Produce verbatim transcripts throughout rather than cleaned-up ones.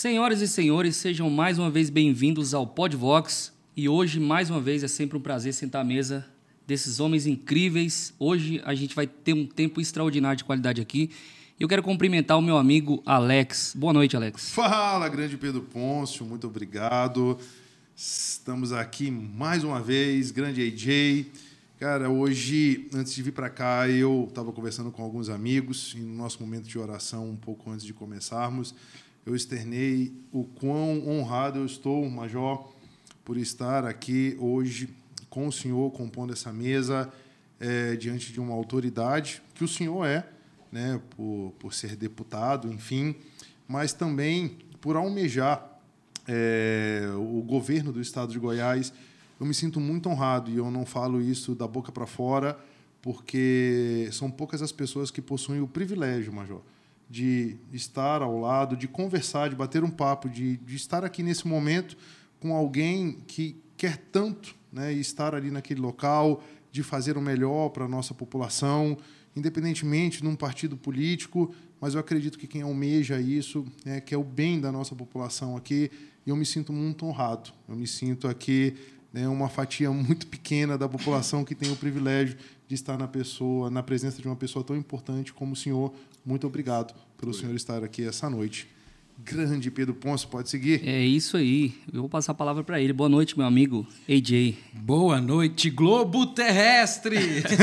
Senhoras e senhores, sejam mais uma vez bem-vindos ao Podvox. E hoje, mais uma vez, é sempre um prazer sentar à mesa desses homens incríveis. Hoje a gente vai ter um tempo extraordinário de qualidade aqui. E eu quero cumprimentar o meu amigo Alex. Boa noite, Alex. Fala, grande Pedro Pôncio, muito obrigado. Estamos aqui mais uma vez, grande A J. Cara, hoje, antes de vir para cá, eu estava conversando com alguns amigos e no nosso momento de oração, um pouco antes de começarmos, eu externei o quão honrado eu estou, Major, por estar aqui hoje com o senhor, compondo essa mesa, é, diante de uma autoridade que o senhor é, né, por, por ser deputado, enfim, mas também por almejar é, o governo do estado de Goiás. Eu me sinto muito honrado e eu não falo isso da boca para fora, porque são poucas as pessoas que possuem o privilégio, Major, de estar ao lado, de conversar, de bater um papo, de, de estar aqui nesse momento com alguém que quer tanto, né, estar ali naquele local, de fazer o melhor para a nossa população, independentemente de um partido político, mas eu acredito que quem almeja isso, né, quer o bem da nossa população aqui, e eu me sinto muito honrado. Eu me sinto aqui, né, uma fatia muito pequena da população que tem o privilégio de estar na pessoa, na presença de uma pessoa tão importante como o senhor. Muito obrigado pelo Oi. senhor estar aqui essa noite. Grande Pedro Pôncio, pode seguir? É isso aí. Eu vou passar a palavra para ele. Boa noite, meu amigo A J. Boa noite, Globo Terrestre!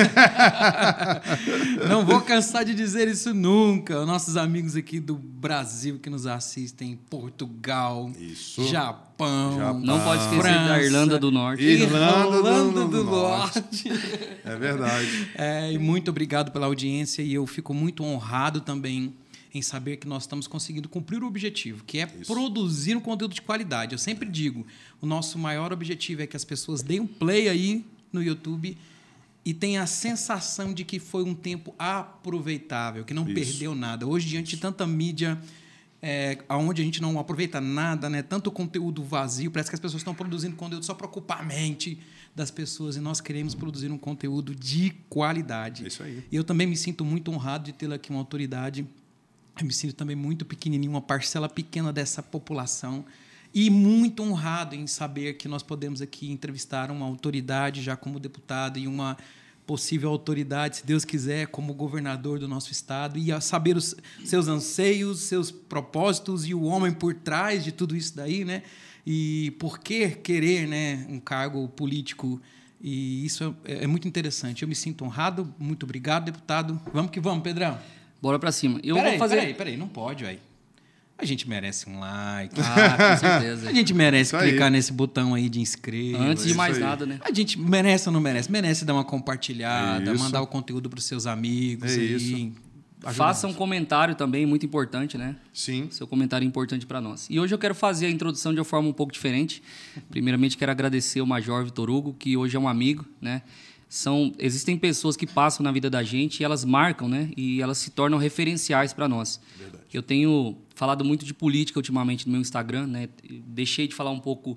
Não vou cansar de dizer isso nunca. Nossos amigos aqui do Brasil que nos assistem, Portugal, isso. Japão, Japão, não pode esquecer França, da Irlanda do Norte. Irlanda, Irlanda do, do, do Norte. Norte. É verdade. É, e muito obrigado pela audiência e eu fico muito honrado também em saber que nós estamos conseguindo cumprir o objetivo, que é Isso. produzir um conteúdo de qualidade. Eu sempre digo, o nosso maior objetivo é que as pessoas deem um play aí no YouTube e tenham a sensação de que foi um tempo aproveitável, que não Isso. perdeu nada. Hoje, diante de tanta mídia, é, onde a gente não aproveita nada, né? Tanto conteúdo vazio, parece que as pessoas estão produzindo conteúdo só para ocupar a mente das pessoas, e nós queremos produzir um conteúdo de qualidade. É isso aí. E eu também me sinto muito honrado de ter aqui uma autoridade. Eu me sinto também muito pequenininho, uma parcela pequena dessa população, e muito honrado em saber que nós podemos aqui entrevistar uma autoridade já como deputado e uma possível autoridade, se Deus quiser, como governador do nosso estado, e a saber os seus anseios, seus propósitos e o homem por trás de tudo isso daí, né? E por que querer, né, um cargo político. E isso é, é muito interessante. Eu me sinto honrado. Muito obrigado, deputado. Vamos que vamos, Pedrão. Bora pra cima. Eu peraí, vou fazer... Peraí, peraí, não pode, velho. A gente merece um like. Ah, com certeza. A gente merece clicar nesse botão aí de inscrever. Antes de mais nada, né? A gente merece ou não merece? Merece dar uma compartilhada, é mandar o conteúdo pros seus amigos. É aí. isso. Faça um comentário também, muito importante, né? Sim. Seu comentário é importante para nós. E hoje eu quero fazer a introdução de uma forma um pouco diferente. Primeiramente, quero agradecer o Major Vitor Hugo, que hoje é um amigo, né? São, existem pessoas que passam na vida da gente e elas marcam, né? E elas se tornam referenciais para nós. Verdade. Eu tenho falado muito de política ultimamente no meu Instagram, né? Deixei de falar um pouco,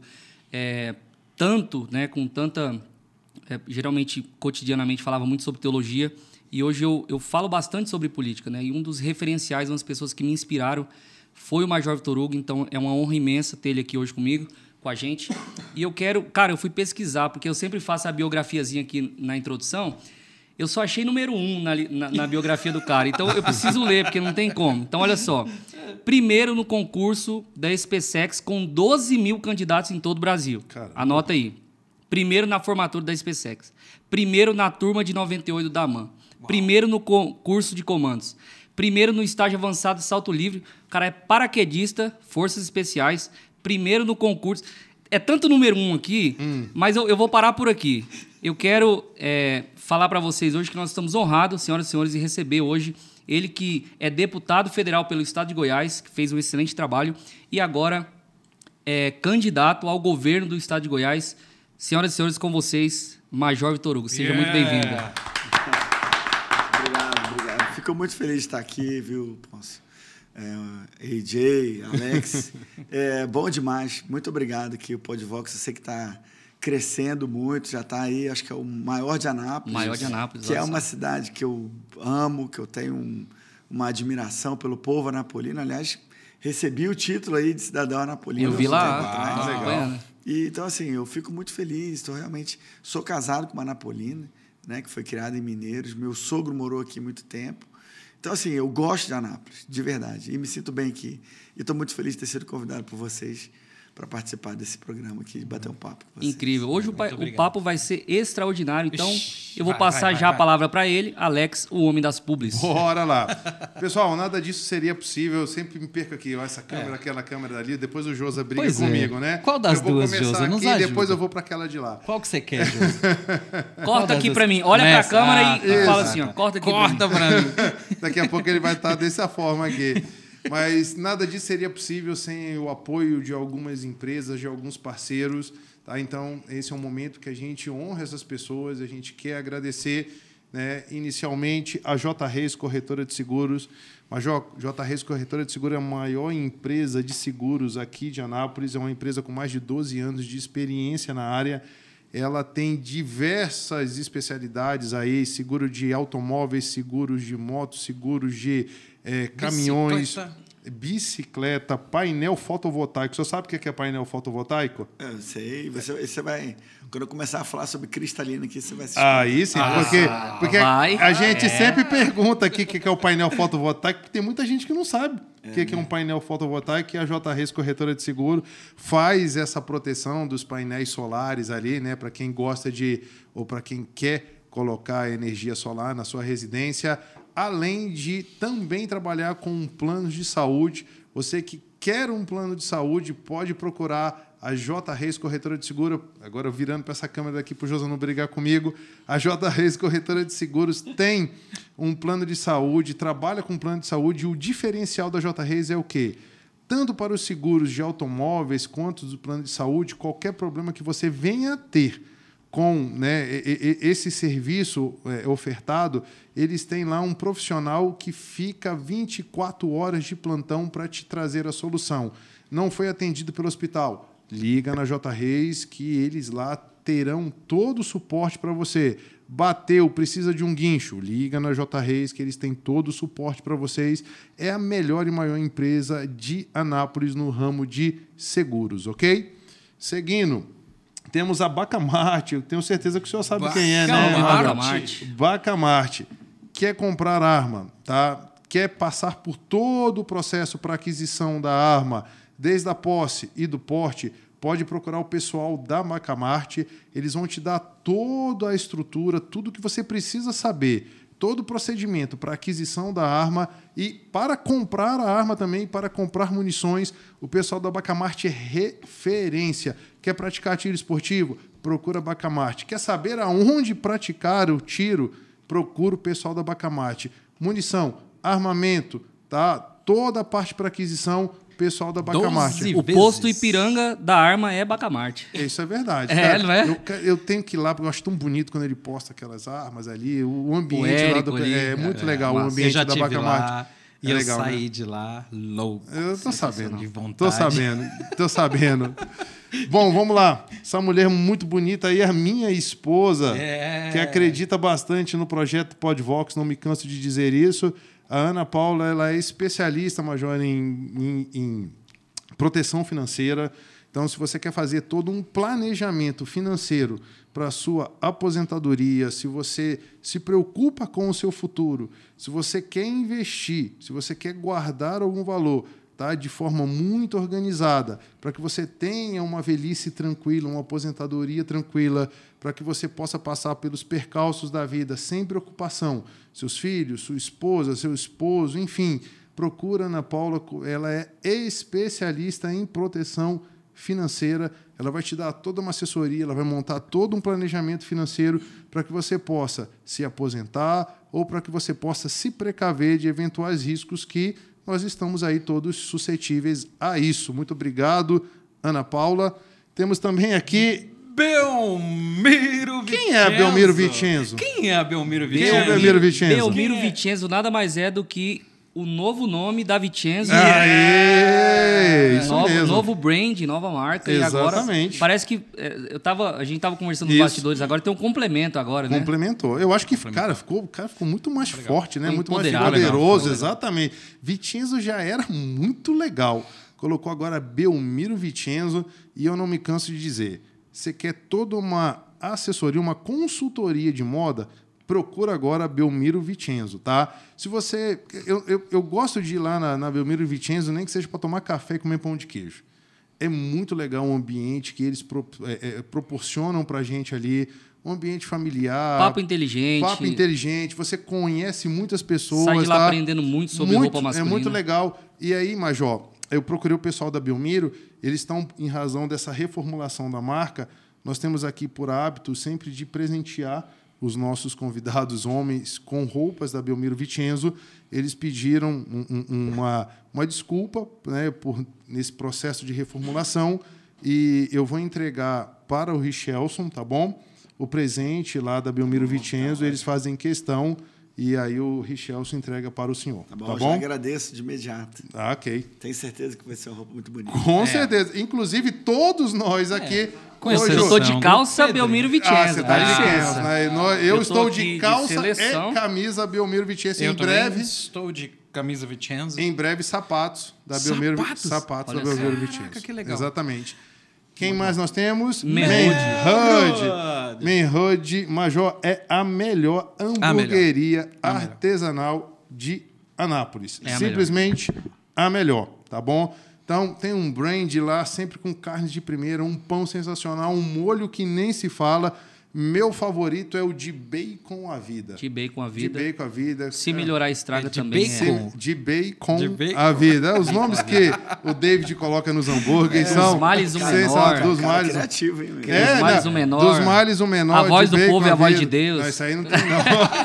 é, tanto, né? Com tanta... É, geralmente, cotidianamente, falava muito sobre teologia. E hoje eu, eu falo bastante sobre política, né? E um dos referenciais, umas pessoas que me inspiraram foi o Major Vitor Hugo. Então, é uma honra imensa ter ele aqui hoje comigo, com a gente. E eu quero... Cara, eu fui pesquisar, porque eu sempre faço a biografiazinha aqui na introdução. Eu só achei número um na, na, na biografia do cara. Então, eu preciso ler, porque não tem como. Então, olha só. Primeiro no concurso da SpaceX, com doze mil candidatos em todo o Brasil. Caramba. Anota aí. Primeiro na formatura da SpaceX. Primeiro na turma de noventa e oito da AMAN. Uau. Primeiro no curso de comandos. Primeiro no estágio avançado de salto livre. O cara é paraquedista, forças especiais. Primeiro no concurso. É tanto número um aqui, hum. mas eu, eu vou parar por aqui. Eu quero é, falar para vocês hoje que nós estamos honrados, senhoras e senhores, em receber hoje ele que é deputado federal pelo estado de Goiás, que fez um excelente trabalho, e agora é candidato ao governo do estado de Goiás. Senhoras e senhores, com vocês, Major Vitor Hugo. Seja yeah. muito bem-vindo. Obrigado, obrigado. Fico muito feliz de estar aqui, viu, Pôncio? É, A J, Alex, é bom demais. Muito obrigado aqui, o Podvox. Eu sei que está crescendo muito, já está aí, acho que é o maior de Anápolis. Maior de Anápolis. Que é uma cidade que eu amo, que eu tenho um, uma admiração pelo povo anapolino. Aliás, recebi o título aí de cidadão anapolino. Eu vi lá. Ah, legal. Né? E, então, assim, eu fico muito feliz. Estou realmente... Sou casado com uma anapolina, né, que foi criada em Mineiros. Meu sogro morou aqui há muito tempo. Então, assim, eu gosto de Anápolis, de verdade. E me sinto bem aqui. E estou muito feliz de ter sido convidado por vocês para participar desse programa aqui, de bater um papo com vocês. Incrível. Hoje o, pa- o papo vai ser extraordinário, então Ixi, eu vou vai, passar vai, vai, já vai. a palavra para ele, Alex, o homem das publis. Bora lá. Pessoal, nada disso seria possível. Eu sempre me perco aqui. Ó, essa câmera, é. aquela câmera ali. Depois o Josa briga Pois comigo, é. né? Qual das eu vou duas, começar Josa? Nos aqui, ajuda. depois eu vou para aquela de lá. Qual que você quer, Josi? Corta aqui das para duas? mim. Olha para a Nessa. câmera Ah, e, e fala tá. assim, ó, corta aqui Corta pra mim. pra mim. Daqui a pouco ele vai estar dessa forma aqui. Mas nada disso seria possível sem o apoio de algumas empresas, de alguns parceiros. Tá? Então, esse é um momento que a gente honra essas pessoas, a gente quer agradecer, né, inicialmente a J. Reis Corretora de Seguros. A J. Reis Corretora de Seguros é a maior empresa de seguros aqui de Anápolis, é uma empresa com mais de doze anos de experiência na área. Ela tem diversas especialidades aí, seguro de automóveis, seguros de motos, seguros de é, caminhões, Bicicleta. bicicleta, painel fotovoltaico. O senhor sabe o que é painel fotovoltaico? Eu sei. Você, você vai... Quando eu começar a falar sobre cristalina aqui, você vai se Aí sim, Ah, porque, porque vai. a gente É. sempre pergunta aqui o que é o painel fotovoltaico, porque tem muita gente que não sabe o que é, que é um painel fotovoltaico, e a J. Reis Corretora de Seguro faz essa proteção dos painéis solares ali, né, para quem gosta de, ou para quem quer colocar energia solar na sua residência, além de também trabalhar com planos de saúde. Você que quer um plano de saúde, pode procurar a J. Reis Corretora de Seguro. Agora, virando para essa câmera daqui para o José não brigar comigo, a J. Reis Corretora de Seguros tem um plano de saúde, trabalha com plano de saúde, e o diferencial da J. Reis é o quê? Tanto para os seguros de automóveis quanto do plano de saúde, qualquer problema que você venha a ter com, né, esse serviço é, ofertado, eles têm lá um profissional que fica vinte e quatro horas de plantão para te trazer a solução. Não foi atendido pelo hospital? Liga na J. Reis, que eles lá terão todo o suporte para você. Bateu, precisa de um guincho? Liga na J. Reis, que eles têm todo o suporte para vocês. É a melhor e maior empresa de Anápolis no ramo de seguros, ok? Seguindo, temos a Bacamarte. Eu tenho certeza que o senhor sabe quem é, né? Bacamarte. Bacamarte. Quer comprar arma, tá? Quer passar por todo o processo para aquisição da arma, desde a posse e do porte, pode procurar o pessoal da Bacamarte. Eles vão te dar toda a estrutura, tudo que você precisa saber, todo o procedimento para aquisição da arma e para comprar a arma também, para comprar munições. O pessoal da Bacamarte é referência. Quer praticar tiro esportivo? Procura a Bacamarte. Quer saber aonde praticar o tiro? Procura o pessoal da Bacamarte. Munição, armamento, tá? Toda a parte para aquisição, pessoal da Bacamarte. doze O vezes. posto Ipiranga da arma é Bacamarte. Isso é verdade. É, cara. não é? Eu, eu tenho que ir lá, porque eu acho tão bonito quando ele posta aquelas armas ali. O ambiente O lá Érico do, ali, é muito É, legal, o massa. ambiente eu já da tive Bacamarte. lá, É e eu legal, saí né? de lá louco. Eu tô sabendo. De vontade. Tô sabendo. Tô sabendo. Bom, vamos lá. Essa mulher muito bonita aí é a minha esposa, É. que acredita bastante no projeto Podvox, não me canso de dizer isso. A Ana Paula, ela é especialista, Major, em, em, em proteção financeira. Então, se você quer fazer todo um planejamento financeiro para a sua aposentadoria, se você se preocupa com o seu futuro, se você quer investir, se você quer guardar algum valor, tá, de forma muito organizada, para que você tenha uma velhice tranquila, uma aposentadoria tranquila, para que você possa passar pelos percalços da vida sem preocupação. Seus filhos, sua esposa, seu esposo, enfim, procura a Ana Paula, ela é especialista em proteção financeira, ela vai te dar toda uma assessoria, ela vai montar todo um planejamento financeiro para que você possa se aposentar ou para que você possa se precaver de eventuais riscos que nós estamos aí todos suscetíveis a isso. Muito obrigado, Ana Paula. Temos também aqui... Belmiro Vicenzo. Quem é Belmiro Vicenzo? Quem é Belmiro Quem Vicenzo? é Belmiro Vicenzo? Belmiro Quem é? Vicenzo nada mais é do que o novo nome da Vicenzo. Aê! Isso novo, mesmo. novo brand, nova marca. Exatamente. E agora parece que é, eu tava, a gente tava conversando nos Isso. bastidores, agora tem um complemento agora, né? Complementou. Eu acho que, cara, ficou, cara, ficou muito mais forte, né? Ficou Muito mais empoderado. poderoso, Legal. exatamente. Vicenzo já era muito legal. Colocou agora Belmiro Vicenzo e eu não me canso de dizer, você quer toda uma assessoria, uma consultoria de moda, procura agora Belmiro Vicenzo, tá? Se você... Eu, eu, eu gosto de ir lá na, na Belmiro Vicenzo, nem que seja para tomar café e comer pão de queijo. É muito legal o ambiente que eles pro, é, é, proporcionam para a gente ali, um ambiente familiar. Papo inteligente. Papo inteligente. Você conhece muitas pessoas. Sai de lá tá? aprendendo muito sobre muito, roupa masculina. É muito legal. E aí, Major, eu procurei o pessoal da Belmiro, eles estão, em razão dessa reformulação da marca, nós temos aqui por hábito sempre de presentear os nossos convidados homens com roupas da Belmiro Vicenzo. Eles pediram um, um, uma, uma desculpa, né, por, nesse processo de reformulação e eu vou entregar para o Richelson, tá bom? O presente lá da Belmiro Vicenzo, eles fazem questão e aí o Richelson entrega para o senhor. Tá bom, tá eu bom? já agradeço de imediato. Ah, ok. Tenho certeza que vai ser uma roupa muito bonita. Com É. certeza. Inclusive, todos nós aqui... Com hoje- exceção Eu tô de calça do Belmiro Pedro. Vicenzo. Ah, você tá dá de licença. licença, né? Nó- Eu, Eu tô estou aqui de de calça seleção. e camisa Belmiro Vicenzo. Eu Em também breve, estou de camisa Vicenzo. em breve, sapatos da Belmiro Sapatos? Sapatos da Olha só. Belmiro Caraca, Vicenzo. que legal. Exatamente. Quem mais nós temos? Menhood. Menhood. Menhood, Major, é a melhor hamburgueria A melhor. artesanal de Anápolis. É a Simplesmente a melhor, tá bom? Então, tem um brand lá, sempre com carnes de primeira, um pão sensacional, um molho que nem se fala. Meu favorito é o de bacon à vida. De bacon a De vida. bacon à vida. Se melhorar estraga É de também. bacon. É. De bacon, De bacon. à vida. Os nomes que o David coloca nos hambúrgueres são... Dos males o sensacionais. menor. Dos Cara, males... criativo, hein? meu? É, Dos males não, o menor. Dos males o menor. A voz de do bacon povo e à a voz vida. de Deus. Não, isso aí não tem, não.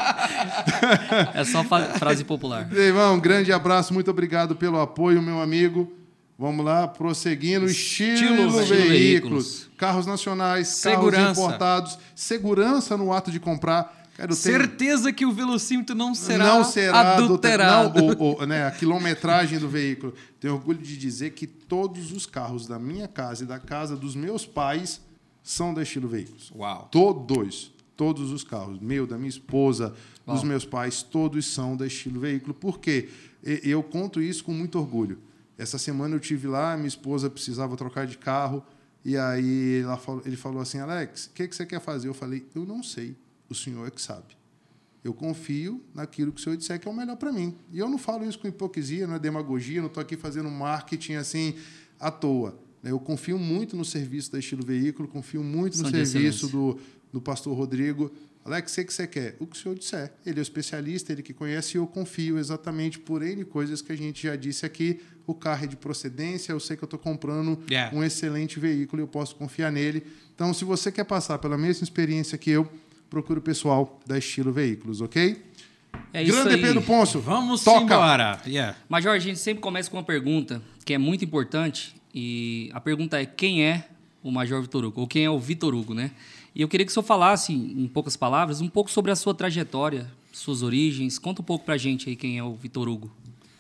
É só fa- frase popular. Irmão, um grande abraço. Muito obrigado pelo apoio, meu amigo. Vamos lá, prosseguindo. Estilo, Estilo veículos. veículos. Carros nacionais, Segurança. carros importados. Segurança no ato de comprar. Cara, eu tenho- Certeza que o velocímetro não será, não será adulterado. Não, o, o, né, a quilometragem do veículo. Tenho orgulho de dizer que todos os carros da minha casa e da casa dos meus pais são da Estilo Veículos. Uau. Todos. Todos os carros. Meu, da minha esposa, Uau. dos meus pais, todos são da Estilo Veículo. Por quê? E- Eu conto isso com muito orgulho. Essa semana eu tive lá, minha esposa precisava trocar de carro, e aí ela falou- ele falou assim, Alex, o que, que você quer fazer? Eu falei, eu não sei, o senhor é que sabe. Eu confio naquilo que o senhor disser que é o melhor para mim. E eu não falo isso com hipocrisia, não é demagogia, não estou aqui fazendo marketing assim à toa. Eu confio muito no serviço da Estilo Veículo, confio muito no São de serviço excelência. do, do pastor Rodrigo. Alex, o que que você quer? O que o senhor disser. Ele é o especialista, ele que conhece, e eu confio exatamente por N coisas que a gente já disse aqui. O carro é de procedência, eu sei que eu estou comprando Yeah. um excelente veículo e eu posso confiar nele. Então, se você quer passar pela mesma experiência que eu, procure o pessoal da Estilo Veículos, ok? É isso Grande aí. Pedro Pôncio, Vamos toca! embora. Yeah. Major, a gente sempre começa com uma pergunta que é muito importante. E a pergunta é: quem é o Major Vitor Hugo? Ou quem é o Vitor Hugo, né? E eu queria que o senhor falasse, em poucas palavras, um pouco sobre a sua trajetória, suas origens. Conta um pouco pra gente aí quem é o Vitor Hugo.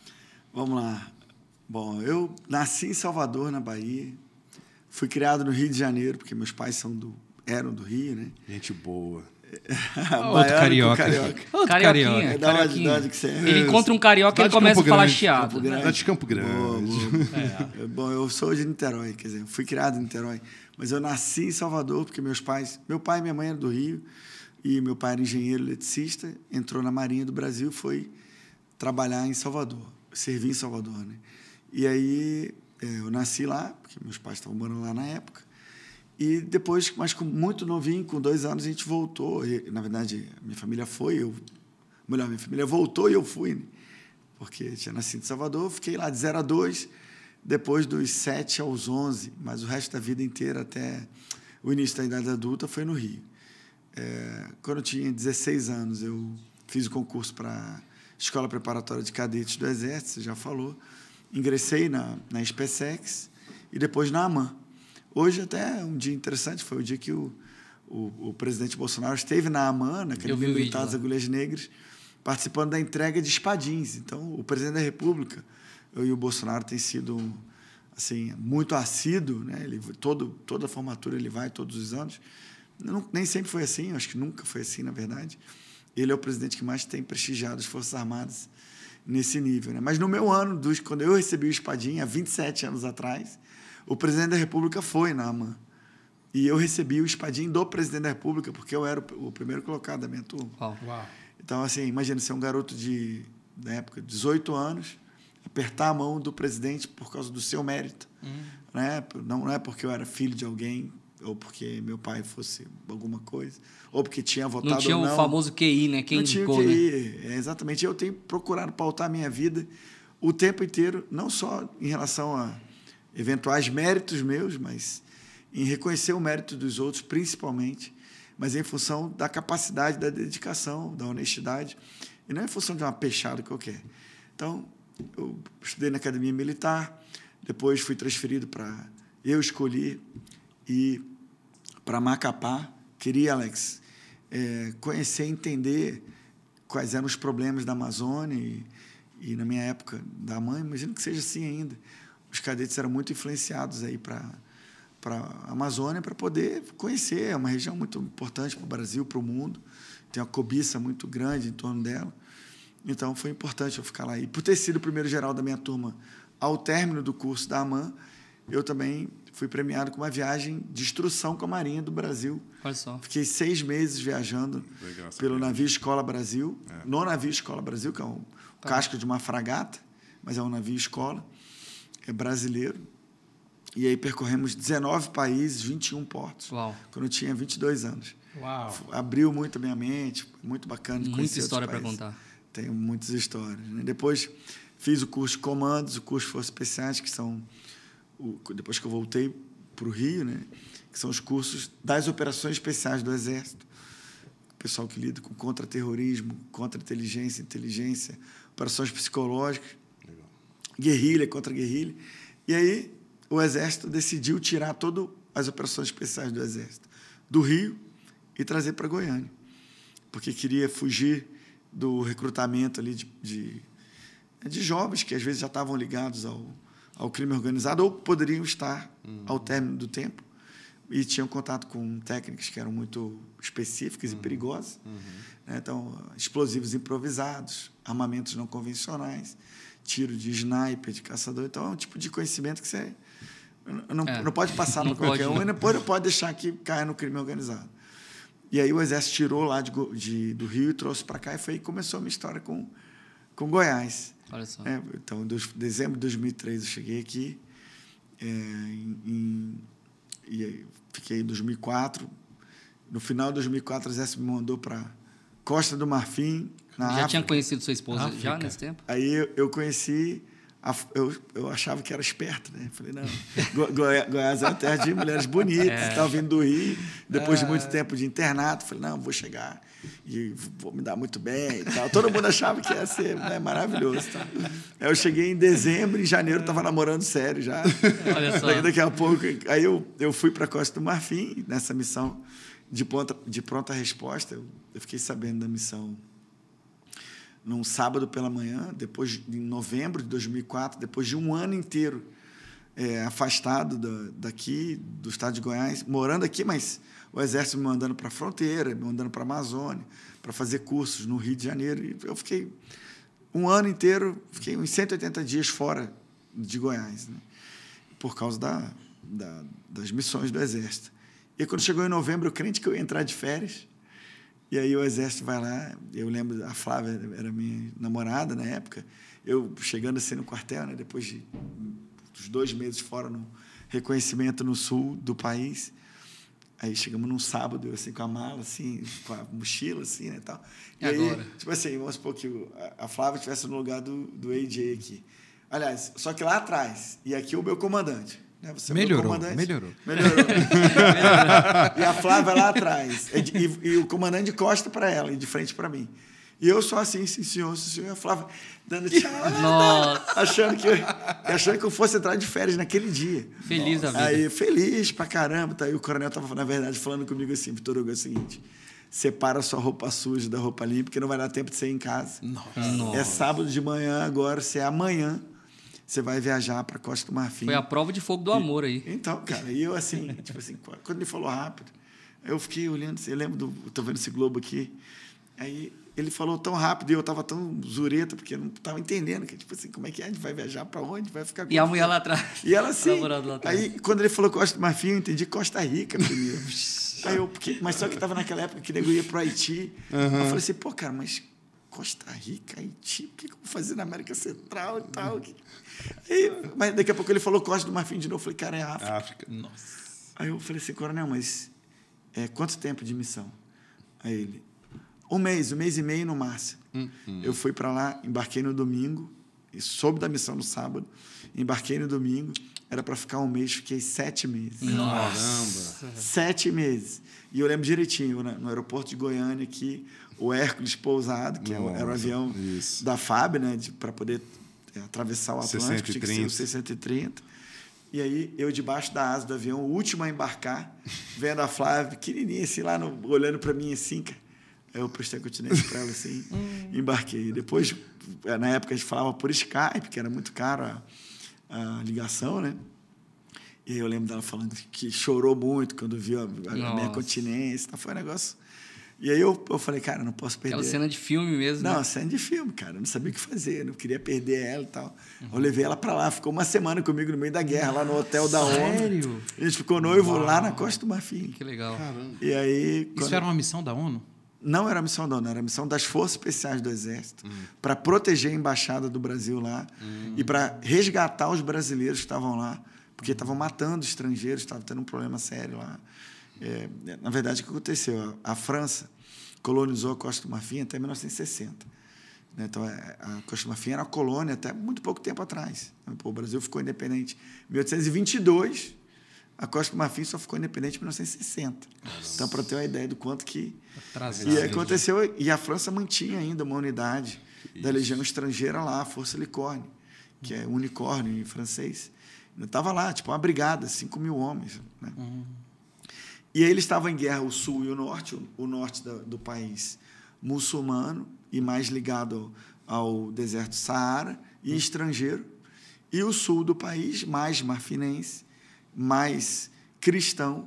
Vamos lá. Bom, eu nasci em Salvador, na Bahia. Fui criado no Rio de Janeiro, porque meus pais são do, eram do Rio, né? Gente boa. Outro Baiano com carioca. carioca. Outro Carioquinha. carioca. É da onde- Carioquinha. da onde que você é? Ele encontra um carioca e Lá ele de começa a Campo falar Grande, chiado. Campo Grande. Lá de Campo Grande. Boa, boa. Bom, eu sou de Niterói, quer dizer, fui criado em Niterói, mas eu nasci em Salvador porque meus pais, meu pai e minha mãe eram do Rio e meu pai era engenheiro eletricista, entrou na Marinha do Brasil, foi trabalhar em Salvador, servir em Salvador, né? E aí é, eu nasci lá, porque meus pais estavam morando lá na época. E depois, mas com muito novinho, com dois anos, a gente voltou. E, na verdade, minha família foi, eu, melhor, minha família voltou e eu fui, né? Porque tinha nascido em Salvador, fiquei lá de zero a dois, depois dos sete aos onze, mas o resto da vida inteira, até o início da idade adulta, foi no Rio. É, quando eu tinha dezesseis anos, eu fiz o concurso para a Escola Preparatória de Cadetes do Exército, você já falou. Ingressei na, na SpaceX e depois na AMAN. Hoje até um dia interessante, foi o dia que o, o, o presidente Bolsonaro esteve na AMAN, na Eu vi Academia o Militar vídeo das lá. Agulhas Negras, participando da entrega de espadins. Então, o presidente da República, eu e o Bolsonaro, tem sido assim, muito assíduo, né? Ele, todo, toda a formatura ele vai todos os anos. Não, nem sempre foi assim, acho que nunca foi assim, na verdade. Ele é o presidente que mais tem prestigiado as Forças Armadas nesse nível, né? Mas no meu ano, dos, quando eu recebi o espadinho, há vinte e sete anos atrás, o presidente da República foi na AMAN. E eu recebi o espadinho do presidente da República, porque eu era o, o primeiro colocado da minha turma. Uau. Uau. Então, assim, imagina ser um garoto de, na época, dezoito anos, apertar a mão do presidente por causa do seu mérito. Hum. Né? Não, não é porque eu era filho de alguém, ou porque meu pai fosse alguma coisa, ou porque tinha votado não tinha ou não. o famoso Q I, né? Quem não tinha indicou, o Q I, né? É, exatamente. Eu tenho procurado pautar a minha vida o tempo inteiro, não só em relação a eventuais méritos meus, mas em reconhecer o mérito dos outros, principalmente, mas em função da capacidade, da dedicação, da honestidade, e não em função de uma peixada qualquer. Então, eu estudei na Academia Militar, depois fui transferido para... Eu escolhi ir para Macapá. Queria, Alex, é, conhecer, entender quais eram os problemas da Amazônia e, e na minha época, da mãe, imagino que seja assim ainda. Os cadetes eram muito influenciados aí para para a Amazônia para poder conhecer. É uma região muito importante para o Brasil, para o mundo. Tem uma cobiça muito grande em torno dela. Então, foi importante eu ficar lá. E por ter sido o primeiro geral da minha turma ao término do curso da AMAN, eu também fui premiado com uma viagem de instrução com a Marinha do Brasil. Olha só. Fiquei seis meses viajando Legal, pelo navio Escola Brasil. É. No navio Escola Brasil, que é um casco de uma fragata, mas é um navio escola, é brasileiro. E aí percorremos dezenove países, vinte e um portos. Uau. Quando eu tinha vinte e dois anos. Uau. Abriu muito a minha mente, muito bacana de conhecer Muita história para outros contar. países. Tenho muitas histórias, né? Depois fiz o curso de comandos, o curso de Forças Especiais, que são, o, depois que eu voltei para o Rio, né? Que são os cursos das operações especiais do Exército. O pessoal que lida com contra-terrorismo, contra-inteligência, inteligência, operações psicológicas, Legal. Guerrilha, contra-guerrilha. E aí o Exército decidiu tirar todas as operações especiais do Exército do Rio e trazer para Goiânia, porque queria fugir do recrutamento ali de, de, de jovens que às vezes já estavam ligados ao, ao crime organizado ou poderiam estar uhum. ao término do tempo e tinham contato com técnicas que eram muito específicas uhum. e perigosas. Uhum. Né? Então, explosivos improvisados, armamentos não convencionais, tiro de sniper, de caçador. Então, é um tipo de conhecimento que você não, é. não pode passar para qualquer um e depois não pode deixar que caia no crime organizado. E aí o Exército tirou lá de, de, do Rio e trouxe para cá, e foi aí que começou a minha história com, com Goiás. Olha só. É, então, em dezembro de dois mil e três, eu cheguei aqui, é, em, em, e fiquei em dois mil e quatro. No final de dois mil e quatro, o Exército me mandou para Costa do Marfim, na Já África. tinha conhecido sua esposa África. já nesse tempo? Aí eu, eu conheci... A, eu, eu achava que era esperto, né? Falei, não, Go, Goi, Goiás é uma terra de mulheres bonitas, é. Estava vindo do Rio, depois é. de muito tempo de internato, falei, não, vou chegar e vou me dar muito bem e tal. Todo mundo achava que ia ser, né, maravilhoso. Tá? Aí eu cheguei em dezembro, em janeiro estava namorando sério já. Olha só. Daí, daqui a pouco, aí eu, eu fui para a Costa do Marfim, nessa missão de pronta, de pronta resposta. Eu, eu fiquei sabendo da missão num sábado pela manhã, depois em novembro de dois mil e quatro, depois de um ano inteiro é, afastado da, daqui, do estado de Goiás, morando aqui, mas o Exército me mandando para a fronteira, me mandando para a Amazônia, para fazer cursos no Rio de Janeiro. E eu fiquei um ano inteiro, fiquei uns cento e oitenta dias fora de Goiás, né? Por causa da, da, das missões do Exército. E quando chegou em novembro, eu crente que eu ia entrar de férias. E aí o Exército vai lá, eu lembro, a Flávia era minha namorada na época, eu chegando assim no quartel, né, depois de dos dois meses fora no reconhecimento no sul do país, aí chegamos num sábado, eu assim com a mala, assim, com a mochila, assim, né, e tal. E, e aí, agora? Tipo assim, vamos supor que a Flávia estivesse no lugar do, do A J aqui. Aliás, só que lá atrás, e aqui o meu comandante. Né? Você melhorou, é melhorou. Melhorou. E a Flávia lá atrás. E, e, e o comandante de costa para ela e de frente para mim. E eu só assim, sim, senhor, sim, senhor. E a Flávia dando tchau. Nossa. Achando que, achando que eu fosse entrar de férias naquele dia. Feliz Nossa. da vida. Aí, feliz pra caramba. Tá? Aí o coronel estava, na verdade, falando comigo assim, Vitor Hugo, é o seguinte, separa a sua roupa suja da roupa limpa, porque não vai dar tempo de sair em casa. Nossa. É sábado de manhã, agora, se é amanhã, você vai viajar para Costa do Marfim. Foi a prova de fogo do amor aí. Então, cara, e eu assim, tipo assim, quando ele falou rápido, eu fiquei olhando, assim, eu lembro do, eu tô vendo esse globo aqui, aí ele falou tão rápido e eu tava tão zureta, porque eu não tava entendendo, que tipo assim, como é que é, a gente vai viajar para onde, vai ficar... E a mulher lá atrás. E ela assim, lá atrás. Aí quando ele falou Costa do Marfim, eu entendi Costa Rica primeiro. Aí eu, porque, mas só que tava naquela época que nego ia pro Haiti, uhum. Eu falei assim, pô, cara, mas Costa Rica, Haiti, o que eu vou fazer na América Central e tal? Aí, mas daqui a pouco ele falou Costa do Marfim de novo, eu falei, cara, é África. África. Nossa. Aí eu falei assim, coronel, mas é, quanto tempo de missão? Aí ele, um mês, um mês e meio no máximo. Hum, hum. Eu fui para lá, embarquei no domingo, e soube da missão no sábado, embarquei no domingo, era para ficar um mês, fiquei sete meses. Nossa! Sete meses. E eu lembro direitinho, no aeroporto de Goiânia, aqui, o Hércules pousado, que Nossa, era o avião isso. da F A B, né, para poder é, atravessar o Atlântico, tinha que ser o C cento e trinta. E aí, eu debaixo da asa do avião, o último a embarcar, vendo a Flávia, pequenininha, assim, lá no, olhando para mim, assim, cara. Aí eu prestei continência para ela, assim, embarquei. Depois, na época, a gente falava por Skype, que era muito caro a, a ligação, né? E aí eu lembro dela falando que chorou muito quando viu a, a minha continência. Então foi um negócio... E aí eu, eu falei, cara, não posso perder. Aquela cena de filme mesmo, Não, né? cena de filme, cara. Eu não sabia o que fazer, não queria perder ela e tal. Uhum. Eu levei ela para lá, ficou uma semana comigo no meio da guerra, lá no hotel da ONU. Sério? A gente ficou noivo Uau. lá na Costa do Marfim. Que legal. Caramba. E aí... Isso era uma missão da ONU? Não era a missão da ONU, era a missão das Forças Especiais do Exército, uhum. para proteger a Embaixada do Brasil lá uhum. e para resgatar os brasileiros que estavam lá, porque estavam matando estrangeiros, estava tendo um problema sério lá. É, na verdade, o que aconteceu? A, a França colonizou a Costa do Marfim até mil novecentos e sessenta. Né? Então, a Costa do Marfim era uma colônia até muito pouco tempo atrás. O Brasil ficou independente em mil oitocentos e vinte e dois, a Costa do Marfim só ficou independente em mil novecentos e sessenta. Nossa. Então, para ter uma ideia do quanto que... Atrasado, e aconteceu, e a França mantinha ainda uma unidade que da Legião Estrangeira lá, a Força Licorne, que é unicórnio em francês. Estava lá, tipo, uma brigada, cinco mil homens. Né? Uhum. E aí eles estavam em guerra, o sul e o norte, o, o norte da, do país muçulmano e mais ligado ao, ao deserto Saara e uhum. estrangeiro, e o sul do país mais marfinense, mais cristão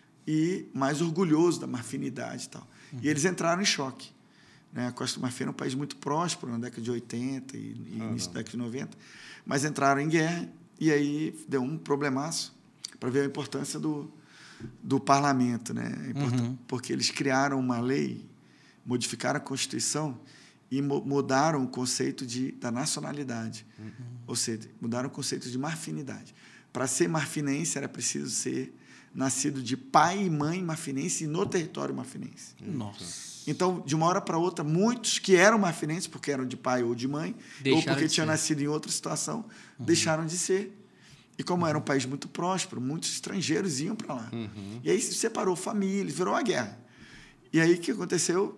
e mais orgulhoso da marfinidade e tal. Uhum. E eles entraram em choque. Né? A Costa do Marfim era um país muito próspero na década de oitenta e, e ah, início da década de noventa, mas entraram em guerra e aí deu um problemaço para ver a importância do, do parlamento, né? Uhum. Porque eles criaram uma lei, modificaram a Constituição e mudaram o conceito de, da nacionalidade. Uhum. Ou seja, mudaram o conceito de marfinidade. Para ser marfinense, era preciso ser nascido de pai e mãe marfinense no território marfinense. Nossa. Então, de uma hora para outra, muitos que eram marfinenses, porque eram de pai ou de mãe, deixaram ou porque tinham ser. nascido em outra situação, uhum. deixaram de ser. E como era um país muito próspero, muitos estrangeiros iam para lá. Uhum. E aí se separou famílias, virou uma guerra. E aí o que aconteceu?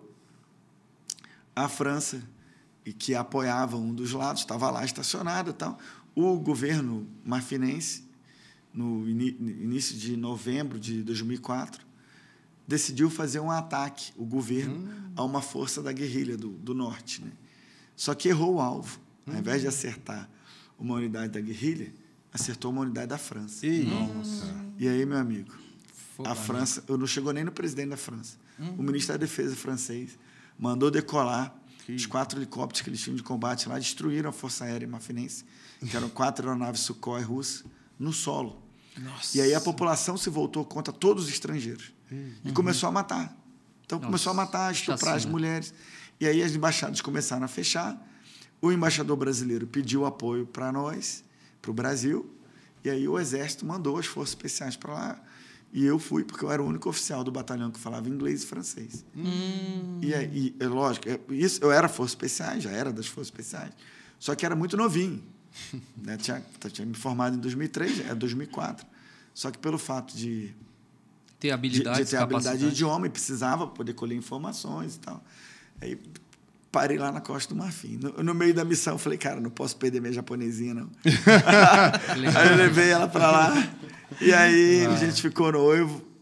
A França, que apoiava um dos lados, estava lá estacionada e tal. O governo marfinense, no início de novembro de dois mil e quatro, decidiu fazer um ataque, o governo, hum. a uma força da guerrilha do, do norte. Né? Só que errou o alvo. Hum. Ao invés de acertar uma unidade da guerrilha, acertou uma unidade da França. E, Nossa. e aí, meu amigo, Foda a França... Eu não chegou nem no presidente da França. Hum. O ministro da Defesa francês mandou decolar que... os quatro helicópteros que eles tinham de combate lá, destruíram a Força Aérea Marfinense, que eram quatro aeronaves Sukhoi russas, no solo. Nossa. E aí a população se voltou contra todos os estrangeiros. Uhum. E começou a matar. Então, Nossa. começou a matar, estuprar Chacina. as mulheres. E aí as embaixadas começaram a fechar. O embaixador brasileiro pediu apoio para nós, para o Brasil, e aí o Exército mandou as forças especiais para lá. E eu fui, porque eu era o único oficial do batalhão que falava inglês e francês. Hum. E aí, é lógico, isso, eu era forças especiais, já era das forças especiais, só que era muito novinho. né? tinha, tinha me formado em dois mil e três, é dois mil e quatro. Só que pelo fato de ter habilidade, de, de ter habilidade de idioma, e precisava poder colher informações e tal. Aí parei lá na Costa do Marfim. No, no meio da missão, eu falei, cara, não posso perder minha japonesinha, não. Aí eu levei ela para lá. E aí ah. a gente ficou noivo.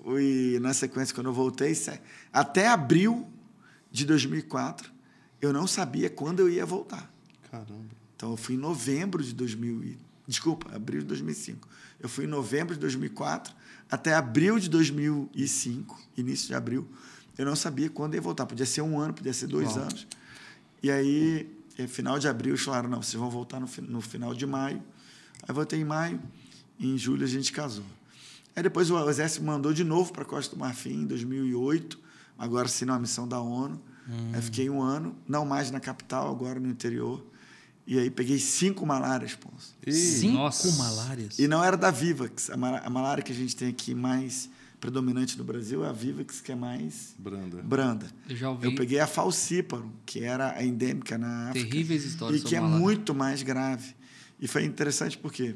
e na sequência, quando eu voltei, até abril de dois mil e quatro, eu não sabia quando eu ia voltar. Caramba. Então, eu fui em novembro de dois mil e... Desculpa, abril de dois mil e cinco. Eu fui em novembro de dois mil e quatro até abril de dois mil e cinco, início de abril. Eu não sabia quando ia voltar. Podia ser um ano, podia ser dois Uau. anos. E aí, final de abril, eles falaram, não, vocês vão voltar no, no final de maio. Aí eu voltei em maio, e em julho a gente casou. Aí depois o Exército mandou de novo para a Costa do Marfim, em dois mil e oito, agora sim numa missão da ONU. Hum. Aí fiquei um ano, não mais na capital, agora no interior. E aí peguei cinco malárias, Ponço. Cinco Nossa. malárias? E não era da Vivax. A, mar, a malária que a gente tem aqui mais predominante no Brasil é a Vivax, que é mais Branda. branda. Eu já ouvi. Eu peguei a falcíparo, que era a endêmica na África. Terríveis histórias E que é sobre malária. muito mais grave. E foi interessante porque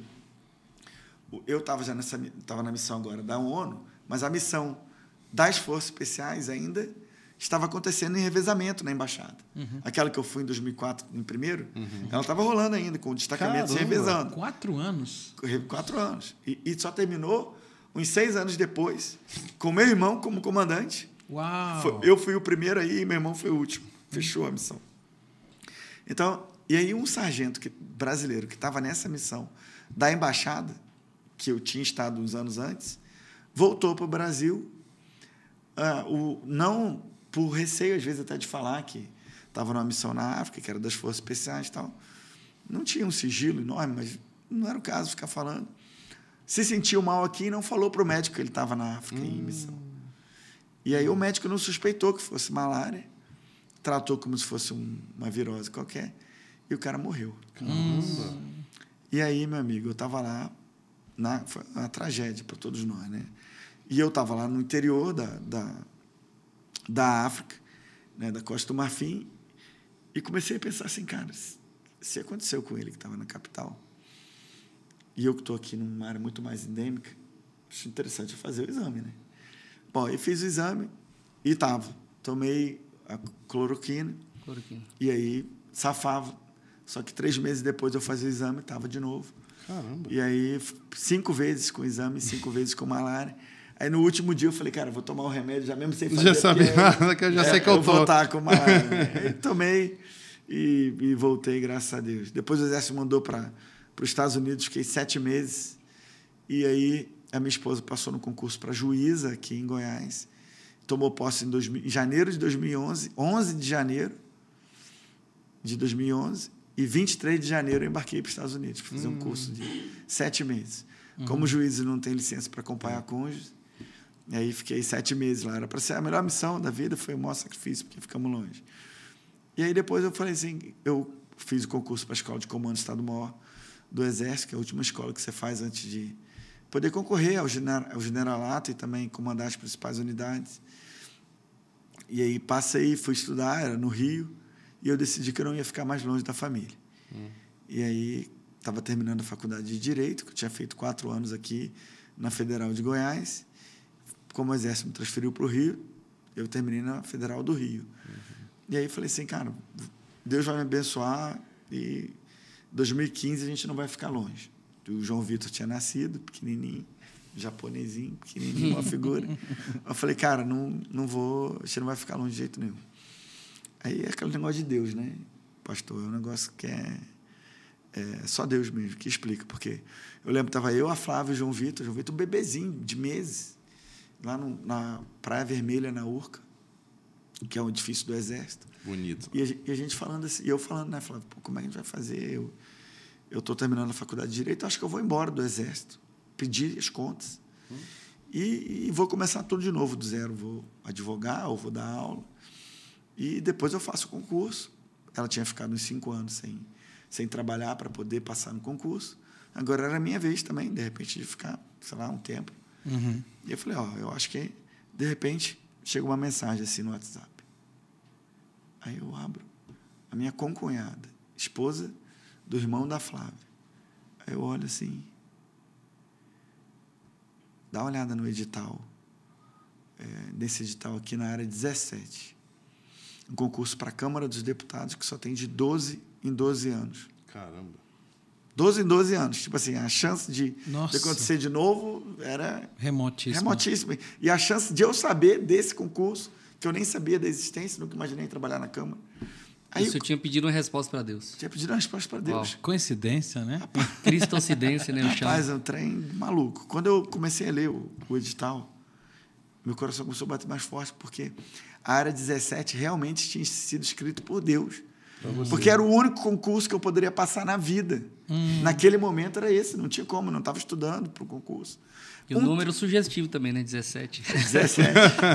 eu estava já nessa, estava na missão agora da ONU, mas a missão das Forças Especiais ainda estava acontecendo em revezamento na embaixada. Uhum. Aquela que eu fui em dois mil e quatro, em primeiro, uhum. ela estava rolando ainda, com o destacamento se revezando. Quatro anos? Quatro anos. E, e só terminou uns seis anos depois, com meu irmão como comandante. Uau! Foi, eu fui o primeiro aí e meu irmão foi o último. Fechou uhum. a missão. Então, e aí um sargento que, brasileiro que estava nessa missão da embaixada, que eu tinha estado uns anos antes, voltou para o Brasil, uh, o, não por receio, às vezes, até de falar que estava numa missão na África, que era das Forças Especiais e tal. Não tinha um sigilo enorme, mas não era o caso ficar falando. Se sentiu mal aqui e não falou para o médico que ele estava na África hum. em missão. E aí o médico não suspeitou que fosse malária, tratou como se fosse um, uma virose qualquer, e o cara morreu. Caramba! E aí, meu amigo, eu estava lá, na, foi uma tragédia para todos nós, né? E eu estava lá no interior da, da, da África, né, da Costa do Marfim, e comecei a pensar assim, cara, se, se aconteceu com ele que estava na capital, e eu que estou aqui numa área muito mais endêmica, acho interessante fazer o exame, né? Bom, eu fiz o exame e estava. Tomei a cloroquina, cloroquina, e aí safava. Só que três meses depois eu fazia o exame, estava de novo. Caramba! E aí, cinco vezes com exame, cinco vezes com malária. Aí, no último dia, eu falei, cara, vou tomar o remédio, já mesmo sem fazer. Já sabia nada, que eu já é, sei que eu, eu tô. vou estar com malária. Aí, tomei e, e voltei, graças a Deus. Depois, o Exército mandou para os Estados Unidos, fiquei sete meses. E aí, a minha esposa passou no concurso para juíza aqui em Goiás. Tomou posse em, dois mil, em janeiro de dois mil e onze, onze de janeiro de dois mil e onze. E vinte e três de janeiro eu embarquei para os Estados Unidos para fazer hum. um curso de sete meses. Uhum. Como juízes não tem licença para acompanhar cônjuges, e aí fiquei sete meses lá. Era para ser a melhor missão da vida, foi o maior sacrifício, porque ficamos longe. E aí depois eu falei assim, eu fiz o concurso para a Escola de Comando do Estado-Maior do Exército, que é a última escola que você faz antes de poder concorrer ao, gener, ao generalato e também comandar as principais unidades. E aí passei, fui estudar, era no Rio, e eu decidi que eu não ia ficar mais longe da família. Hum. E aí, estava terminando a faculdade de Direito, que eu tinha feito quatro anos aqui na Federal de Goiás. Como o Exército me transferiu para o Rio, eu terminei na Federal do Rio. Uhum. E aí, falei assim, cara, Deus vai me abençoar e em dois mil e quinze a gente não vai ficar longe. O João Vitor tinha nascido, pequenininho, japonesinho, pequenininho, uma figura. Eu falei, cara, não, não vou, a gente não vai ficar longe de jeito nenhum. Aí é aquele negócio de Deus, né, pastor? É um negócio que é, é só Deus mesmo que explica. Porque eu lembro que estava eu, a Flávia e o João Vitor, o João Vitor, um bebezinho de meses, lá no, na Praia Vermelha, na Urca, que é um edifício do Exército. Bonito. E a, e a gente falando assim, e eu falando, né, Flávia, pô, como é que a gente vai fazer? Eu eu estou terminando a faculdade de Direito, acho que eu vou embora do Exército, pedir as contas. Hum. E, e vou começar tudo de novo, do zero. Vou advogar ou vou dar aula. E depois eu faço o concurso. Ela tinha ficado uns cinco anos sem, sem trabalhar para poder passar no concurso. Agora era a minha vez também, de repente, de ficar, sei lá, um tempo. Uhum. E eu falei, ó, eu acho que, de repente, chega uma mensagem assim no WhatsApp. Aí eu abro. A minha concunhada, esposa do irmão da Flávia. Aí eu olho assim, dá uma olhada no edital, é, nesse edital aqui na área dezessete. Um concurso para a Câmara dos Deputados que só tem de doze em doze anos. Caramba. doze em doze anos. Tipo assim, a chance de, Nossa. de acontecer de novo era Remotíssimo. remotíssima. E a chance de eu saber desse concurso, que eu nem sabia da existência, nunca imaginei trabalhar na Câmara. Aí Isso eu tinha pedido uma resposta para Deus. tinha pedido uma resposta para Deus. Uau. Coincidência, né? Cristocidência, né? Eu chamo. Rapaz, é um trem maluco. Quando eu comecei a ler o, o edital, meu coração começou a bater mais forte, porque a área dezessete realmente tinha sido escrito por Deus. Porque era o único concurso que eu poderia passar na vida. Hum. Naquele momento era esse, não tinha como, não estava estudando para o concurso. E o um, número sugestivo também, né? dezessete. dezessete.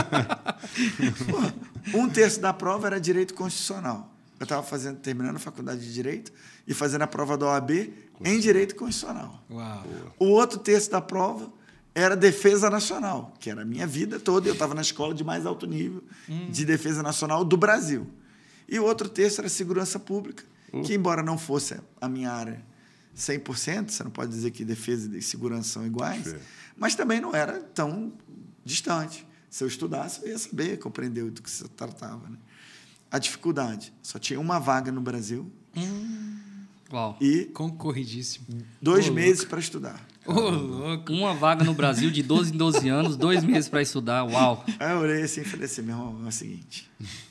Pô, um terço da prova era direito constitucional. Eu estava fazendo, terminando a faculdade de Direito e fazendo a prova da O A B em Direito Constitucional. Uau. O outro terço da prova era Defesa Nacional, que era a minha vida toda. Eu estava na escola de mais alto nível hum. de Defesa Nacional do Brasil. E o outro terço era Segurança Pública, uh. que, embora não fosse a minha área cem por cento, você não pode dizer que defesa e segurança são iguais, Sim. mas também não era tão distante. Se eu estudasse, eu ia saber, compreender do que se tratava, né? A dificuldade. Só tinha uma vaga no Brasil. Hum. Uau. E concorridíssimo. Dois Ô, meses louco. para estudar. Ô, louco. Uma vaga no Brasil de doze em doze anos, dois meses para estudar. Uau. Aí eu olhei assim e falei assim, meu irmão, é o seguinte.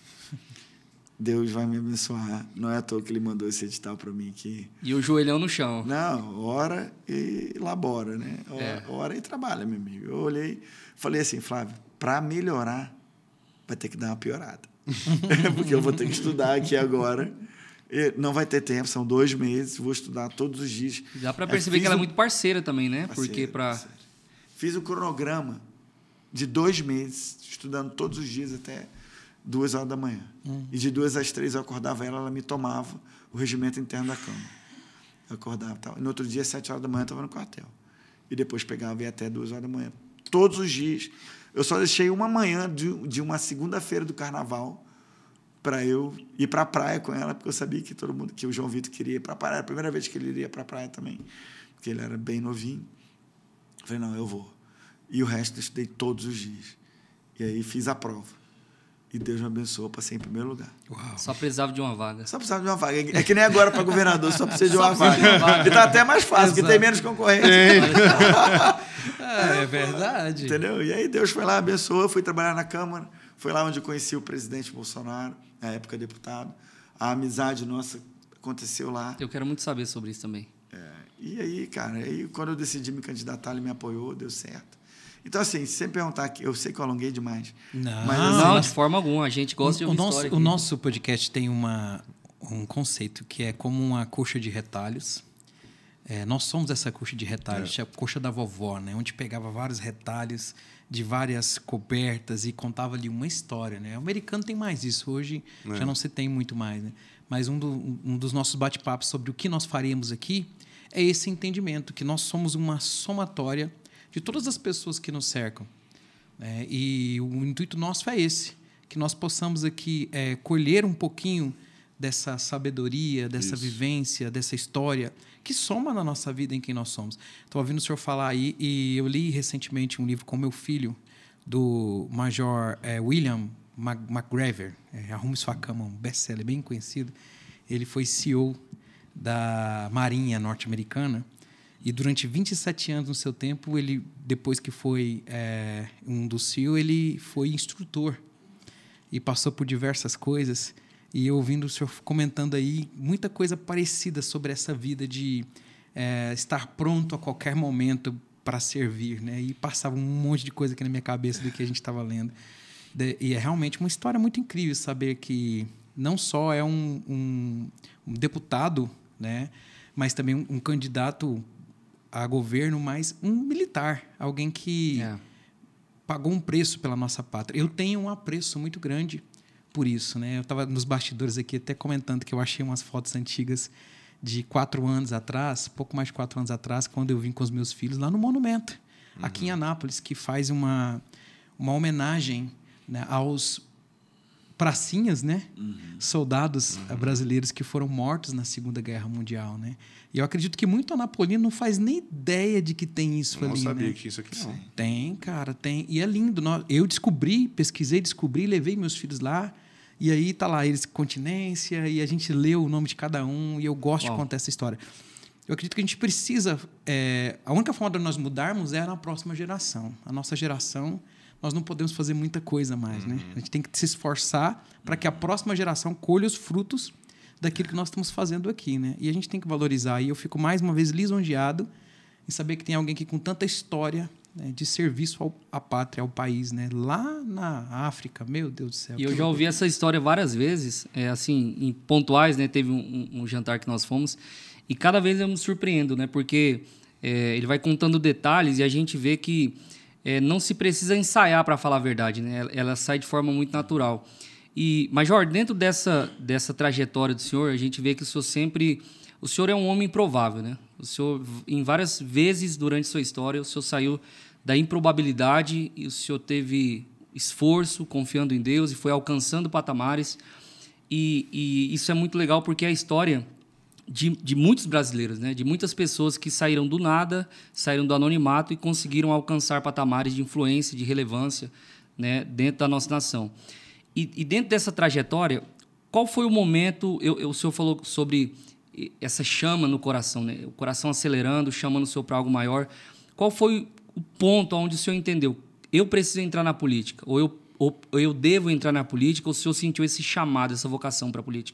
Deus vai me abençoar. Não é à toa que ele mandou esse edital para mim aqui. E o joelhão no chão. Não, ora e labora, né? Ora, é. ora e trabalha, meu amigo. Eu olhei, falei assim, Flávio, para melhorar, vai ter que dar uma piorada. Porque eu vou ter que estudar aqui agora. E não vai ter tempo, são dois meses, vou estudar todos os dias. Dá para perceber que ela é muito parceira também, né? Parceira, Porque para Fiz o cronograma de dois meses, estudando todos os dias até duas horas da manhã. Hum. E de duas às três eu acordava ela, ela me tomava o regimento interno da Câmara. Eu acordava e tal. E no outro dia, sete horas da manhã, eu estava no quartel. E depois pegava e ia até duas horas da manhã. Todos os dias. Eu só deixei uma manhã de, de uma segunda-feira do carnaval para eu ir para a praia com ela, porque eu sabia que todo mundo, que o João Vitor queria ir para a praia. Era a primeira vez que ele iria para a praia também, porque ele era bem novinho. Eu falei, não, eu vou. E o resto eu estudei todos os dias. E aí fiz a prova. E Deus me abençoou, passei em primeiro lugar. Uau. Só precisava de uma vaga. Só precisava de uma vaga. É que nem agora para governador, só precisa de uma vaga. De uma vaga. E está até mais fácil, porque tem menos concorrência. É, é verdade. Entendeu? E aí Deus foi lá, abençoou, eu fui trabalhar na Câmara, foi lá onde eu conheci o presidente Bolsonaro, na época deputado. A amizade nossa aconteceu lá. Eu quero muito saber sobre isso também. É, e aí, cara, aí, quando eu decidi me candidatar, ele me apoiou, deu certo. Então, assim, se você me perguntar aqui, eu sei que eu alonguei demais. Não, mas, assim, não, de forma alguma. A gente gosta de o, ouvir nosso, história o aqui. nosso podcast tem uma, um conceito que é como uma coxa de retalhos. É, nós somos essa coxa de retalhos, é. a coxa da vovó, né? Onde pegava vários retalhos de várias cobertas e contava ali uma história, né? O americano tem mais isso, hoje é. já não se tem muito mais, né? Mas um, do, um dos nossos bate-papos sobre o que nós faríamos aqui é esse entendimento, que nós somos uma somatória de todas as pessoas que nos cercam. É, e o intuito nosso é esse, que nós possamos aqui é, colher um pouquinho dessa sabedoria, dessa Isso. vivência, dessa história, que soma na nossa vida em quem nós somos. Estou ouvindo o senhor falar aí, e eu li recentemente um livro com meu filho, do Major é, William McGregor, é, Arrume Sua Cama, um best-seller bem conhecido. Ele foi C E O da Marinha norte-americana, e durante vinte e sete anos no seu tempo, ele, depois que foi é, um dos C E O, ele foi instrutor e passou por diversas coisas. E eu ouvindo o senhor comentando aí muita coisa parecida sobre essa vida de é, estar pronto a qualquer momento para servir, né? E passava um monte de coisa aqui na minha cabeça do que a gente estava lendo. De, e é realmente uma história muito incrível saber que não só é um, um, um deputado, né? Mas também um, um candidato a governo, mas um militar, alguém que é. pagou um preço pela nossa pátria. Eu tenho um apreço muito grande por isso, né? Eu estava nos bastidores aqui até comentando que eu achei umas fotos antigas de quatro anos atrás, pouco mais de quatro anos atrás, quando eu vim com os meus filhos lá no Monumento, uhum. aqui em Anápolis, que faz uma, uma homenagem, né, aos pracinhas, né? Uhum. Soldados uhum. brasileiros que foram mortos na Segunda Guerra Mundial, né? E eu acredito que muito anapolino não faz nem ideia de que tem isso eu ali, não sabia né? que isso aqui não. Tem, cara, tem. E é lindo. Eu descobri, pesquisei, descobri, levei meus filhos lá. E aí tá lá, eles continência, e a gente leu o nome de cada um, e eu gosto Uau. de contar essa história. eu acredito que a gente precisa... É, a única forma de nós mudarmos é na próxima geração. A nossa geração, nós não podemos fazer muita coisa mais. Uhum. Né? A gente tem que se esforçar para que a próxima geração colhe os frutos daquilo que nós estamos fazendo aqui. Né? E a gente tem que valorizar. E eu fico, mais uma vez, lisonjeado em saber que tem alguém aqui com tanta história, né, de serviço ao, à pátria, ao país, né? Lá na África, meu Deus do céu. E eu já ouvi essa história várias vezes, é, assim, em pontuais, né? Teve um, um jantar que nós fomos, e cada vez eu me surpreendo, né? Porque é, ele vai contando detalhes e a gente vê que é, não se precisa ensaiar para falar a verdade, né? Ela, ela sai de forma muito natural. E, Major, dentro dessa, dessa trajetória do senhor, a gente vê que o senhor sempre... O senhor é um homem improvável, né? O senhor, em várias vezes durante sua história, o senhor saiu da improbabilidade e o senhor teve esforço, confiando em Deus e foi alcançando patamares. E, e isso é muito legal porque é a história de, de muitos brasileiros, né? De muitas pessoas que saíram do nada, saíram do anonimato e conseguiram alcançar patamares de influência, de relevância, né? Dentro da nossa nação. E, e dentro dessa trajetória, qual foi o momento... Eu, eu, o senhor falou sobre... essa chama no coração, né? O coração acelerando, chamando o senhor para algo maior. Qual foi o ponto onde o senhor entendeu? Eu preciso entrar na política, ou eu, ou eu devo entrar na política, ou o senhor sentiu esse chamado, essa vocação para a política?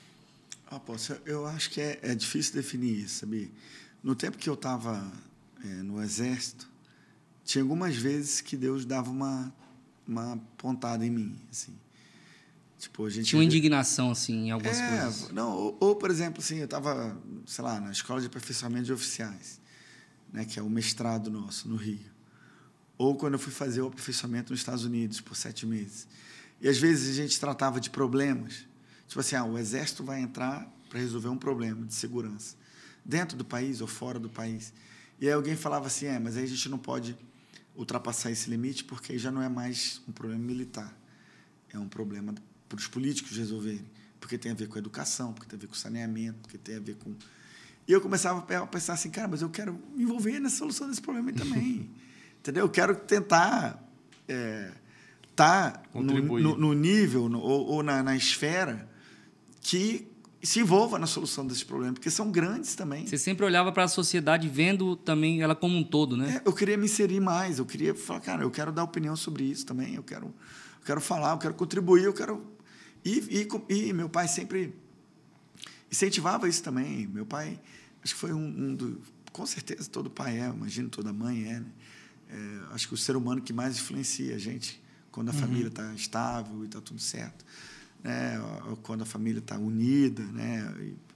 Ah, posso, eu acho que é, é difícil definir isso, sabe? No tempo que eu estava é, no Exército, tinha algumas vezes que Deus dava uma, uma pontada em mim, assim. Tipo, a gente tinha uma indignação, assim, em algumas é, coisas. Não, ou, ou, por exemplo, assim, eu estava, sei lá, na Escola de Aperfeiçoamento de Oficiais, né, que é o mestrado nosso, no Rio. Ou quando eu fui fazer o aperfeiçoamento nos Estados Unidos, por sete meses. E, às vezes, a gente tratava de problemas. Tipo assim, ah, o Exército vai entrar para resolver um problema de segurança, dentro do país ou fora do país. E aí alguém falava assim, é, mas aí a gente não pode ultrapassar esse limite porque aí já não é mais um problema militar. É um problema para os políticos resolverem, porque tem a ver com a educação, porque tem a ver com o saneamento, porque tem a ver com... E eu começava a pensar assim, cara, mas eu quero me envolver na solução desse problema também. Entendeu? Eu quero tentar é, tá no, no, no nível no, ou, ou na, na esfera que se envolva na solução desses problemas, porque são grandes também. Você sempre olhava para a sociedade vendo também ela como um todo, né? É, eu queria me inserir mais, eu queria falar, cara, eu quero dar opinião sobre isso também, eu quero, eu quero falar, eu quero contribuir, eu quero... E, e, e meu pai sempre incentivava isso também. Meu pai, acho que foi um, um do... Com certeza, todo pai é, imagino, toda mãe é, né? É, acho que o ser humano que mais influencia a gente, quando a uhum. família está estável e está tudo certo, né? Quando a família está unida, né?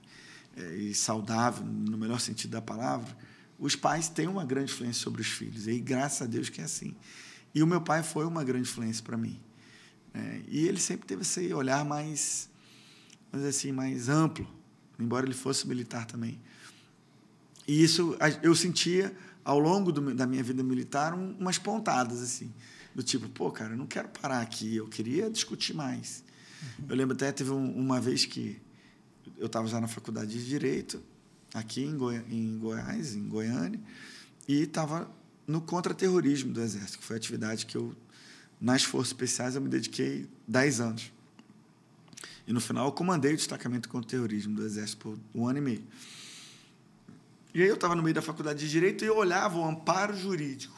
E, e saudável, no melhor sentido da palavra, os pais têm uma grande influência sobre os filhos. E graças a Deus que é assim. E o meu pai foi uma grande influência para mim. É, e ele sempre teve esse olhar mais, vamos dizer assim, mais amplo, embora ele fosse militar também. E isso eu sentia, ao longo do, da minha vida militar, um, umas pontadas, assim, do tipo, pô, cara, eu não quero parar aqui, eu queria discutir mais. Uhum. Eu lembro até, teve um, uma vez que eu estava já na faculdade de Direito, aqui em, Goi- em Goiás, em Goiânia, e estava no contra-terrorismo do Exército, que foi a atividade que eu... Nas Forças Especiais, eu me dediquei dez anos. E, no final, eu comandei o destacamento contra o terrorismo do Exército por um ano e meio. E aí eu estava no meio da faculdade de Direito e eu olhava o amparo jurídico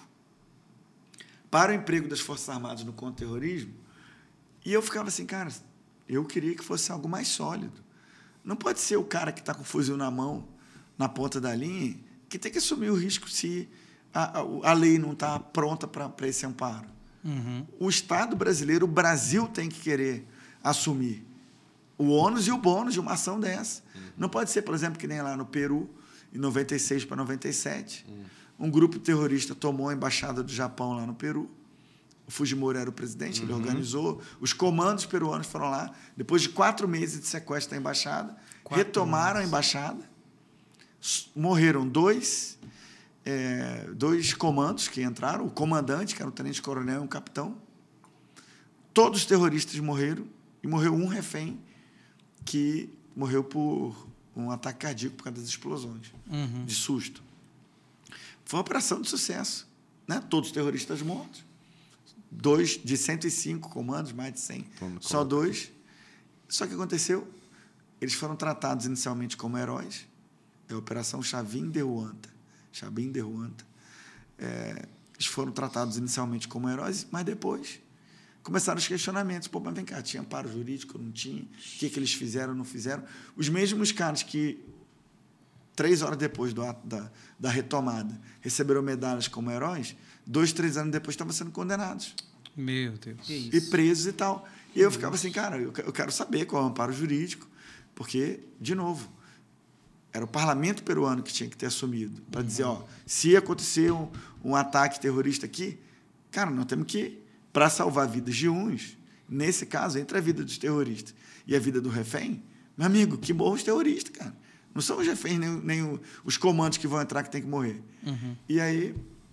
para o emprego das Forças Armadas no contra-terrorismo e eu ficava assim, cara, eu queria que fosse algo mais sólido. Não pode ser o cara que está com o fuzil na mão, na ponta da linha, que tem que assumir o risco se a, a, a lei não está pronta para esse amparo. Uhum. O Estado brasileiro, o Brasil tem que querer assumir o ônus e o bônus de uma ação dessa. Uhum. Não pode ser, por exemplo, que nem lá no Peru, em noventa e seis para noventa e sete, uhum. um grupo terrorista tomou a embaixada do Japão lá no Peru. O Fujimori era o presidente, uhum. ele organizou. Os comandos peruanos foram lá. Depois de quatro meses de sequestro da embaixada, quatro retomaram meses. a embaixada. Morreram dois... É, dois comandos que entraram, o comandante, que era um tenente-coronel, e um capitão. Todos os terroristas morreram, e morreu um refém que morreu por um ataque cardíaco por causa das explosões, uhum. de susto. Foi uma operação de sucesso, né? Todos os terroristas mortos. Dois de cento e cinco comandos, mais de cem, só dois. Só que aconteceu, eles foram tratados inicialmente como heróis, é a Operação Chavin Derruanta. Chavin Derruanta. É, eles foram tratados inicialmente como heróis, mas depois começaram os questionamentos. Pô, mas vem cá, tinha amparo jurídico, não tinha? O que, que eles fizeram, não fizeram? Os mesmos caras que, três horas depois do, da, da retomada, receberam medalhas como heróis, dois, três anos depois estavam sendo condenados. Meu Deus. E presos e tal. E eu ficava assim, cara, eu quero saber qual é o amparo jurídico, porque, de novo, era o parlamento peruano que tinha que ter assumido, para uhum. dizer, ó, se acontecer um, um ataque terrorista aqui, cara, nós temos que, para salvar vidas de uns, nesse caso, entre a vida dos terroristas e a vida do refém, meu amigo, que morram os terroristas, cara. Não são os reféns, nem, nem os comandos que vão entrar que tem que morrer. Uhum. E aí,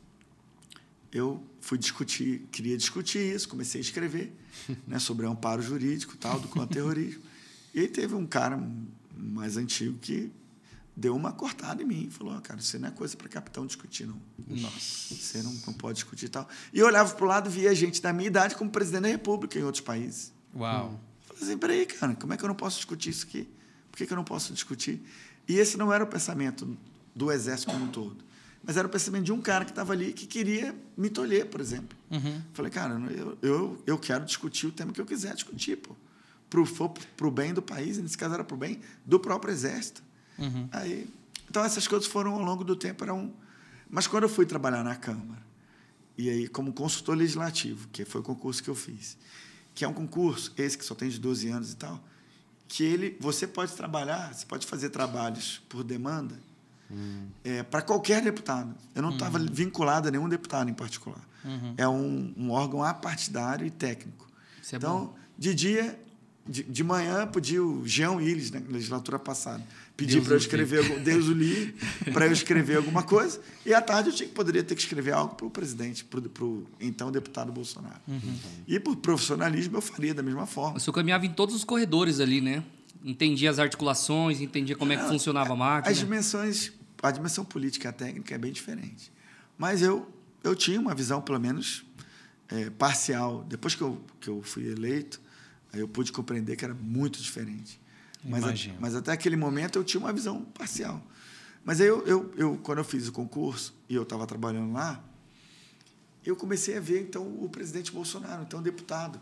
eu fui discutir, queria discutir isso, comecei a escrever né, sobre o amparo jurídico tal, do contra-terrorismo. E aí teve um cara mais antigo que deu uma cortada em mim e falou, oh, cara, isso não é coisa para capitão discutir, não. Nossa. Você não, não pode discutir e tal. E eu olhava para o lado e via gente da minha idade como presidente da República em outros países. Uau. Eu falei assim, peraí, cara, como é que eu não posso discutir isso aqui? Por que, que eu não posso discutir? E esse não era o pensamento do Exército como um todo. Mas era o pensamento de um cara que estava ali que queria me tolher, por exemplo. Uhum. Falei, cara, eu, eu, eu quero discutir o tema que eu quiser discutir, pô. Para o bem do país, e nesse caso era para o bem do próprio Exército. Uhum. Aí, então, essas coisas foram, ao longo do tempo, eram... Mas quando eu fui trabalhar na Câmara, e aí como consultor legislativo, que foi o concurso que eu fiz, que é um concurso, esse que só tem de doze anos e tal, que ele, você pode trabalhar, você pode fazer trabalhos por demanda, Hum. É, para qualquer deputado. Eu não estava uhum. vinculado a nenhum deputado em particular. Uhum. É um, um órgão apartidário e técnico. Isso é então, bom. de dia, de, de manhã, podia o Jean Willis, na legislatura passada, pedir para eu escrever, algum, Deus o livre, para eu escrever alguma coisa, e à tarde eu tinha, poderia ter que escrever algo para o presidente, para o então deputado Bolsonaro. Uhum. E por profissionalismo eu faria da mesma forma. O senhor caminhava em todos os corredores ali, né? Entendia as articulações, entendia como é que funcionava a máquina. As dimensões... A dimensão política e a técnica é bem diferente. Mas eu, eu tinha uma visão, pelo menos, é, parcial. Depois que eu, que eu fui eleito, aí eu pude compreender que era muito diferente. Mas, a, mas até aquele momento eu tinha uma visão parcial. Mas aí, eu, eu, eu, quando eu fiz o concurso e eu estava trabalhando lá, eu comecei a ver, então, o presidente Bolsonaro, então, deputado.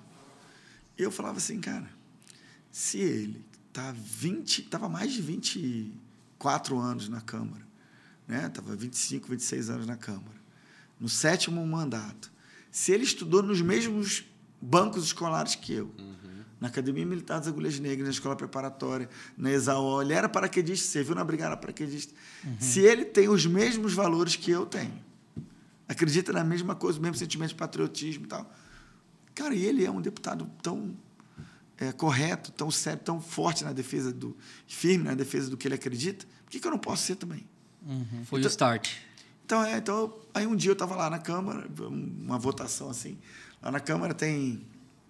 E eu falava assim, cara, se ele está vinte, estava mais de vinte e quatro anos na Câmara, né? Estava vinte e cinco, vinte e seis anos na Câmara, no sétimo mandato. Se ele estudou nos mesmos bancos escolares que eu, uhum. na Academia Militar das Agulhas Negras, na Escola Preparatória, na Exaol, ele era paraquedista, serviu na Brigada Paraquedista. Uhum. Se ele tem os mesmos valores que eu tenho, acredita na mesma coisa, o mesmo sentimento de patriotismo e tal, cara, e ele é um deputado tão é, correto, tão sério, tão forte na defesa do... firme na defesa do que ele acredita, por que, que eu não posso ser também? Uhum. Foi então, o start. Então, é, então, aí um dia eu estava lá na Câmara, uma votação assim. Lá na Câmara tem...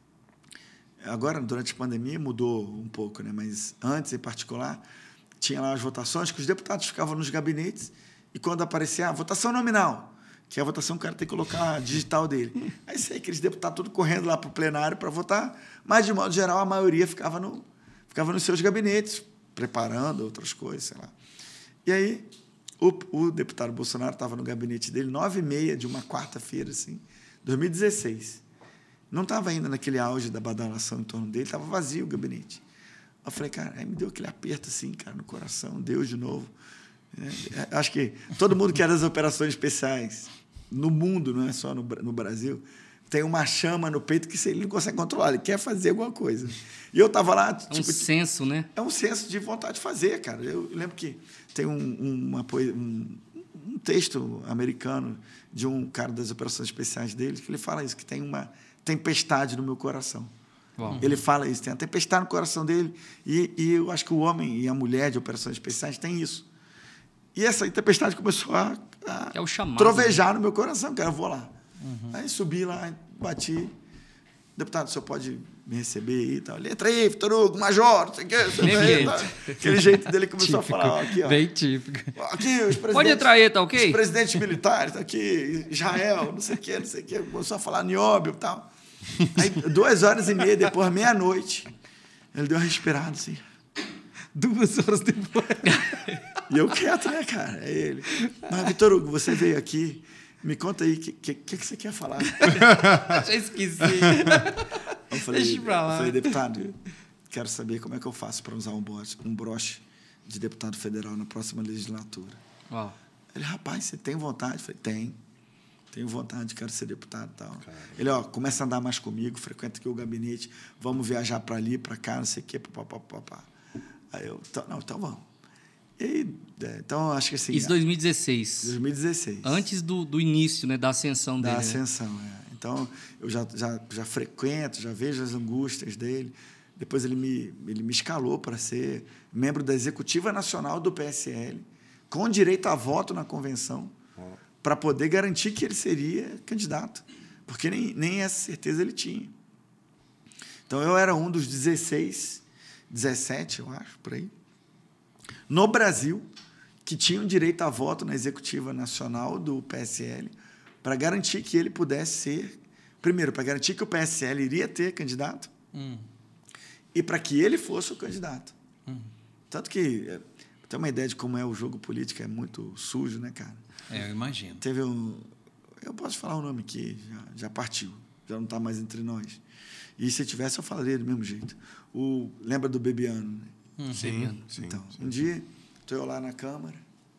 Agora, durante a pandemia, mudou um pouco, né? Mas antes, em particular, tinha lá as votações que os deputados ficavam nos gabinetes e quando aparecia a votação nominal, que é a votação que o cara tem que colocar a digital dele. Aí sei aqueles deputados todos correndo lá para o plenário para votar, mas, de modo geral, a maioria ficava, no, ficava nos seus gabinetes, preparando outras coisas, sei lá. E aí... O, o deputado Bolsonaro estava no gabinete dele, nove e meia de uma quarta-feira, assim, dois mil e dezesseis. Não estava ainda naquele auge da badalação em torno dele, estava vazio o gabinete. Eu falei, cara, aí me deu aquele aperto assim, cara, no coração, Deus de novo. É, acho que todo mundo que é das operações especiais, no mundo, não é só no, no Brasil, tem uma chama no peito que ele não consegue controlar, ele quer fazer alguma coisa. E eu estava lá... É um tipo, senso, né? É um senso de vontade de fazer, cara. Eu lembro que tem um, uma, um, um texto americano de um cara das operações especiais dele que ele fala isso, que tem uma tempestade no meu coração. Bom. Ele fala isso, tem a tempestade no coração dele e, e eu acho que o homem e a mulher de operações especiais têm isso. E essa tempestade começou a, a é o chamado, trovejar né? no meu coração, cara, eu vou lá. Uhum. Aí subi lá, bati. Deputado, o senhor pode me receber aí e tal. Letra aí, Vitor Hugo, major, não sei o quê. Aí, tá. Aquele jeito dele começou típico, a falar. Ó, aqui, ó. Bem típico. Aqui, os pode entrar aí, tá ok? Os presidentes militares, tá aqui, Israel, não sei o quê, não sei o quê. Começou a falar nióbio e tal. Aí, duas horas e meia depois, meia-noite, ele deu uma respirada assim. Duas horas depois. E eu quieto, né, cara? É ele. Mas, Vitor Hugo, você veio aqui, me conta aí, o que, que, que você quer falar? Já esqueci. Eu falei, Deixa pra lá. eu falei, deputado, quero saber como é que eu faço para usar um broche, um broche de deputado federal na próxima legislatura. Uau. Ele, rapaz, você tem vontade? Eu falei, tem. Tenho vontade, quero ser deputado e tal. Caramba. Ele, ó, começa a andar mais comigo, frequenta aqui o gabinete, vamos viajar para ali, para cá, não sei o quê, papapá. Aí eu, então, não, então vamos. E aí, é, então, acho que assim... Isso em dois mil e dezesseis. dois mil e dezesseis. Antes do, do início, né, da ascensão da dele. Da ascensão, né? é. Então, eu já, já, já frequento, já vejo as angústias dele. Depois ele me, ele me escalou para ser membro da Executiva Nacional do P S L, com direito a voto na convenção, para poder garantir que ele seria candidato, porque nem, nem essa certeza ele tinha. Então, eu era um dos dezesseis, dezessete, eu acho, por aí, no Brasil, que tinham direito a voto na Executiva Nacional do P S L, para garantir que ele pudesse ser... Primeiro, para garantir que o P S L iria ter candidato, hum. e para que ele fosse o candidato. Hum. Tanto que, para ter uma ideia de como é o jogo político, é muito sujo, né, cara? É, eu imagino. Teve um... Eu posso falar o nome aqui, já, já partiu, já não está mais entre nós. E se tivesse, eu falaria do mesmo jeito. O, lembra do Bebiano? Né? Hum, sim, sim. Então, sim. um dia, estou eu lá na Câmara,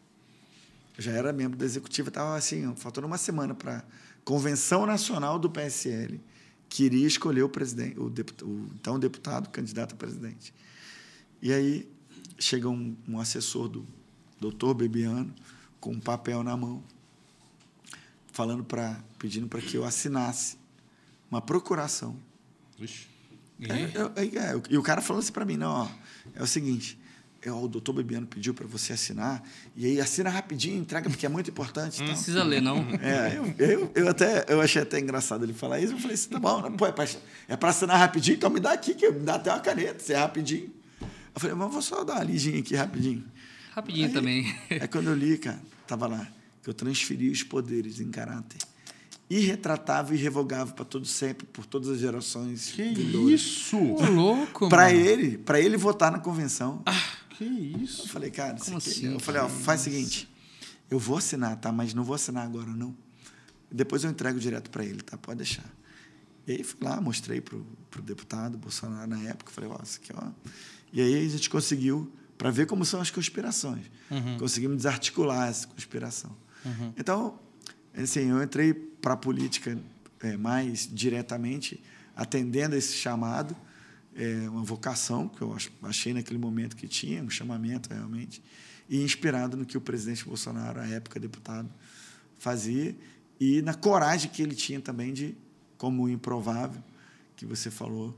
eu já era membro da Executiva, estava assim, faltando uma semana para a Convenção Nacional do P S L, que iria escolher o presidente, o, deputado, o então deputado candidato a presidente. E aí chega um, um assessor do doutor Bebiano, com um papel na mão, falando para, pedindo para que eu assinasse uma procuração. Ixi. É, eu, é, eu, e o cara falou assim para mim, não, ó, é o seguinte, é, ó, o doutor Bebiano pediu para você assinar, e aí assina rapidinho, entrega, porque é muito importante. Não então. precisa ler, não. É, eu, eu, eu, até, eu achei até engraçado ele falar isso, eu falei assim, tá bom, pô, é para assinar rapidinho, então me dá aqui, que me dá até uma caneta, se é rapidinho. Eu falei, mas eu vou só dar uma lidinha aqui rapidinho. Rapidinho aí, também. Aí quando eu li, cara, estava lá, que eu transferi os poderes em caráter irretratável e irrevogável para todo sempre, por todas as gerações. Que vindouras. isso? Ô, louco, Para ele, para ele votar na convenção. Ah, que isso? Eu falei, cara, isso Como aqui, assim, eu falei, ó, faz o seguinte, eu vou assinar, tá? Mas não vou assinar agora, não. Depois eu entrego direto para ele, tá? Pode deixar. E aí fui lá, mostrei pro, pro deputado Bolsonaro na época, falei, ó, isso aqui, ó. E aí a gente conseguiu, para ver como são as conspirações, uhum. conseguimos desarticular essa conspiração. Uhum. Então, assim, eu entrei para a política é, mais diretamente, atendendo a esse chamado, é, uma vocação que eu achei naquele momento que tinha, um chamamento realmente, e inspirado no que o presidente Bolsonaro, à época deputado, fazia, e na coragem que ele tinha também de, como o improvável, que você falou,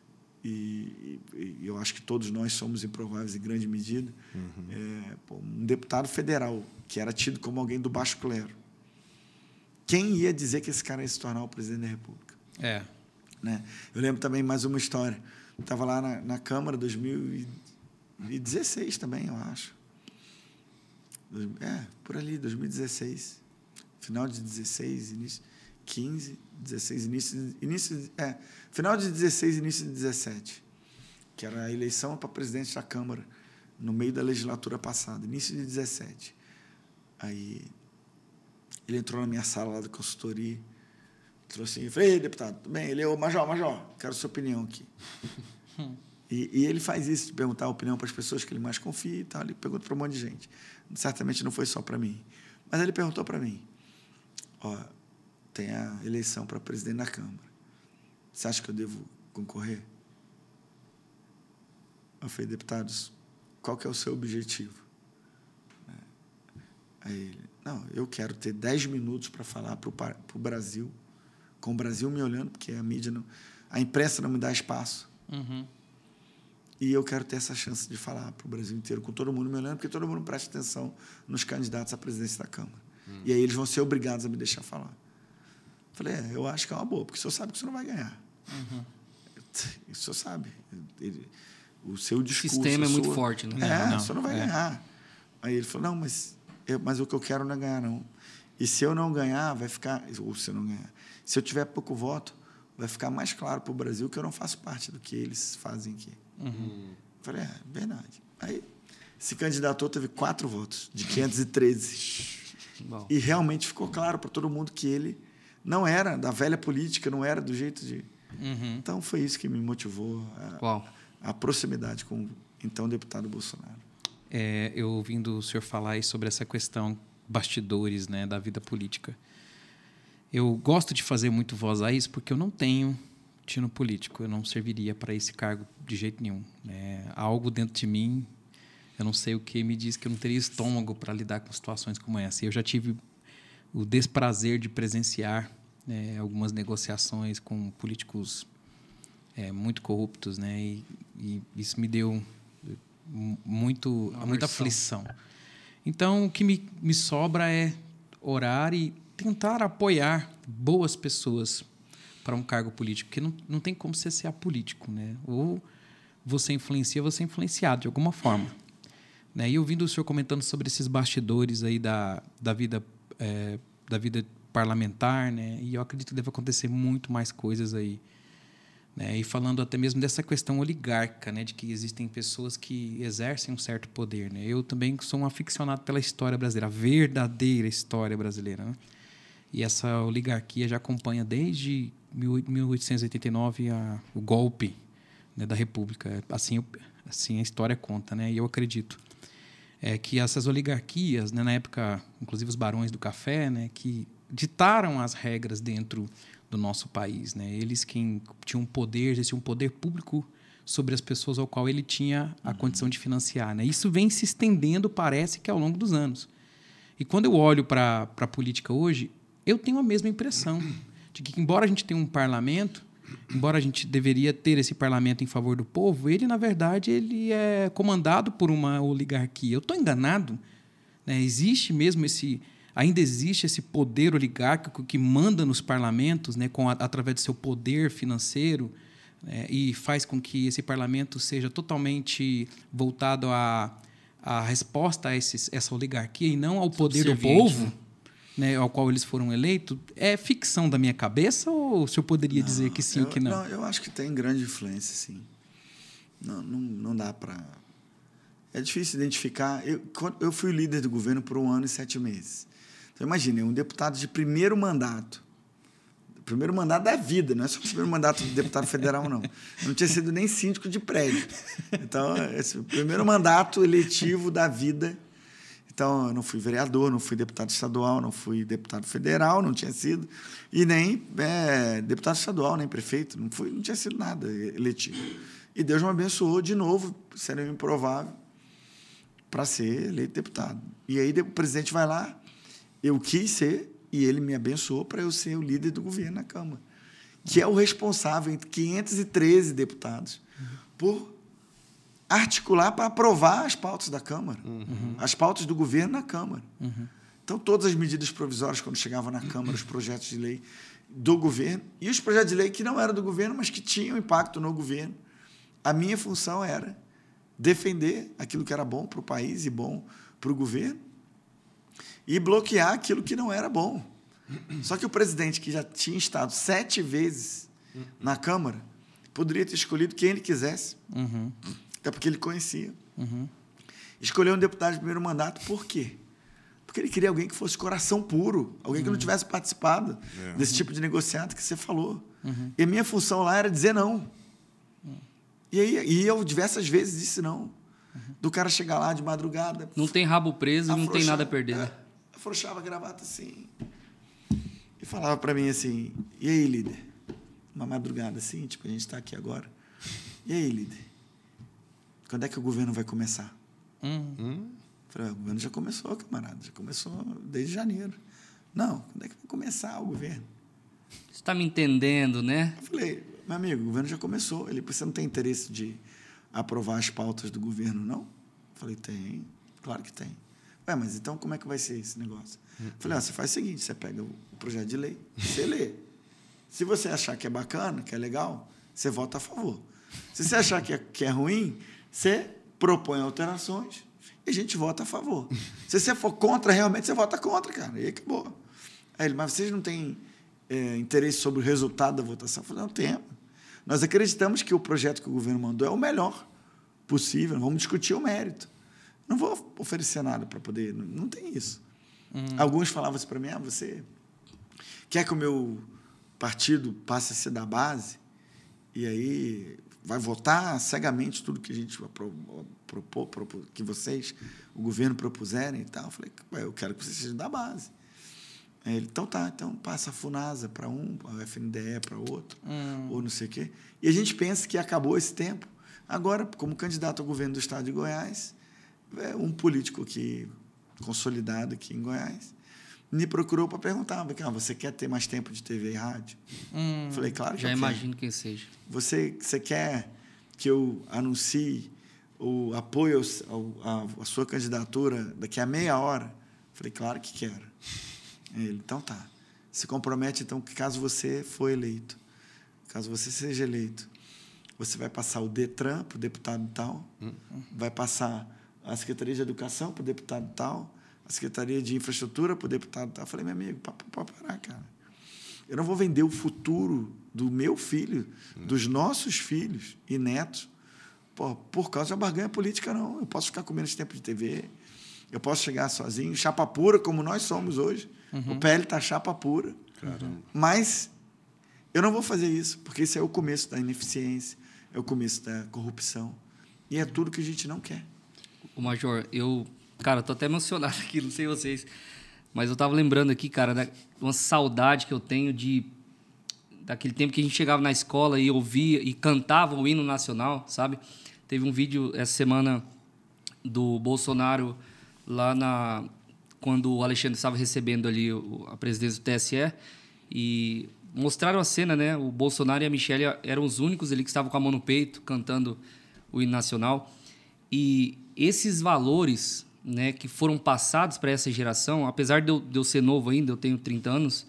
e, e eu acho que todos nós somos improváveis em grande medida, uhum. é, pô, um deputado federal que era tido como alguém do baixo clero. Quem ia dizer que esse cara ia se tornar o presidente da República? É. Né? Eu lembro também mais uma história. Estava lá na, na Câmara em dois mil e dezesseis também, eu acho. É, por ali, dois mil e dezesseis. Final de dezesseis, início... quinze, dezesseis, início... início é, final de dezesseis, início de dezessete. Que era a eleição para presidente da Câmara, no meio da legislatura passada, início de dezessete. Aí... Ele entrou na minha sala lá da consultoria, trouxe assim, eu falei, ei, deputado, tudo bem? Ele é o Major, Major, quero sua opinião aqui. e, e ele faz isso, de perguntar a opinião para as pessoas que ele mais confia e tal. Ele pergunta para um monte de gente. Certamente não foi só para mim. Mas ele perguntou para mim, ó, tem a eleição para presidente da Câmara. Você acha que eu devo concorrer? Eu falei, deputados, qual que é o seu objetivo? Aí ele, não, eu quero ter dez minutos para falar para o Brasil, com o Brasil me olhando, porque a mídia, não, a imprensa não me dá espaço. Uhum. E eu quero ter essa chance de falar para o Brasil inteiro, com todo mundo me olhando, porque todo mundo presta atenção nos candidatos à presidência da Câmara. Uhum. E aí eles vão ser obrigados a me deixar falar. Eu falei, é, eu acho que é uma boa, porque o senhor sabe que o senhor não vai ganhar. Uhum. O senhor sabe. Ele, o seu discurso... O sistema é sua, muito forte, né? É, não, o senhor não vai é. ganhar. Aí ele falou, não, mas... Eu, mas o que eu quero não é ganhar, não. E se eu não ganhar, vai ficar... Ou se eu não ganhar... Se eu tiver pouco voto, vai ficar mais claro para o Brasil que eu não faço parte do que eles fazem aqui. Uhum. Eu falei, é, verdade. Aí, se candidatou, teve quatro votos, de quinhentos e treze. Bom. E realmente ficou claro para todo mundo que ele não era da velha política, não era do jeito de... Uhum. Então, foi isso que me motivou a, Qual? a proximidade com o então deputado Bolsonaro. É, eu ouvindo o senhor falar aí sobre essa questão, bastidores, né, da vida política. Eu gosto de fazer muito voz a isso porque eu não tenho tino político, eu não serviria para esse cargo de jeito nenhum. É, algo dentro de mim, eu não sei o que, me diz que eu não teria estômago para lidar com situações como essa. Eu já tive o desprazer de presenciar é, algumas negociações com políticos é, muito corruptos, né? E, e isso me deu muito, muita aflição. Então, o que me, me sobra é orar e tentar apoiar boas pessoas para um cargo político, porque não, não tem como você ser apolítico, né? Ou você influencia, ou você é influenciado de alguma forma. Né? E ouvindo o senhor comentando sobre esses bastidores aí da, da, vida, é, da vida parlamentar, né? E eu acredito que deve acontecer muito mais coisas aí. Né? E falando até mesmo dessa questão oligarca, né? De que existem pessoas que exercem um certo poder. Né? Eu também sou um aficionado pela história brasileira, a verdadeira história brasileira. Né? E essa oligarquia já acompanha desde mil oitocentos e oitenta e nove a, o golpe, né, da República. Assim, assim a história conta, né? E eu acredito é, que essas oligarquias, né, na época, inclusive os barões do café, né, que ditaram as regras dentro do nosso país. Né? Eles quem tinham poder, eles tinham um poder público sobre as pessoas ao qual ele tinha a uhum. condição de financiar. Né? Isso vem se estendendo, parece que ao longo dos anos. E quando eu olho para a política hoje, eu tenho a mesma impressão de que, embora a gente tenha um parlamento, embora a gente deveria ter esse parlamento em favor do povo, ele, na verdade, ele é comandado por uma oligarquia. Eu estou enganado? Né? Existe mesmo esse... Ainda existe esse poder oligárquico que manda nos parlamentos, né, com a, através do seu poder financeiro, né, e faz com que esse parlamento seja totalmente voltado à, à resposta a esses, essa oligarquia e não ao poder do povo, né, ao qual eles foram eleitos. É ficção da minha cabeça ou o senhor poderia não, dizer que sim eu, ou que não? Não, eu acho que tem grande influência, sim. Não, não, não dá para... É difícil identificar. Eu, eu fui líder do governo por um ano e sete meses. Então, imagine, um deputado de primeiro mandato, primeiro mandato da vida, não é só o primeiro mandato de deputado federal, não. Eu não tinha sido nem síndico de prédio. Então, esse primeiro mandato eletivo da vida. Então, eu não fui vereador, não fui deputado estadual, não fui deputado federal, não tinha sido, e nem é, deputado estadual, nem prefeito, não, fui, não tinha sido nada eletivo. E Deus me abençoou de novo, sendo improvável, para ser eleito deputado. E aí o presidente vai lá, eu quis ser, e ele me abençoou para eu ser o líder do governo na Câmara, que é o responsável entre quinhentos e treze deputados uhum. por articular para aprovar as pautas da Câmara, uhum. as pautas do governo na Câmara. Uhum. Então, todas as medidas provisórias, quando chegavam na Câmara, os projetos de lei do governo, e os projetos de lei que não eram do governo, mas que tinham impacto no governo, a minha função era defender aquilo que era bom para o país e bom para o governo, e bloquear aquilo que não era bom. Só que o presidente, que já tinha estado sete vezes na Câmara, poderia ter escolhido quem ele quisesse, uhum. até porque ele conhecia. Uhum. Escolheu um deputado de primeiro mandato, por quê? Porque ele queria alguém que fosse coração puro, alguém uhum. que não tivesse participado é. desse tipo de negociado que você falou. Uhum. E a minha função lá era dizer não. Uhum. E, aí, e eu diversas vezes disse não. Uhum. Do cara chegar lá de madrugada... Não tem rabo preso e não tem nada a perder. Né? É, afrouxava a gravata assim e falava para mim assim, e aí, líder? Uma madrugada assim, tipo, a gente está aqui agora. E aí, líder? Quando é que o governo vai começar? Hum. Hum? Falei, o governo já começou, camarada, já começou desde janeiro. Não, quando é que vai começar o governo? Você está me entendendo, né? Eu falei, meu amigo, o governo já começou. Ele, você não tem interesse de aprovar as pautas do governo, não? Eu falei, tem, claro que tem. Ué, mas então como é que vai ser esse negócio? Uhum. Falei, ah, você faz o seguinte, você pega o projeto de lei, você lê. Se você achar que é bacana, que é legal, você vota a favor. Se você achar que é, que é ruim, você propõe alterações e a gente vota a favor. Se você for contra, realmente você vota contra, cara. E aí acabou. Aí ele, mas vocês não têm é, interesse sobre o resultado da votação? Eu falei, não temos. Nós acreditamos que o projeto que o governo mandou é o melhor possível, vamos discutir o mérito. Não vou oferecer nada para poder... Não, não tem isso. Hum. Alguns falavam assim para mim, ah, você quer que o meu partido passe a ser da base e aí vai votar cegamente tudo que a gente propor, propor, que vocês, o governo, propuserem e tal. Eu falei, eu quero que você seja da base. Aí ele, então tá, então passa a FUNASA para um, a F N D E para outro, hum. ou não sei o quê. E a gente pensa que acabou esse tempo. Agora, como candidato ao governo do estado de Goiás, é um político que, consolidado aqui em Goiás, me procurou para perguntar, ah, você quer ter mais tempo de T V e rádio? Hum, Falei, claro que já eu imagino quero. quem seja. Você, você quer que eu anuncie o apoio ao, a, a sua candidatura daqui a meia hora? Falei, claro que quero. Ele, então tá. Se compromete, então, que caso você for eleito, caso você seja eleito, você vai passar o DETRAN para o deputado tal, hum. vai passar a Secretaria de Educação para o deputado tal, a Secretaria de Infraestrutura para o deputado tal. Eu falei, meu amigo, pode parar, cara. Eu não vou vender o futuro do meu filho, hum. dos nossos filhos e netos, por, por causa de uma barganha política, não. Eu posso ficar com menos tempo de T V, eu posso chegar sozinho, chapa pura, como nós somos hoje. Uhum. O P L está chapa pura. Caramba. Mas eu não vou fazer isso, porque isso é o começo da ineficiência, é o começo da corrupção. E é tudo que a gente não quer. O Major, eu... Cara, tô até emocionado aqui, não sei vocês. Mas eu tava lembrando aqui, cara, da uma saudade que eu tenho de... Daquele tempo que a gente chegava na escola e ouvia e cantava o hino nacional, sabe? Teve um vídeo essa semana do Bolsonaro lá na... quando o Alexandre estava recebendo ali a presidência do T S E, e mostraram a cena, né? O Bolsonaro e a Michelle eram os únicos ali que estavam com a mão no peito, cantando o hino nacional. E esses valores, né, que foram passados para essa geração, apesar de eu, de eu ser novo ainda, eu tenho trinta anos,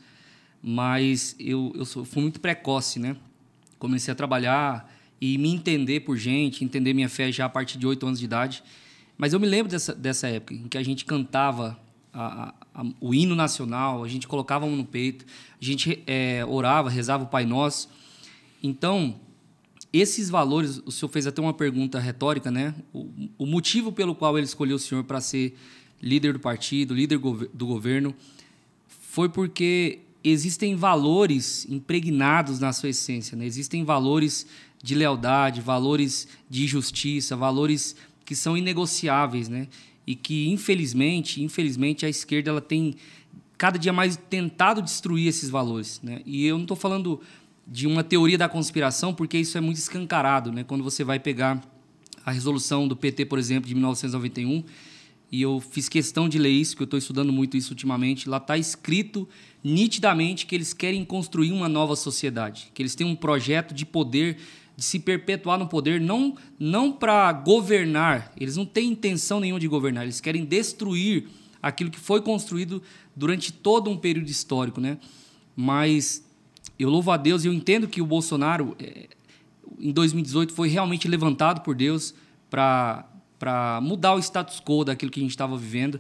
mas eu, eu sou, fui muito precoce, né? Comecei a trabalhar e me entender por gente, entender minha fé já a partir de oito anos de idade. Mas eu me lembro dessa, dessa época em que a gente cantava A, a, a, o hino nacional, a gente colocava a mão no peito, a gente é, orava, rezava o Pai Nosso. Então, esses valores, o senhor fez até uma pergunta retórica, né? O, o motivo pelo qual ele escolheu o senhor para ser líder do partido, líder do governo, foi porque existem valores impregnados na sua essência, né? Existem valores de lealdade, valores de justiça, valores que são inegociáveis, né? E que, infelizmente, infelizmente a esquerda ela tem cada dia mais tentado destruir esses valores, né? E eu não estou falando de uma teoria da conspiração, porque isso é muito escancarado, né? Quando você vai pegar a resolução do P T, por exemplo, de mil novecentos e noventa e um, e eu fiz questão de ler isso, que eu estou estudando muito isso ultimamente, lá está escrito nitidamente que eles querem construir uma nova sociedade, que eles têm um projeto de poder, de se perpetuar no poder, não, não para governar, eles não têm intenção nenhuma de governar, eles querem destruir aquilo que foi construído durante todo um período histórico, né? Mas eu louvo a Deus e eu entendo que o Bolsonaro, é, em dois mil e dezoito, foi realmente levantado por Deus para para mudar o status quo daquilo que a gente estava vivendo.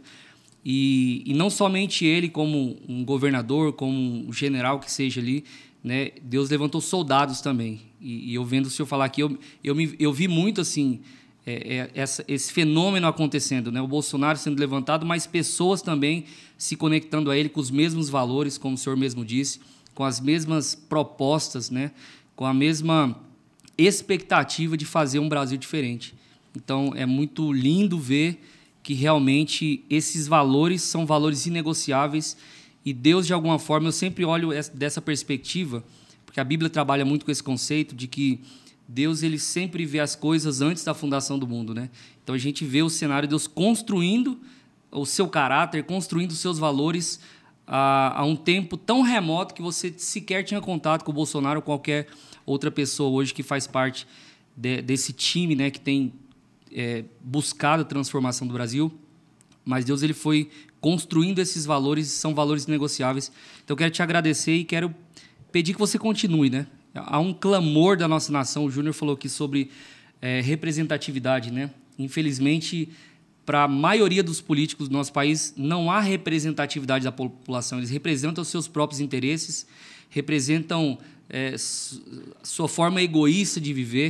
E, e não somente ele, como um governador, como um general que seja ali, né? Deus levantou soldados também. E, e eu vendo o senhor falar aqui, eu, eu, me, eu vi muito assim, é, é, essa, esse fenômeno acontecendo, né? O Bolsonaro sendo levantado, mas pessoas também se conectando a ele com os mesmos valores, como o senhor mesmo disse, com as mesmas propostas, né? Com a mesma expectativa de fazer um Brasil diferente. Então, é muito lindo ver que realmente esses valores são valores inegociáveis e Deus, de alguma forma, eu sempre olho dessa perspectiva, porque a Bíblia trabalha muito com esse conceito de que Deus ele sempre vê as coisas antes da fundação do mundo, né? Então, a gente vê o cenário de Deus construindo o seu caráter, construindo os seus valores a, a um tempo tão remoto que você sequer tinha contato com o Bolsonaro ou qualquer outra pessoa hoje que faz parte de, desse time, né, que tem é, buscado a transformação do Brasil. Mas Deus ele foi construindo esses valores, são valores inegociáveis. Então, eu quero te agradecer e quero pedir que você continue, né? Há um clamor da nossa nação. O Júnior falou aqui sobre é, representatividade, né? Infelizmente, para a maioria dos políticos do nosso país, não há representatividade da população. Eles representam os seus próprios interesses, representam é, sua forma egoísta de viver,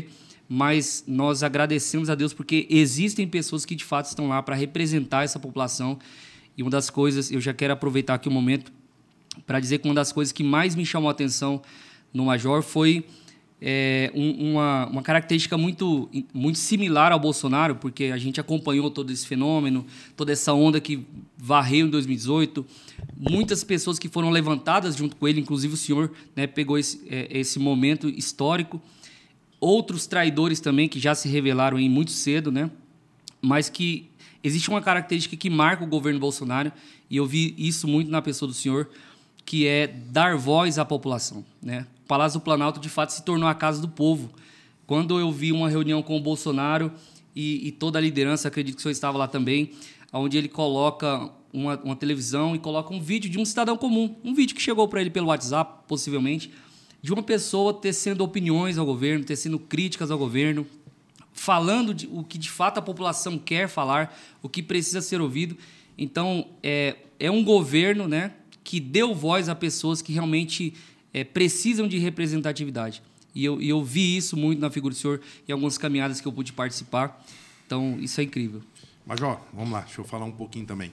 mas nós agradecemos a Deus porque existem pessoas que de fato estão lá para representar essa população. E uma das coisas, eu já quero aproveitar aqui um momento para dizer que uma das coisas que mais me chamou a atenção no Major foi é, um, uma, uma característica muito, muito similar ao Bolsonaro, porque a gente acompanhou todo esse fenômeno, toda essa onda que varreu em dois mil e dezoito, muitas pessoas que foram levantadas junto com ele, inclusive o senhor, né, pegou esse, é, esse momento histórico, outros traidores também que já se revelaram aí muito cedo, né, mas que existe uma característica que marca o governo Bolsonaro, e eu vi isso muito na pessoa do senhor, que é dar voz à população, né? O Palácio do Planalto, de fato, se tornou a casa do povo. Quando eu vi uma reunião com o Bolsonaro e, e toda a liderança, acredito que o senhor estava lá também, onde ele coloca uma, uma televisão e coloca um vídeo de um cidadão comum, um vídeo que chegou para ele pelo WhatsApp, possivelmente, de uma pessoa tecendo opiniões ao governo, tecendo críticas ao governo, falando de, o que de fato a população quer falar, o que precisa ser ouvido. Então, é, é um governo, né, que deu voz a pessoas que realmente é, precisam de representatividade. E eu, e eu vi isso muito na figura do senhor em algumas caminhadas que eu pude participar. Então, isso é incrível. Major, vamos lá, deixa eu falar um pouquinho também.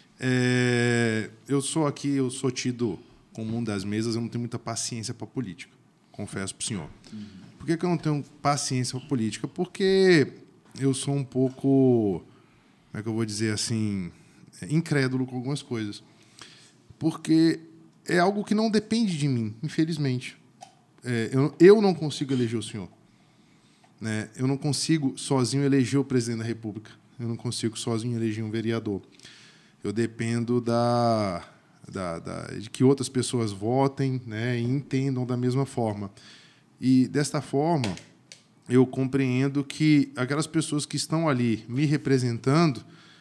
É, eu sou aqui, eu sou tido como um das mesas, eu não tenho muita paciência para política, confesso para o senhor. Uhum. Por que, que eu não tenho paciência para política? Porque eu sou um pouco, como é que eu vou dizer assim, incrédulo com algumas coisas. Porque é algo que não depende de mim, infelizmente. É, eu, eu não consigo eleger o senhor. Né? Eu não consigo sozinho eleger o presidente da República. Eu não consigo sozinho eleger um vereador. Eu dependo da, da, da, de que outras pessoas votem, né, e entendam da mesma forma. E, desta forma, eu compreendo que aquelas pessoas que estão ali me representando,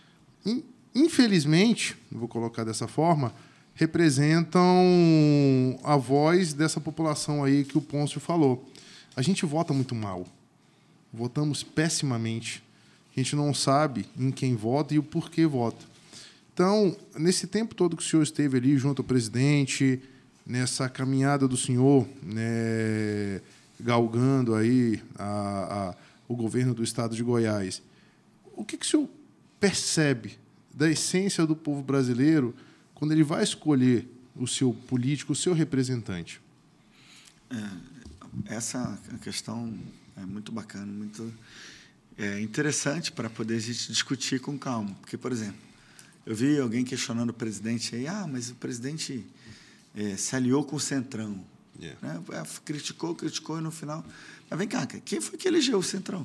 infelizmente, vou colocar dessa forma, representam a voz dessa população aí que o Pôncio falou. A gente vota muito mal. Votamos pessimamente. A gente não sabe em quem vota e o porquê vota. Então, nesse tempo todo que o senhor esteve ali junto ao presidente, nessa caminhada do senhor, né, galgando aí a, a, o governo do estado de Goiás, o que, que o senhor percebe da essência do povo brasileiro quando ele vai escolher o seu político, o seu representante? É, essa questão é muito bacana, muito é, interessante para poder a gente discutir com calma. Porque, por exemplo, eu vi alguém questionando o presidente aí, ah, mas o presidente é, se aliou com o Centrão. Yeah. Né? Criticou, criticou e no final... Mas vem cá, quem foi que elegeu o Centrão?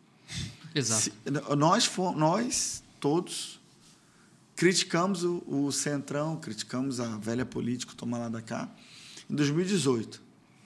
Exato. Se, nós, fomos, nós todos... criticamos o, o Centrão, criticamos a velha política, toma lá da cá, em dois mil e dezoito.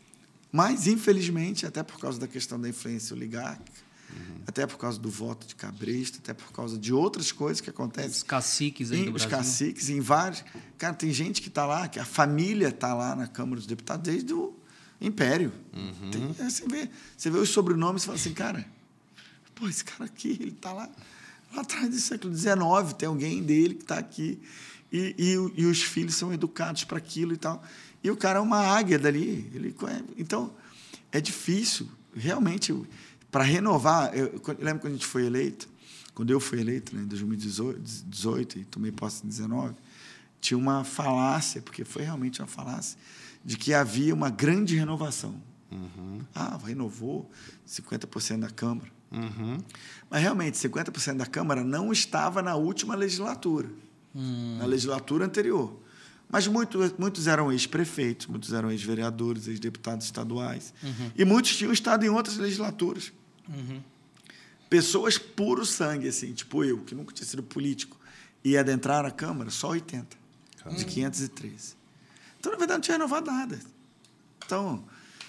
Mas, infelizmente, até por causa da questão da influência oligárquica, uhum. até por causa do voto de cabresto, até por causa de outras coisas que acontecem... Os caciques aí em, do Os Brasil. caciques, em vários... Cara, tem gente que está lá, que a família está lá na Câmara dos Deputados desde o Império. Uhum. Tem, é, você, vê, você vê os sobrenomes e fala assim, cara, pô, esse cara aqui, ele está lá... Lá atrás do século dezenove, tem alguém dele que está aqui e, e, e os filhos são educados para aquilo e tal. E o cara é uma águia dali. Ele, então, é difícil, realmente, para renovar. Eu, eu lembro quando a gente foi eleito, quando eu fui eleito, né, em dois mil e dezoito, e tomei posse em dezenove, tinha uma falácia, porque foi realmente uma falácia, de que havia uma grande renovação. Uhum. Ah, renovou cinquenta por cento da Câmara. Uhum. Mas, realmente, cinquenta por cento da Câmara não estava na última legislatura, hum. na legislatura anterior. Mas muitos, muitos eram ex-prefeitos, muitos eram ex-vereadores, ex-deputados estaduais. Uhum. E muitos tinham estado em outras legislaturas. Uhum. Pessoas puro sangue, assim, tipo eu, que nunca tinha sido político, e adentrar a Câmara, só oitenta, Caramba. De quinhentos e treze. Então, na verdade, não tinha renovado nada. Então...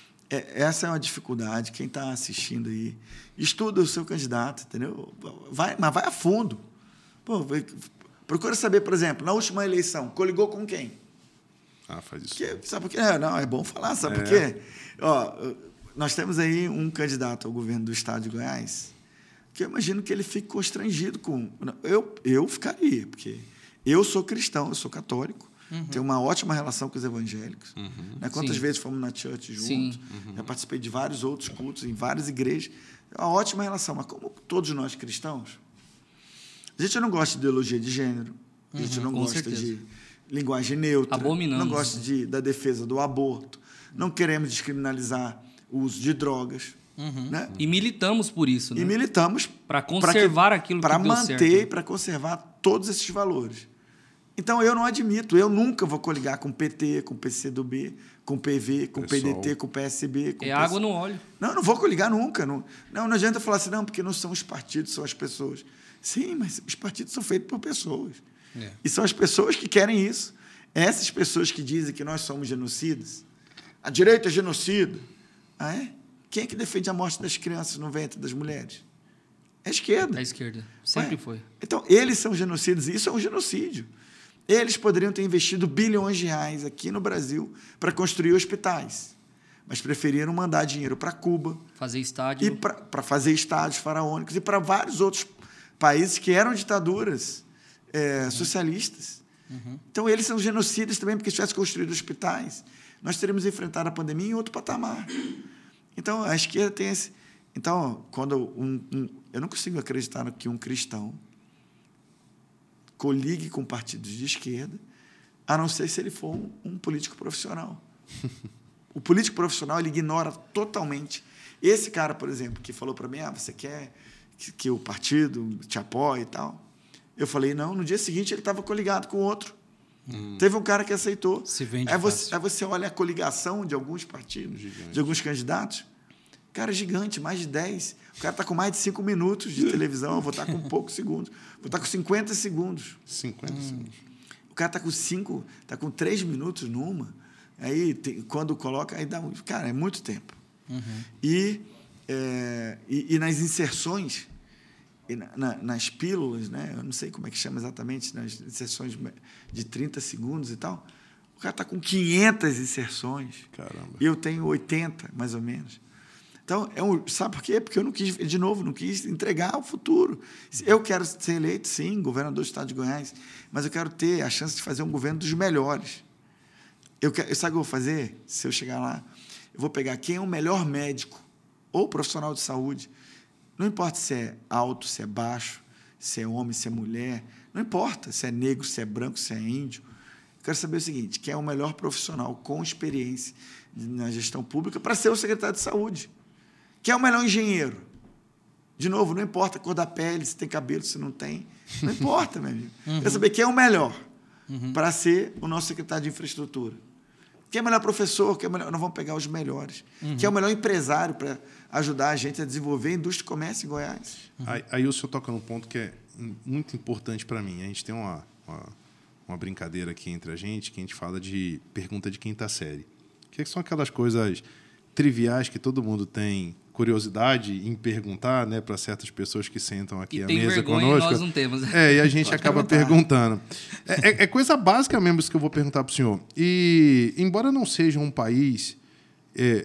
É, essa é uma dificuldade. Quem está assistindo aí, estuda o seu candidato, entendeu? Vai, mas vai a fundo. Pô, procura saber, por exemplo, na última eleição, coligou com quem? Ah, faz isso. Que, sabe por quê? Não, é bom falar, sabe é. por quê? Ó, nós temos aí um candidato ao governo do estado de Goiás que eu imagino que ele fique constrangido com... Eu, eu ficaria, porque eu sou cristão, eu sou católico, Uhum. Tenho uma ótima relação com os evangélicos. Uhum. Né? Quantas Sim. vezes fomos na church juntos? Uhum. Já participei de vários outros cultos, em várias igrejas. É uma ótima relação, mas como todos nós cristãos, a gente não gosta de ideologia de gênero, a gente Uhum, não com gosta certeza. de linguagem neutra, Abominamos. não gosta de, da defesa do aborto, não queremos descriminalizar o uso de drogas. Uhum. Né? E militamos por isso, né? E militamos Para conservar aquilo que para deu certo. manter e para conservar todos esses valores. Então, eu não admito, eu nunca vou coligar com o P T, com o P C do B, com o P V, com o P D T, com o P S B. Com É o P S... água no óleo. Não, não vou coligar nunca. Não, não, não adianta falar assim, não, porque não são os partidos, são as pessoas. Sim, mas os partidos são feitos por pessoas. É. E são as pessoas que querem isso. Essas pessoas que dizem que nós somos genocidas, a direita é genocida. Ah, é? Quem é que defende a morte das crianças no ventre das mulheres? É a esquerda. Da esquerda. Sempre Ué? foi. Então, eles são genocidas, e isso é um genocídio. Eles poderiam ter investido bilhões de reais aqui no Brasil para construir hospitais, mas preferiram mandar dinheiro para Cuba Fazer estádio. e para fazer estádios faraônicos e para vários outros países que eram ditaduras é, uhum. socialistas. Uhum. Então, eles são genocidas também, porque se tivessem construído hospitais, nós teríamos enfrentado a pandemia em outro patamar. Então, a esquerda tem esse... Então, quando um, um, eu não consigo acreditar que um cristão coligue com partidos de esquerda, a não ser se ele for um, um político profissional. O político profissional, ele ignora totalmente. Esse cara, por exemplo, que falou para mim, ah, você quer que, que o partido te apoie e tal? Eu falei, não. No dia seguinte, ele estava coligado com outro. Hum. Teve um cara que aceitou. Se vende aí, você, fácil. aí você olha a coligação de alguns partidos, gigante. De alguns candidatos. Cara, gigante, mais de dez. O cara está com mais de cinco minutos de televisão, eu vou estar com poucos segundos. Vou estar com cinquenta segundos. cinquenta hum. segundos. O cara está com cinco, está com três minutos numa. Aí, tem, quando coloca, aí dá um... Cara, é muito tempo. Uhum. E, é, e, e nas inserções, e na, na, nas pílulas, né? Eu não sei como é que chama exatamente, nas inserções de trinta segundos e tal, o cara está com quinhentas inserções. Caramba. E eu tenho oitenta, mais ou menos. Então, é um, sabe por quê? Porque eu não quis, de novo, não quis entregar o futuro. Eu quero ser eleito, sim, governador do estado de Goiás, mas eu quero ter a chance de fazer um governo dos melhores. Eu quero, sabe o que eu vou fazer? Se eu chegar lá, eu vou pegar quem é o melhor médico ou profissional de saúde. Não importa se é alto, se é baixo, se é homem, se é mulher, não importa se é negro, se é branco, se é índio. Eu quero saber o seguinte, quem é o melhor profissional com experiência na gestão pública para ser o secretário de saúde. Quem é o melhor engenheiro? De novo, não importa a cor da pele, se tem cabelo, se não tem. Não importa, meu amigo. Uhum. Quero saber quem é o melhor uhum. para ser o nosso secretário de infraestrutura. Quem é o melhor professor? Quem é o melhor... Nós vamos pegar os melhores. Uhum. Quem é o melhor empresário para ajudar a gente a desenvolver a indústria e comércio em Goiás? Uhum. Aí, aí o senhor toca num ponto que é muito importante para mim. A gente tem uma, uma, uma brincadeira aqui entre a gente, que a gente fala de pergunta de quinta série. Que são aquelas coisas triviais que todo mundo tem curiosidade em perguntar, né, para certas pessoas que sentam aqui e à tem mesa vergonha, conosco. Nós não temos. É, e a gente Pode acaba perguntar. perguntando. É, é, é coisa básica mesmo isso que eu vou perguntar para o senhor. E, embora não seja um país é,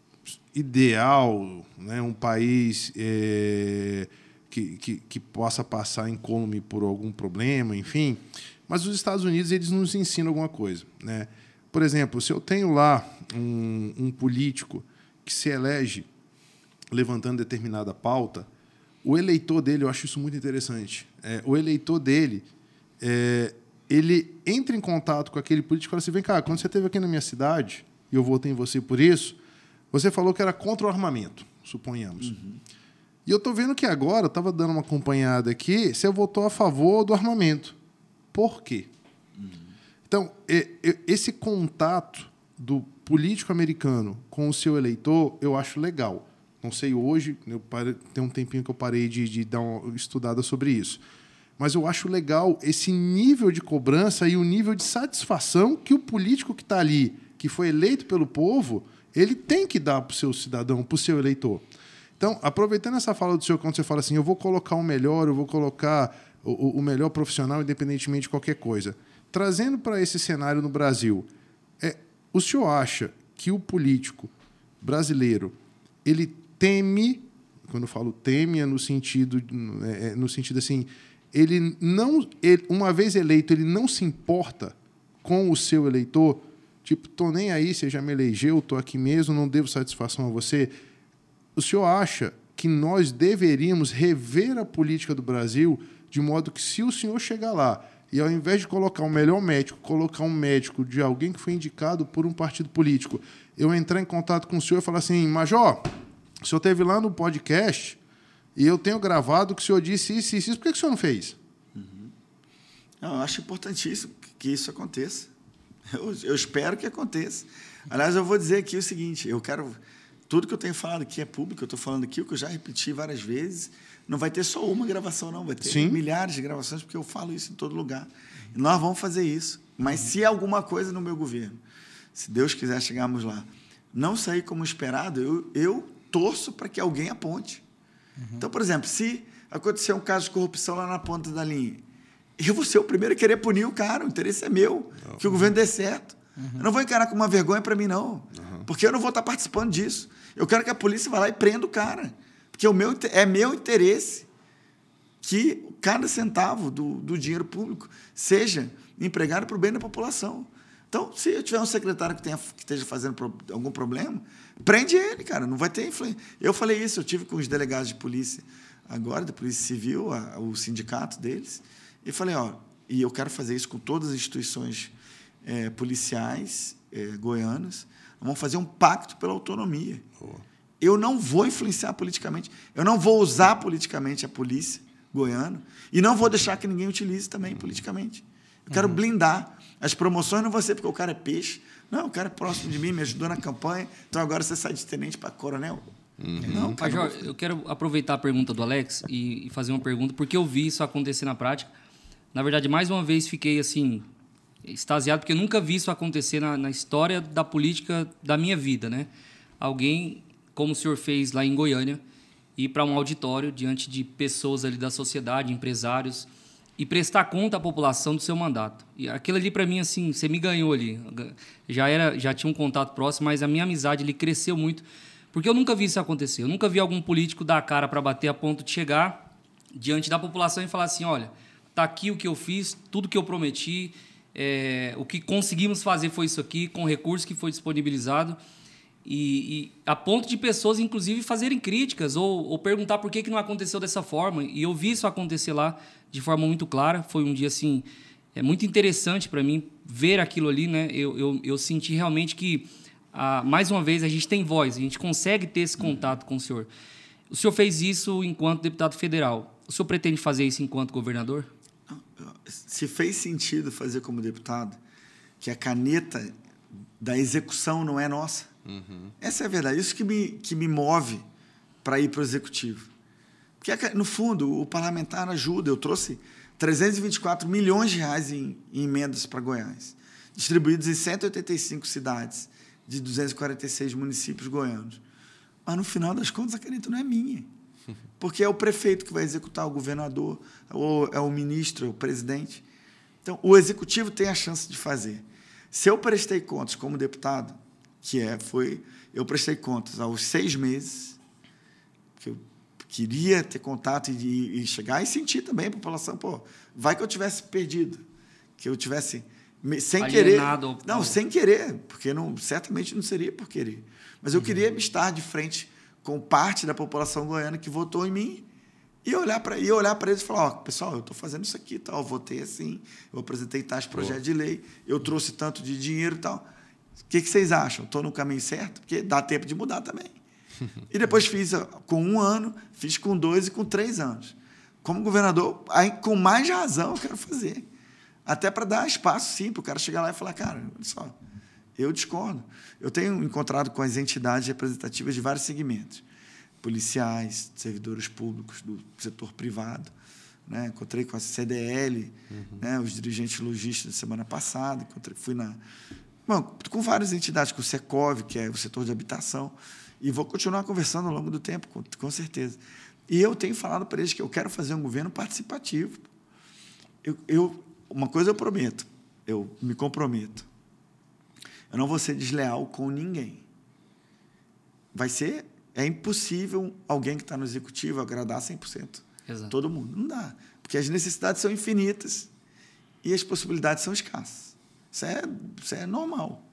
ideal, né, um país é, que, que, que possa passar incólume por algum problema, enfim, mas os Estados Unidos eles nos ensinam alguma coisa, né? Por exemplo, se eu tenho lá um, um político que se elege levantando determinada pauta, o eleitor dele, eu acho isso muito interessante, é, o eleitor dele, é, ele entra em contato com aquele político e fala assim, vem cá, quando você esteve aqui na minha cidade, e eu votei em você por isso, você falou que era contra o armamento, suponhamos. Uhum. E eu estou vendo que agora, eu estava dando uma acompanhada aqui, você votou a favor do armamento. Por quê? Uhum. Então, esse contato do político americano com o seu eleitor, eu acho legal. Não sei hoje, eu parei, tem um tempinho que eu parei de, de dar uma estudada sobre isso. Mas eu acho legal esse nível de cobrança e o nível de satisfação que o político que está ali, que foi eleito pelo povo, ele tem que dar para o seu cidadão, para o seu eleitor. Então, aproveitando essa fala do senhor, quando você fala assim, eu vou colocar o melhor, eu vou colocar o, o melhor profissional, independentemente de qualquer coisa. Trazendo para esse cenário no Brasil, é, o senhor acha que o político brasileiro ele teme, quando eu falo teme, é no sentido, é, no sentido assim, ele não, ele, uma vez eleito, ele não se importa com o seu eleitor, tipo, tô nem aí, você já me elegeu, tô aqui mesmo, não devo satisfação a você. O senhor acha que nós deveríamos rever a política do Brasil de modo que, se o senhor chegar lá e, ao invés de colocar o melhor médico, colocar um médico de alguém que foi indicado por um partido político, eu entrar em contato com o senhor e falar assim, Major, o senhor esteve lá no podcast e eu tenho gravado que o senhor disse isso e isso, isso, por que o senhor não fez? Uhum. Não, eu acho importantíssimo que isso aconteça. Eu, eu espero que aconteça. Aliás, eu vou dizer aqui o seguinte, eu quero... Tudo que eu tenho falado aqui é público, eu estou falando aqui o que eu já repeti várias vezes. Não vai ter só uma gravação, não. Vai ter Sim. milhares de gravações, porque eu falo isso em todo lugar. E nós vamos fazer isso. Mas uhum. se alguma coisa no meu governo, se Deus quiser chegarmos lá, não sair como esperado, eu, eu torço para que alguém aponte. Uhum. Então, por exemplo, se acontecer um caso de corrupção lá na ponta da linha, eu vou ser o primeiro a querer punir o cara, o interesse é meu, uhum. que o governo dê certo. Uhum. Eu não vou encarar como uma vergonha para mim, não. Uhum. Porque eu não vou estar participando disso. Eu quero que a polícia vá lá e prenda o cara. Porque o meu, é meu interesse que cada centavo do, do dinheiro público seja empregado para o bem da população. Então, se eu tiver um secretário que, tenha, que esteja fazendo pro, algum problema, prende ele, cara. Não vai ter influência. Eu falei isso, eu tive com os delegados de polícia agora, da Polícia Civil, a, o sindicato deles, e falei, ó, e eu quero fazer isso com todas as instituições é, policiais é, goianas. Vamos fazer um pacto pela autonomia. Boa. Eu não vou influenciar politicamente, eu não vou usar politicamente a polícia goiana e não vou deixar que ninguém utilize também uhum. politicamente. Eu quero uhum. blindar. As promoções não vão ser porque o cara é peixe. Não, o cara é próximo de mim, me ajudou na campanha, então agora você sai de tenente para coronel. Uhum. Não, cara, Major, eu quero aproveitar a pergunta do Alex e, e fazer uma pergunta, porque eu vi isso acontecer na prática. Na verdade, mais uma vez fiquei assim... extasiado, porque eu nunca vi isso acontecer na, na história da política da minha vida, né? Alguém, como o senhor fez lá em Goiânia, ir para um auditório diante de pessoas ali da sociedade, empresários, e prestar conta à população do seu mandato. E aquilo ali, para mim, assim, você me ganhou ali. Já, era, já tinha um contato próximo, mas a minha amizade ali cresceu muito, porque eu nunca vi isso acontecer. Eu nunca vi algum político dar a cara para bater a ponto de chegar diante da população e falar assim, olha, tá aqui o que eu fiz, tudo que eu prometi, É, o que conseguimos fazer foi isso aqui, com o recurso que foi disponibilizado, e, e a ponto de pessoas, inclusive, fazerem críticas ou, ou perguntar por que, que não aconteceu dessa forma. E eu vi isso acontecer lá de forma muito clara. Foi um dia assim, é muito interessante para mim ver aquilo ali, né? Eu, eu, eu senti realmente que, ah, mais uma vez, a gente tem voz, a gente consegue ter esse contato com o senhor. O senhor fez isso enquanto deputado federal. O senhor pretende fazer isso enquanto governador? Se fez sentido fazer como deputado, que a caneta da execução não é nossa. Uhum. Essa é a verdade. Isso que me, que me move para ir para o executivo. Porque, no fundo, o parlamentar ajuda. Eu trouxe trezentos e vinte e quatro milhões de reais em, em emendas para Goiás, distribuídos em cento e oitenta e cinco cidades de duzentos e quarenta e seis municípios goianos. Mas, no final das contas, a caneta não é minha. Porque é o prefeito que vai executar, o governador, ou é o ministro, é o presidente. Então, o executivo tem a chance de fazer. Se eu prestei contas como deputado, que é, foi, eu prestei contas aos seis meses, que eu queria ter contato e, e chegar e sentir também a população, pô, vai que eu tivesse perdido, que eu tivesse sem alienado, querer, não, sem querer, porque não, certamente não seria por querer, mas eu uhum. queria estar de frente com parte da população goiana que votou em mim e olhar para e olhar para eles e falar, ó, pessoal, eu estou fazendo isso aqui, tal, eu votei assim, eu apresentei tais projetos de lei, eu trouxe tanto de dinheiro e tal. O que, que vocês acham? Estou no caminho certo? Porque dá tempo de mudar também. E depois fiz com um ano, fiz com dois e com três anos. Como governador, aí, com mais razão eu quero fazer. Até para dar espaço, sim, para o cara chegar lá e falar, cara, olha só, eu discordo. Eu tenho encontrado com as entidades representativas de vários segmentos, policiais, servidores públicos do setor privado, né? Encontrei com a C D L, uhum. né? Os dirigentes logísticos da semana passada, encontrei, fui na... Bom, com várias entidades, com o Secov, que é o setor de habitação, e vou continuar conversando ao longo do tempo, com, com certeza. E eu tenho falado para eles que eu quero fazer um governo participativo. Eu, eu, uma coisa eu prometo, eu me comprometo, eu não vou ser desleal com ninguém. Vai ser... É impossível alguém que está no executivo agradar cem por cento Exato. Todo mundo. Não dá. Porque as necessidades são infinitas e as possibilidades são escassas. Isso é, isso é normal.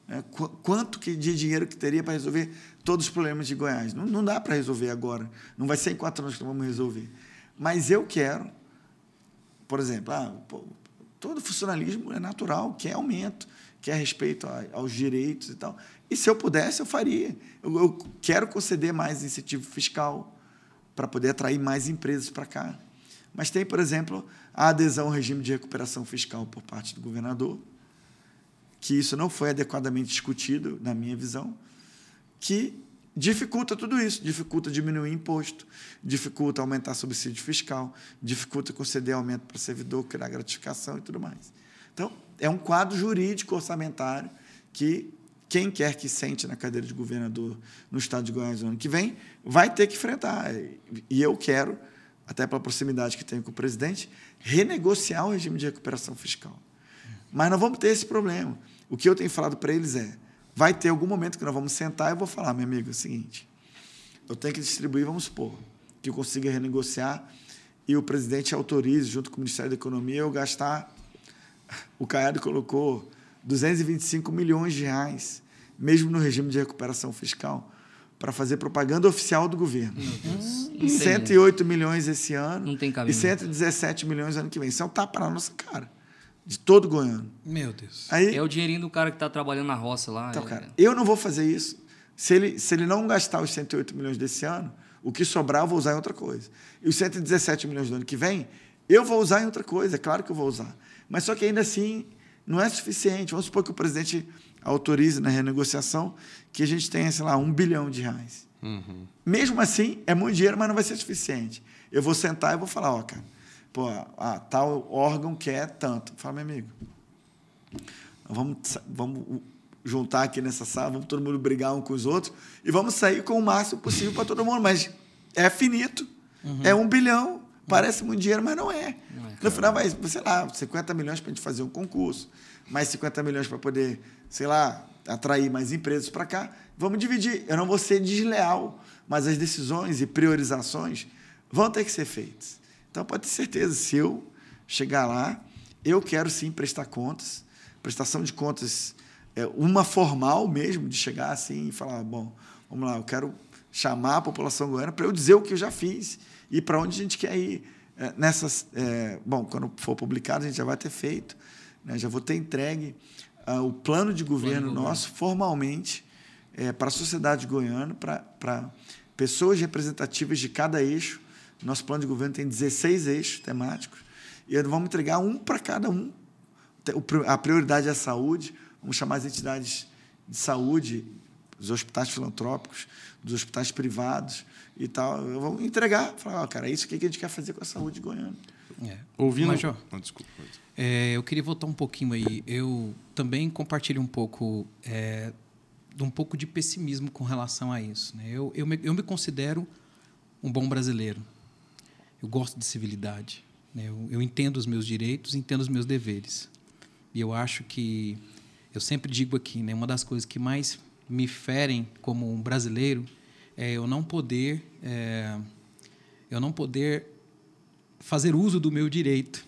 Né? Qu- quanto que de dinheiro que teria para resolver todos os problemas de Goiás? Não, não dá para resolver agora. Não vai ser em quatro anos que nós vamos resolver. Mas eu quero, por exemplo, ah, pô, todo funcionalismo é natural, quer aumento, quer respeito a, aos direitos e tal. E se eu pudesse, eu faria. Eu, eu quero conceder mais incentivo fiscal para poder atrair mais empresas para cá. Mas tem, por exemplo, a adesão ao regime de recuperação fiscal por parte do governador, que isso não foi adequadamente discutido, na minha visão, que dificulta tudo isso, dificulta diminuir imposto, dificulta aumentar subsídio fiscal, dificulta conceder aumento para o servidor, criar gratificação e tudo mais. Então, é um quadro jurídico orçamentário que quem quer que sente na cadeira de governador no estado de Goiás no ano que vem vai ter que enfrentar. E eu quero, até pela proximidade que tenho com o presidente, renegociar o regime de recuperação fiscal. Mas não vamos ter esse problema. O que eu tenho falado para eles é, vai ter algum momento que nós vamos sentar e eu vou falar, meu amigo, é o seguinte, eu tenho que distribuir, vamos supor, que eu consiga renegociar e o presidente autorize, junto com o Ministério da Economia, eu gastar, o Caiado colocou duzentos e vinte e cinco milhões de reais, mesmo no regime de recuperação fiscal, para fazer propaganda oficial do governo. Hum, cento e oito milhões esse ano não tem e cento e dezessete milhões ano que vem. Isso é um tapa na nossa cara, de todo goiano. Meu Deus. Aí, é o dinheirinho do cara que está trabalhando na roça lá. Então, é... cara, eu não vou fazer isso. Se ele, se ele não gastar os cento e oito milhões desse ano, o que sobrar eu vou usar em outra coisa. E os cento e dezessete milhões do ano que vem, eu vou usar em outra coisa, é claro que eu vou usar. Mas só que ainda assim não é suficiente. Vamos supor que o presidente autorize na renegociação que a gente tenha, sei lá, um bilhão de reais. Uhum. Mesmo assim, é muito dinheiro, mas não vai ser suficiente. Eu vou sentar e vou falar, ó, cara, pô, ah, tal órgão quer tanto. Fala, meu amigo, vamos, vamos juntar aqui nessa sala, vamos todo mundo brigar um com os outros e vamos sair com o máximo possível para todo mundo. Mas é finito, uhum. é um bilhão, parece muito dinheiro, mas não é. Não é no final vai, sei lá, cinquenta milhões para a gente fazer um concurso, mais cinquenta milhões para poder, sei lá, atrair mais empresas para cá. Vamos dividir. Eu não vou ser desleal, mas as decisões e priorizações vão ter que ser feitas. Então, pode ter certeza, se eu chegar lá, eu quero sim prestar contas, prestação de contas, é, uma formal mesmo, de chegar assim e falar, bom, vamos lá, eu quero chamar a população goiana para eu dizer o que eu já fiz e para onde a gente quer ir. É, nessas, é, bom, quando for publicado, a gente já vai ter feito, né, já vou ter entregue uh, o plano de governo plano nosso, governo. formalmente, é, para a sociedade goiana, para pessoas representativas de cada eixo. Nosso plano de governo tem dezesseis eixos temáticos e vamos entregar um para cada um. A prioridade é a saúde, vamos chamar as entidades de saúde, os hospitais filantrópicos, dos hospitais privados e tal. Vamos entregar, falar, oh, cara, é isso que a gente quer fazer com a saúde goiana. É. Ouvindo... Major, oh, desculpa. É, eu queria voltar um pouquinho aí. Eu também compartilho um pouco... É, de um pouco de pessimismo com relação a isso. Né? Eu, eu, me, eu me considero um bom brasileiro. Eu gosto de civilidade. Né? Eu, eu entendo os meus direitos, entendo os meus deveres. E eu acho que, eu sempre digo aqui, né, uma das coisas que mais me ferem como um brasileiro é eu não poder, é, eu não poder fazer uso do meu direito.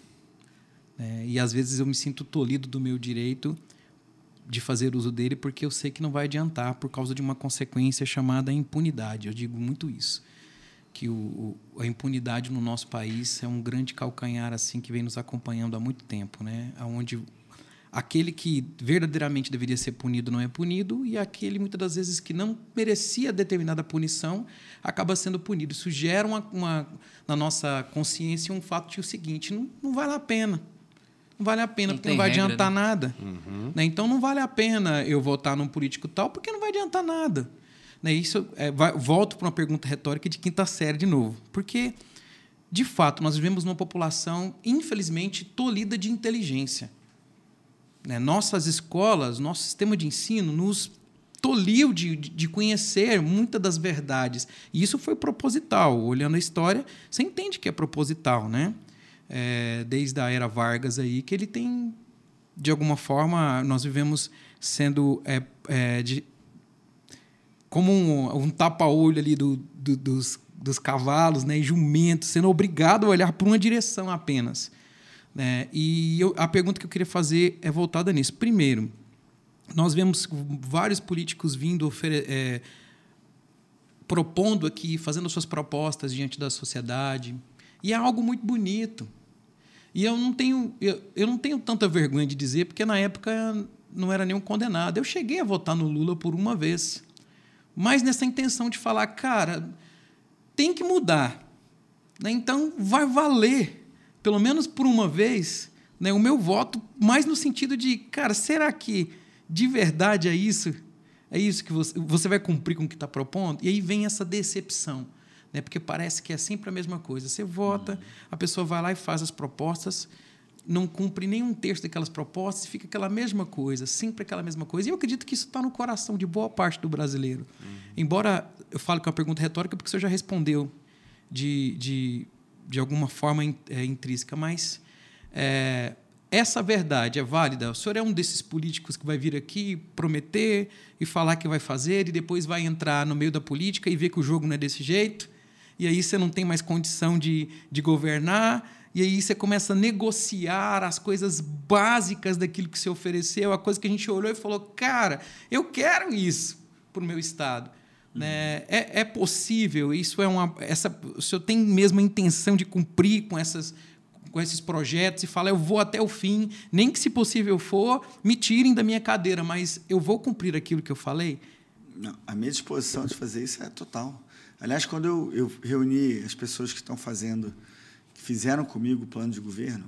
Né? E, às vezes, eu me sinto tolhido do meu direito de fazer uso dele, porque eu sei que não vai adiantar por causa de uma consequência chamada impunidade. Eu digo muito isso, que o, o, a impunidade no nosso país é um grande calcanhar assim que vem nos acompanhando há muito tempo, né? Onde aquele que verdadeiramente deveria ser punido não é punido e aquele, muitas das vezes, que não merecia determinada punição acaba sendo punido. Isso gera uma, uma, na nossa consciência um fato de o seguinte, não, não vale a pena. Não vale a pena, não porque não vai regra, adiantar né? nada. Uhum. Né? Então, não vale a pena eu votar num político tal, porque não vai adiantar nada. Né? Isso, é, vai, volto para uma pergunta retórica de quinta série de novo. Porque, de fato, nós vivemos numa população, infelizmente, tolhida de inteligência. Né? Nossas escolas, nosso sistema de ensino nos tolhiu de, de conhecer muitas das verdades. E isso foi proposital. Olhando a história, você entende que é proposital, né? É, desde a era Vargas aí, que ele tem, de alguma forma, nós vivemos sendo é, é, de, como um, um tapa-olho ali do, do, dos, dos cavalos, né, e jumentos, sendo obrigado a olhar para uma direção apenas. Né? E eu, a pergunta que eu queria fazer é voltada nisso. Primeiro, nós vemos vários políticos vindo, ofere- é, propondo aqui, fazendo suas propostas diante da sociedade. E é algo muito bonito. E eu não tenho, eu, eu não tenho tanta vergonha de dizer, porque na época não era nenhum condenado. Eu cheguei a votar no Lula por uma vez, mas nessa intenção de falar, cara, tem que mudar. Né? Então, vai valer, pelo menos por uma vez, né, o meu voto, mais no sentido de, cara, será que de verdade é isso? É isso que você, você vai cumprir com o que está propondo? E aí vem essa decepção. Né? Porque parece que é sempre a mesma coisa. Você vota, a pessoa vai lá e faz as propostas, não cumpre nenhum terço daquelas propostas, fica aquela mesma coisa, sempre aquela mesma coisa. E eu acredito que isso está no coração de boa parte do brasileiro. Uhum. Embora eu fale que é uma pergunta retórica, porque o senhor já respondeu de, de, de alguma forma é, intrínseca, mas é, essa verdade é válida? O senhor é um desses políticos que vai vir aqui prometer e falar que vai fazer e depois vai entrar no meio da política e ver que o jogo não é desse jeito? E aí você não tem mais condição de, de governar, e aí você começa a negociar as coisas básicas daquilo que você ofereceu, a coisa que a gente olhou e falou, cara, eu quero isso para o meu Estado. Uhum. Né? É, é possível, isso é uma, essa, o senhor tem mesmo a intenção de cumprir com, essas, com esses projetos e falar, eu vou até o fim, nem que, se possível for, me tirem da minha cadeira, mas eu vou cumprir aquilo que eu falei? Não, a minha disposição de fazer isso é total. Aliás, quando eu, eu reuni as pessoas que estão fazendo, que fizeram comigo o plano de governo,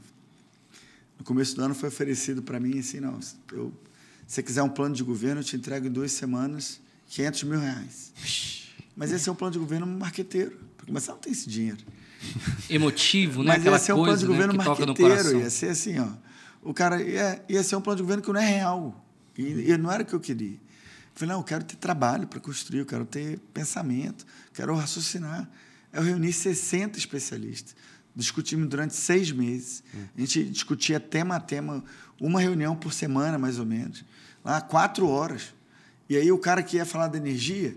no começo do ano foi oferecido para mim assim, não, eu, se você quiser um plano de governo, eu te entrego em duas semanas quinhentos mil reais. Mas esse é um plano de governo marqueteiro, porque você não tem esse dinheiro. Emotivo, né? Mas Aquela ia ser um coisa, plano de governo né, que toca no marqueteiro, coração. ia ser assim, ó, o cara ia, ia ser um plano de governo que não é real, e, e não era o que eu queria. Eu falei, não, eu quero ter trabalho para construir, eu quero ter pensamento, quero raciocinar. Eu reuni sessenta especialistas, discutimos durante seis meses. Hum. A gente discutia tema a tema, uma reunião por semana, mais ou menos, lá, quatro horas. E aí o cara que ia falar da energia,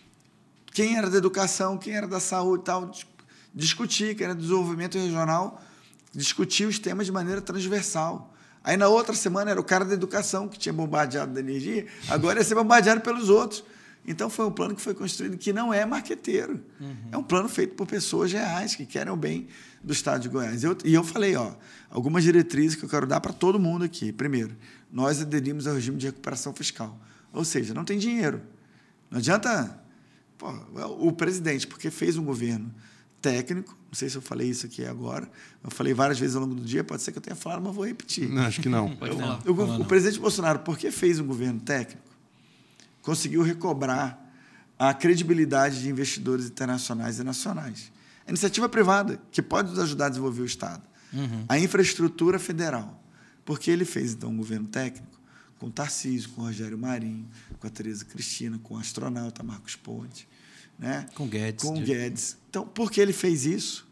quem era da educação, quem era da saúde e tal, discutia, quem era do desenvolvimento regional, discutia os temas de maneira transversal. Aí, na outra semana, era o cara da educação que tinha bombardeado da energia, agora ia ser bombardeado pelos outros. Então, foi um plano que foi construído que não é marqueteiro. Uhum. É um plano feito por pessoas reais que querem o bem do Estado de Goiás. Eu, e eu falei, ó, algumas diretrizes que eu quero dar para todo mundo aqui. Primeiro, nós aderimos ao regime de recuperação fiscal. Ou seja, não tem dinheiro. Não adianta... Pô, o presidente, porque fez um governo técnico, não sei se eu falei isso aqui agora, eu falei várias vezes ao longo do dia, pode ser que eu tenha falado, mas vou repetir. Não, acho que não. Pode falar. Eu, o, o presidente Bolsonaro, porque fez um governo técnico, conseguiu recobrar a credibilidade de investidores internacionais e nacionais. A iniciativa privada, que pode nos ajudar a desenvolver o Estado. Uhum. A infraestrutura federal, porque ele fez, então, um governo técnico com o Tarcísio, com o Rogério Marinho, com a Tereza Cristina, com o astronauta Marcos Ponte, né? Com Guedes. Com Guedes. Então, porque ele fez isso,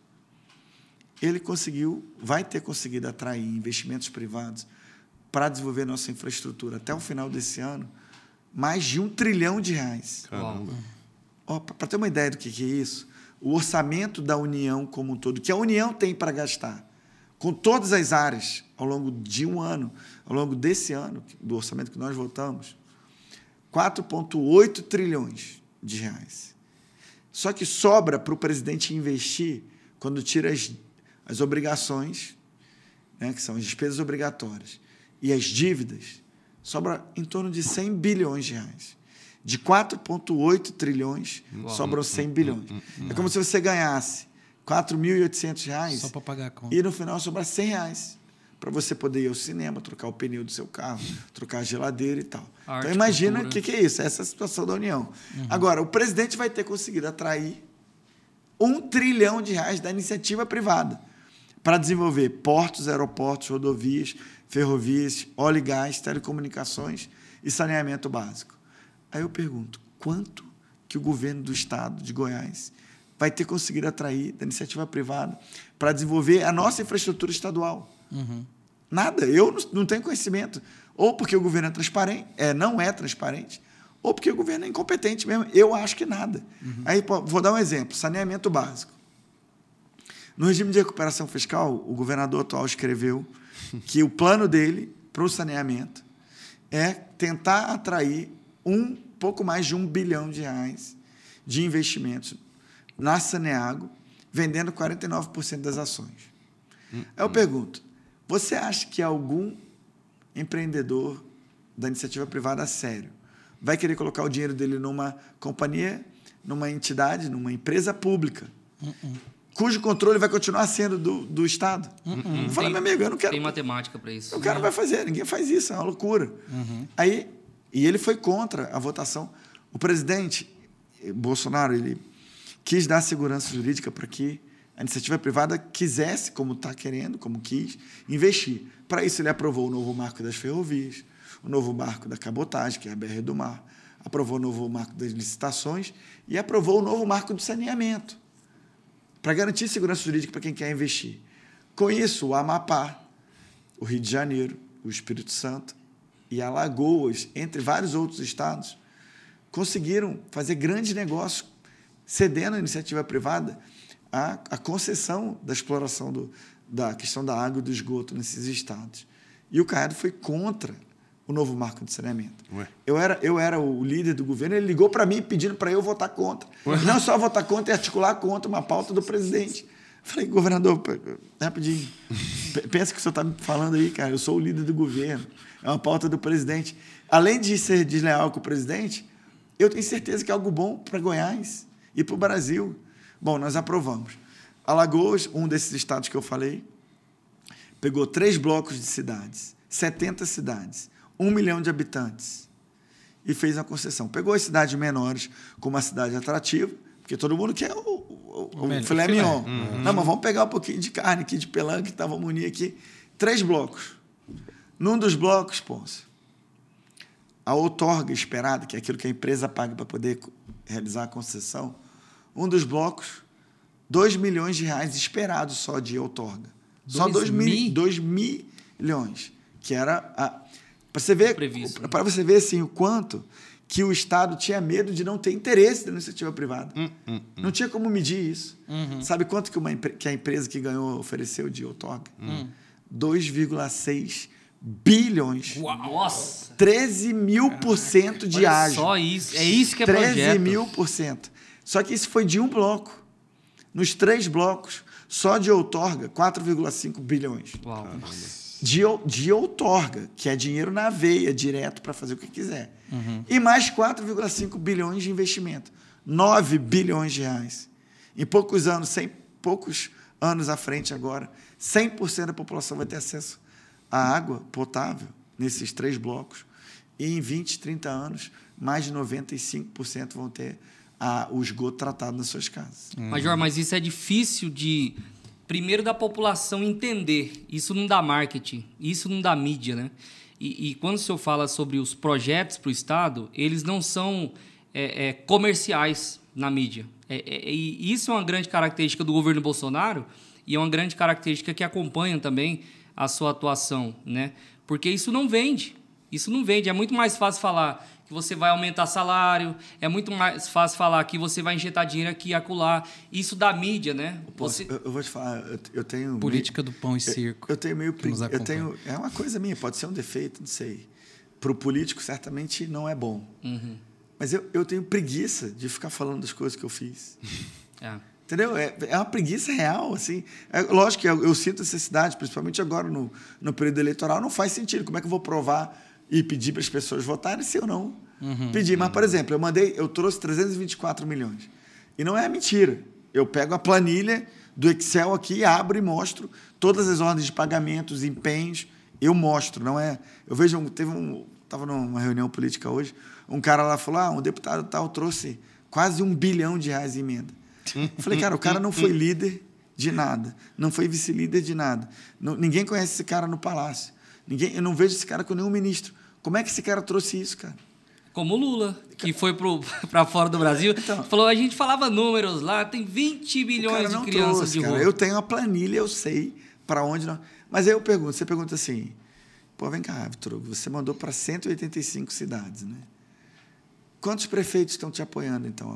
ele conseguiu, vai ter conseguido atrair investimentos privados para desenvolver nossa infraestrutura até o final desse ano, mais de um trilhão de reais. Caramba. Para ter uma ideia do que, que é isso, o orçamento da União como um todo, que a União tem para gastar, com todas as áreas, ao longo de um ano, ao longo desse ano, do orçamento que nós votamos, quatro vírgula oito trilhões de reais. Só que sobra para o presidente investir, quando tira as, as obrigações, né, que são as despesas obrigatórias, e as dívidas, sobra em torno de cem bilhões de reais. De quatro vírgula oito trilhões, Uau. sobram cem bilhões. É como se você ganhasse quatro mil e oitocentos reais só para pagar a conta. E no final sobrar cem reais para você poder ir ao cinema, trocar o pneu do seu carro, trocar a geladeira e tal. Arte, então, imagina o que, que é isso, essa é a situação da União. Uhum. Agora, o presidente vai ter conseguido atrair um trilhão de reais da iniciativa privada para desenvolver portos, aeroportos, rodovias, ferrovias, óleo e gás, telecomunicações e saneamento básico. Aí eu pergunto, quanto que o governo do Estado de Goiás vai ter conseguido atrair da iniciativa privada para desenvolver a nossa infraestrutura estadual? Uhum. Nada, eu não tenho conhecimento. Ou porque o governo é transparente, é, não é transparente, ou porque o governo é incompetente mesmo. Eu acho que nada. Uhum. Aí, vou dar um exemplo, saneamento básico. No regime de recuperação fiscal, o governador atual escreveu que o plano dele para o saneamento é tentar atrair um pouco mais de um bilhão de reais de investimentos na Saneago, vendendo quarenta e nove por cento das ações. Hum, eu hum. pergunto, você acha que algum empreendedor da iniciativa privada sério vai querer colocar o dinheiro dele numa companhia, numa entidade, numa empresa pública, hum, hum. cujo controle vai continuar sendo do, do Estado? Uhum. Fala, meu amigo, eu não quero... Tem matemática para isso. O cara vai fazer, ninguém faz isso, é uma loucura. Uhum. Aí, e ele foi contra a votação. O presidente Bolsonaro, ele quis dar segurança jurídica para que a iniciativa privada quisesse, como está querendo, como quis, investir. Para isso, ele aprovou o novo marco das ferrovias, o novo marco da cabotagem, que é a B R do Mar, aprovou o novo marco das licitações e aprovou o novo marco do saneamento, para garantir segurança jurídica para quem quer investir. Com isso, o Amapá, o Rio de Janeiro, o Espírito Santo e Alagoas, entre vários outros estados, conseguiram fazer grandes negócios, cedendo à iniciativa privada a, a concessão da exploração do, da questão da água e do esgoto nesses estados. E o Caiado foi contra o novo marco de saneamento. Ué. Eu era, eu era o líder do governo, ele ligou para mim pedindo para eu votar contra. Ué. Não só votar contra e articular contra uma pauta do presidente. Falei, governador, rapidinho, pensa que o senhor está me falando aí, cara, eu sou o líder do governo, é uma pauta do presidente. Além de ser desleal com o presidente, eu tenho certeza que é algo bom para Goiás e para o Brasil. Bom, nós aprovamos. Alagoas, um desses estados que eu falei, pegou três blocos de cidades, setenta cidades, um milhão de habitantes, e fez uma concessão. Pegou as cidades menores como uma cidade atrativa, porque todo mundo quer o, o, o, o filé mignon. Uhum. Não, mas vamos pegar um pouquinho de carne aqui, de pelanca, que vamos unir aqui. Três blocos. Num dos blocos, Pôncio, a outorga esperada, que é aquilo que a empresa paga para poder realizar a concessão, um dos blocos, dois milhões de reais esperados só de outorga. Só dois milhões, que era a... Para você ver, para você ver assim, o quanto que o Estado tinha medo de não ter interesse da iniciativa privada. Hum, hum, hum. Não tinha como medir isso. Uhum. Sabe quanto que, uma, que a empresa que ganhou ofereceu de outorga? Hum. dois vírgula seis bilhões. Uau. Nossa! treze mil por cento de ágio. Só isso. É isso que é treze projeto. treze mil por cento. Só que isso foi de um bloco. Nos três blocos, só de outorga, quatro vírgula cinco bilhões. Uau. De, de outorga, que é dinheiro na veia, direto para fazer o que quiser. Uhum. E mais quatro vírgula cinco bilhões de investimento. nove bilhões de reais. Em poucos anos, cem, poucos anos à frente agora, cem por cento da população vai ter acesso à água potável nesses três blocos. E em vinte, trinta anos, mais de noventa e cinco por cento vão ter a, o esgoto tratado nas suas casas. Uhum. Major, mas isso é difícil de... Primeiro, da população entender. Isso não dá marketing, isso não dá mídia, né? E, e quando o senhor fala sobre os projetos para o Estado, eles não são é, é, comerciais na mídia. É, é, e isso é uma grande característica do governo Bolsonaro e é uma grande característica que acompanha também a sua atuação, né? Porque isso não vende. Isso não vende. É muito mais fácil falar que você vai aumentar salário, é muito mais fácil falar que você vai injetar dinheiro aqui e acolá. Isso da mídia, né? Você... Eu, eu vou te falar, eu, eu tenho... Política meio, do pão e circo. Eu, eu tenho meio... Eu tenho, é uma coisa minha, pode ser um defeito, não sei. Para o político, certamente, não é bom. Uhum. Mas eu, eu tenho preguiça de ficar falando das coisas que eu fiz. É. Entendeu? É, é uma preguiça real, assim. É, lógico que eu, eu sinto necessidade, principalmente agora no, no período eleitoral, não faz sentido. Como é que eu vou provar e pedir para as pessoas votarem se eu não uhum, pedir? Mas, por exemplo, eu mandei, eu trouxe trezentos e vinte e quatro milhões. E não é mentira. Eu pego a planilha do Excel aqui, abro e mostro todas as ordens de pagamentos, empenhos. Eu mostro, não é... Eu vejo, teve um... Estava numa reunião política hoje, um cara lá falou, ah, um deputado tal trouxe quase um bilhão de reais em emenda. Eu falei, cara, o cara não foi líder de nada, não foi vice-líder de nada. Não, ninguém conhece esse cara no Palácio. Ninguém, eu não vejo esse cara com nenhum ministro. Como é que esse cara trouxe isso, cara? Como o Lula, que foi para fora do Brasil. Então, falou, a gente falava números lá, tem vinte bilhões de crianças trouxe, de rua. Cara. Eu tenho uma planilha, eu sei para onde... Não... Mas aí eu pergunto, você pergunta assim, pô, vem cá, Vitor, você mandou para cento e oitenta e cinco cidades, né? Quantos prefeitos estão te apoiando, então, agora?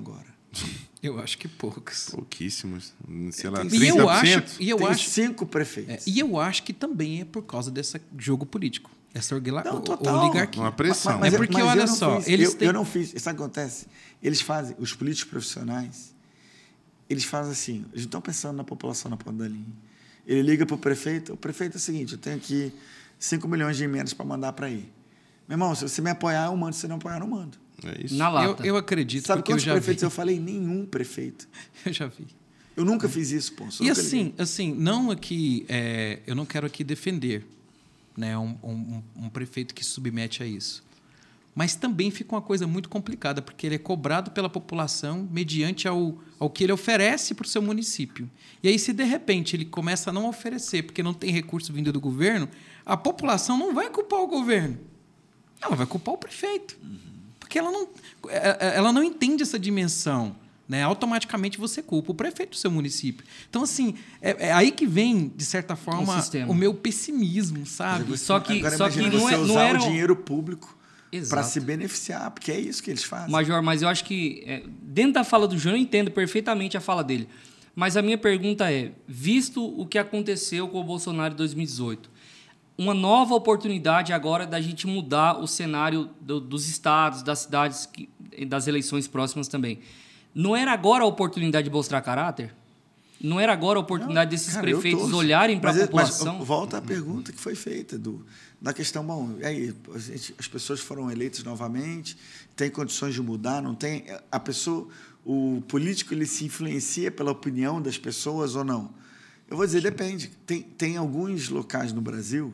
Eu acho que poucos. Pouquíssimos. Sei lá, E trinta por cento? eu acho, e eu Tem acho, cinco prefeitos. é, e eu acho que também é por causa desse jogo político, essa orgla- Não, o- total. oligarquia. Uma pressão. É eu- porque, eu olha não só, fiz- eles eu, têm- eu não fiz. Isso acontece. Eles fazem, os políticos profissionais, eles fazem assim, eles estão pensando na população na ponta da linha. Ele liga para o prefeito, o prefeito é o seguinte, eu tenho aqui cinco milhões de emendas para mandar para aí. Meu irmão, se você me apoiar, eu mando. Se você não apoiar, eu não mando. É isso. Na Eu, lata. eu acredito, Sabe porque eu quantos já prefeitos vi. eu falei? Nenhum prefeito. Eu já vi. Eu nunca fiz isso, Ponço. E nunca assim, liguei. assim, não aqui, é, eu não quero aqui defender, né, um, um, um prefeito que se submete a isso. Mas também fica uma coisa muito complicada, porque ele é cobrado pela população mediante ao, ao que ele oferece para o seu município. E aí, se de repente ele começa a não oferecer, porque não tem recurso vindo do governo, a população não vai culpar o governo. Ela vai culpar o prefeito. Porque ela não, ela não entende essa dimensão. Né? Automaticamente você culpa o prefeito do seu município. Então, assim, é, é aí que vem, de certa forma, sistema. o meu pessimismo, sabe? Só que, Agora, só que imagina não, você é, não usar era... o dinheiro público para Exato. se beneficiar, porque é isso que eles fazem. Major, mas eu acho que é, dentro da fala do Júnior eu entendo perfeitamente a fala dele. Mas a minha pergunta é, visto o que aconteceu com o Bolsonaro em dois mil e dezoito, uma nova oportunidade agora da gente mudar o cenário do, dos estados, das cidades, que, das eleições próximas também. Não era agora a oportunidade de mostrar caráter? Não era agora a oportunidade desses Cara, eu prefeitos torço. olharem para a Mas é- população? Mas volta à pergunta que foi feita do, da questão, bom, e aí, a gente- as pessoas foram eleitas novamente, tem condições de mudar, não tem? A pessoa, o político, ele se influencia pela opinião das pessoas ou não? Eu vou dizer, depende. Tem, tem alguns locais no Brasil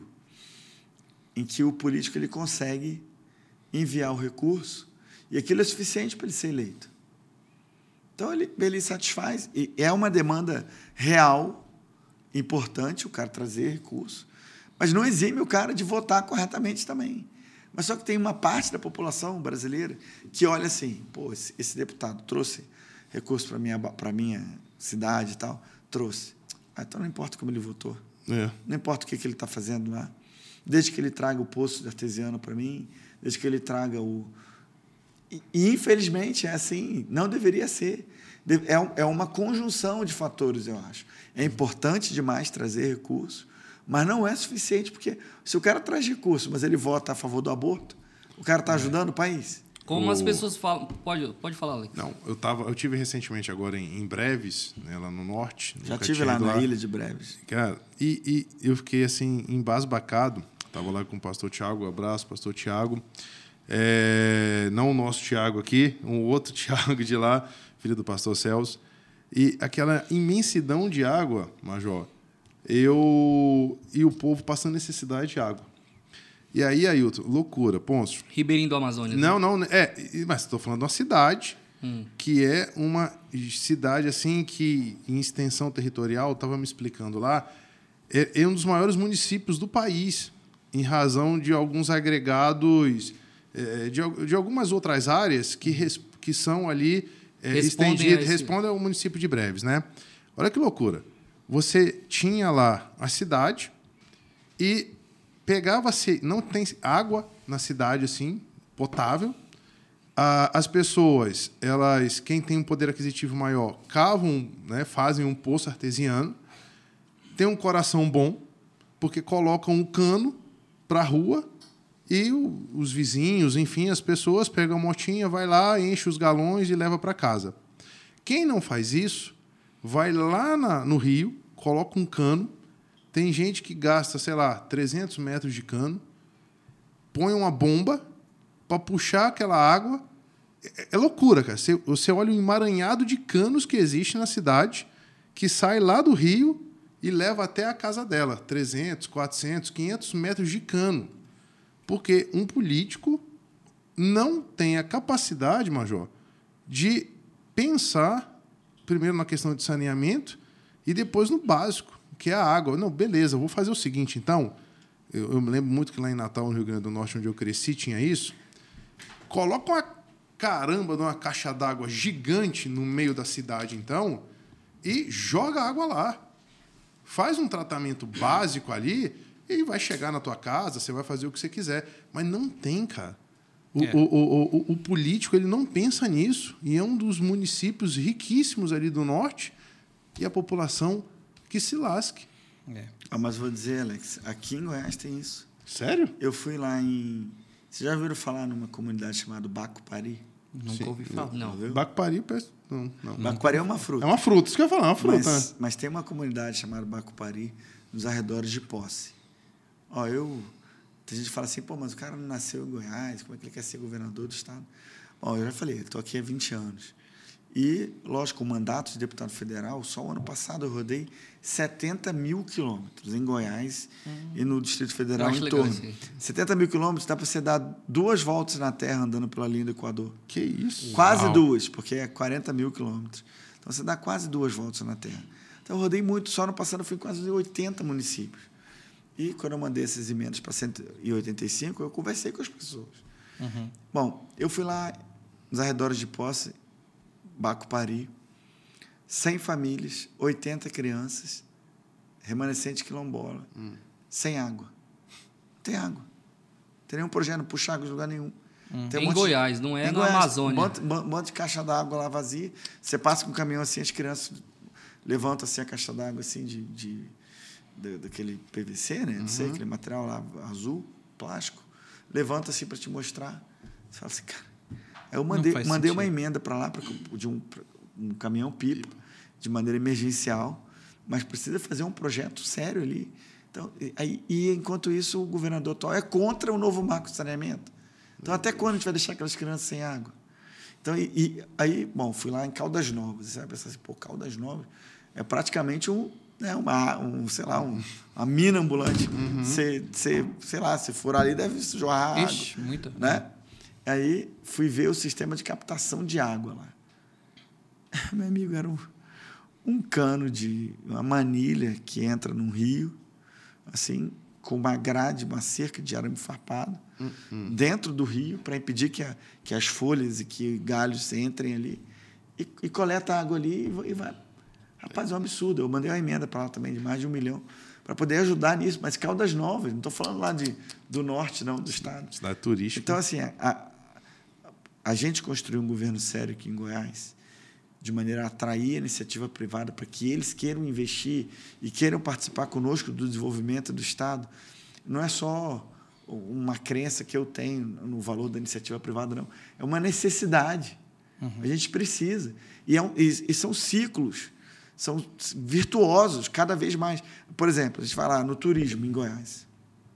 em que o político ele consegue enviar o recurso e aquilo é suficiente para ele ser eleito. Então, ele, ele satisfaz. E é uma demanda real, importante, o cara trazer recurso, mas não exime o cara de votar corretamente também. Mas só que tem uma parte da população brasileira que olha assim, pô, esse, esse deputado trouxe recurso para a minha, para minha cidade e tal, trouxe. Ah, então não importa como ele votou. É. Não importa o que, que ele está fazendo lá. Desde que ele traga o poço artesiano para mim, desde que ele traga o... E, e, infelizmente, é assim, não deveria ser. É, um, é uma conjunção de fatores, eu acho. É importante demais trazer recurso, mas não é suficiente, porque se o cara traz recurso, mas ele vota a favor do aborto, o cara está ajudando o país. Como O- as pessoas falam... Pode, pode falar, Alex. Não, eu tava, eu tive recentemente agora em, em Breves, né, lá no norte. Já nunca tive tinha lá ido na Ilha de Breves. Cara, e, e eu fiquei assim, embasbacado. Tava lá com o pastor Tiago, um abraço, pastor Tiago. É, não o nosso Tiago aqui, um outro Tiago de lá, filho do pastor Celso. E aquela imensidão de água, Major, eu e o povo passando necessidade de água. E aí, Ailton, loucura, Ponço. Ribeirinho do Amazonas. Não, não, é, e- mas estou falando de uma cidade Hum. que é uma cidade assim que em extensão territorial, estava me explicando lá, é, é um dos maiores municípios do país, em razão de alguns agregados é, de, al- de algumas outras áreas que, res, que são ali é, Respondem estendidas, a esse- respondem ao município de Breves, né? Olha que loucura. Você tinha lá a cidade e pegava-se, não tem água na cidade assim, potável. Ah, as pessoas, elas, quem tem um poder aquisitivo maior, cavam, né, fazem um poço artesiano, tem um coração bom, porque colocam um cano para a rua e o, os vizinhos, enfim, as pessoas pegam a motinha, vai lá, enche os galões e leva para casa. Quem não faz isso, vai lá na, no rio, coloca um cano, tem gente que gasta, sei lá, trezentos metros de cano, põe uma bomba para puxar aquela água. É, é loucura, cara. Você, você olha o emaranhado de canos que existe na cidade, que sai lá do rio e leva até a casa dela. trezentos, quatrocentos, quinhentos metros de cano. Porque um político não tem a capacidade, Major, de pensar primeiro na questão de saneamento e depois no básico, que é a água. Não, beleza, eu vou fazer o seguinte, então. Eu, eu me lembro muito que lá em Natal, no Rio Grande do Norte, onde eu cresci, tinha isso. Coloca uma caramba de uma caixa d'água gigante no meio da cidade, então, e joga água lá. Faz um tratamento básico ali e vai chegar na tua casa, você vai fazer o que você quiser. Mas não tem, cara. O, É. o, o, o, o político ele não pensa nisso. E é um dos municípios riquíssimos ali do norte e a população que se lasque. É. Ah, mas vou dizer, Alex, aqui em Goiás tem isso. Sério? Eu fui lá em... Vocês já ouviram falar numa comunidade chamada Bacupari? Nunca Sim. ouvi falar. Não. Viu? Bacupari, parece... não, não. Bacupari é uma fruta. É uma fruta, isso que eu ia falar, é uma fruta. Mas, né? mas tem uma comunidade chamada Bacupari nos arredores de Posse. Ó, eu... Tem gente que fala assim, pô, mas o cara não nasceu em Goiás, como é que ele quer ser governador do estado? Bom, eu já falei, estou aqui há vinte anos. E, lógico, o mandato de deputado federal, só o ano passado eu rodei setenta mil quilômetros em Goiás hum. e no Distrito Federal Eu acho em legal torno. isso aí. setenta mil quilômetros dá para você dar duas voltas na Terra andando pela linha do Equador. Que isso? Quase Uau. duas, porque é quarenta mil quilômetros. Então, você dá quase duas voltas na Terra. Então, eu rodei muito. Só no passado eu fui em quase oitenta municípios. E, quando eu mandei essas emendas para cento e oitenta e cinco, eu conversei com as pessoas. Uhum. Bom, eu fui lá nos arredores de Posse, Bacupari, cem famílias, oitenta crianças, remanescente quilombola, hum. sem água. Não tem água. Não tem nenhum projeto, não puxa água de lugar nenhum. Hum. Tem um em monte, Goiás, não é em na Goiás, Amazônia. Um monte, um monte de caixa d'água lá vazia. Você passa com o caminhão assim, as crianças levantam assim a caixa d'água assim de, de, de, daquele P V C, né? Não sei, aquele material lá azul, plástico. Levanta assim para te mostrar. Você fala assim, cara... Eu mandei, mandei uma emenda para lá, pra, de um, pra, um caminhão-pipa, de maneira emergencial, mas precisa fazer um projeto sério ali. Então, aí, e, enquanto isso, o governador atual é contra o novo marco de saneamento. Então, até quando a gente vai deixar aquelas crianças sem água? Então, e, e aí, bom, fui lá em Caldas Novas. Você vai pensar assim, pô, Caldas Novas é praticamente um, né, uma, um, sei lá, um, uma mina ambulante. Uhum. Você, você, sei lá, se for ali, deve jorrar Ixi, água. muita. Né? Aí fui ver o sistema de captação de água lá. Meu amigo, era um, um cano de uma manilha que entra num rio, assim, com uma grade, uma cerca de arame farpado, uhum. dentro do rio, para impedir que, a, que as folhas e que galhos entrem ali, e, e coleta a água ali e, e vai. Rapaz, é um absurdo. Eu mandei uma emenda para lá também, de mais de um milhão, para poder ajudar nisso. Mas Caldas Novas, não estou falando lá de, do norte, não, do estado. Cidade turística. Então, assim, a, a gente construiu um governo sério aqui em Goiás, de maneira a atrair a iniciativa privada para que eles queiram investir e queiram participar conosco do desenvolvimento do Estado. Não é só uma crença que eu tenho no valor da iniciativa privada, não. É uma necessidade. Uhum. A gente precisa. E, é um, e, e são ciclos, são virtuosos cada vez mais. Por exemplo, a gente vai lá no turismo em Goiás.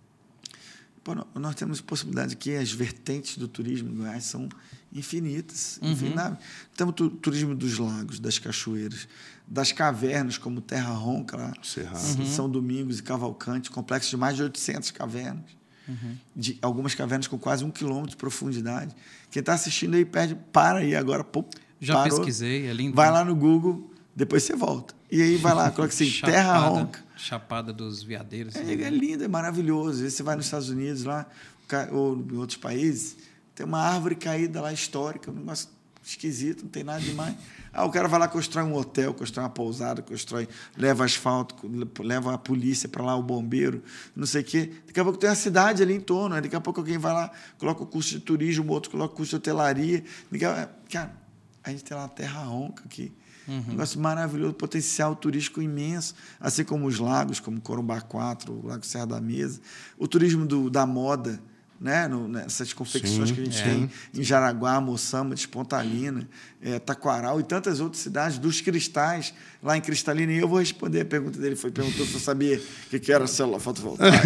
Pô, nós temos possibilidade que as vertentes do turismo em Goiás são infinitas, uhum. infindáveis. Temos o turismo dos lagos, das cachoeiras, das cavernas, como Terra Ronca, lá, uhum. São Domingos e Cavalcante, complexos de mais de oitocentas cavernas, uhum. de algumas cavernas com quase um quilômetro de profundidade. Quem está assistindo aí, pede, para aí agora. Pô, Já parou, pesquisei, é lindo. Vai lá no Google, depois você volta. E aí vai lá, coloca assim, Chapada, Terra Ronca. Chapada dos Veadeiros. É, é lindo, é maravilhoso. Você vai nos Estados Unidos, lá, ou em outros países, tem uma árvore caída lá histórica, um negócio esquisito, não tem nada demais. Ah, o cara vai lá, constrói um hotel, constrói uma pousada, constrói, leva asfalto, leva a polícia para lá, o bombeiro, não sei o quê. Daqui a pouco tem uma cidade ali em torno, né? Daqui a pouco alguém vai lá, coloca o curso de turismo, o outro coloca o curso de hotelaria. Cara, a gente tem lá a Terra Ronca aqui. Uhum. Um negócio maravilhoso, potencial turístico imenso, assim como os lagos, como Corumbá quatro, o Lago Serra da Mesa, o turismo do, da moda, né? No, nessas confecções Sim, que a gente é. tem em Jaraguá, Moçamba, Despontalina, é, Taquaral e tantas outras cidades, dos cristais, lá em Cristalina. E eu vou responder a pergunta dele, foi perguntou se eu sabia o que, que era célula fotovoltaica.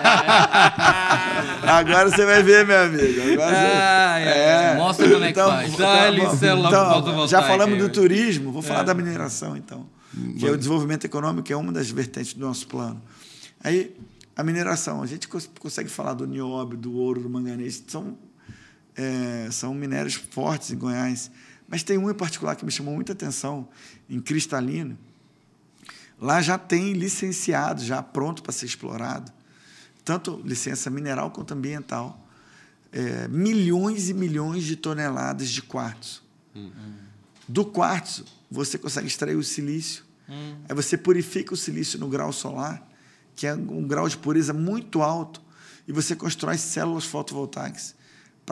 Agora você vai ver, meu amigo. Agora ah, você... é. É. Mostra como é que então, faz. Dá-lhe então, célula então, fotovoltaica. Já falamos do é. turismo, vou falar é. da mineração, então. Que é o desenvolvimento econômico, que é uma das vertentes do nosso plano. Aí, a mineração, a gente consegue falar do nióbio, do ouro, do manganês, são, é, são minérios fortes em Goiás, mas tem um em particular que me chamou muita atenção, em Cristalina. Lá já tem licenciado, já pronto para ser explorado, tanto licença mineral quanto ambiental, é, milhões e milhões de toneladas de quartzo. Uhum. Do quartzo, você consegue extrair o silício, uhum. aí você purifica o silício no grau solar, que é um grau de pureza muito alto, e você constrói células fotovoltaicas para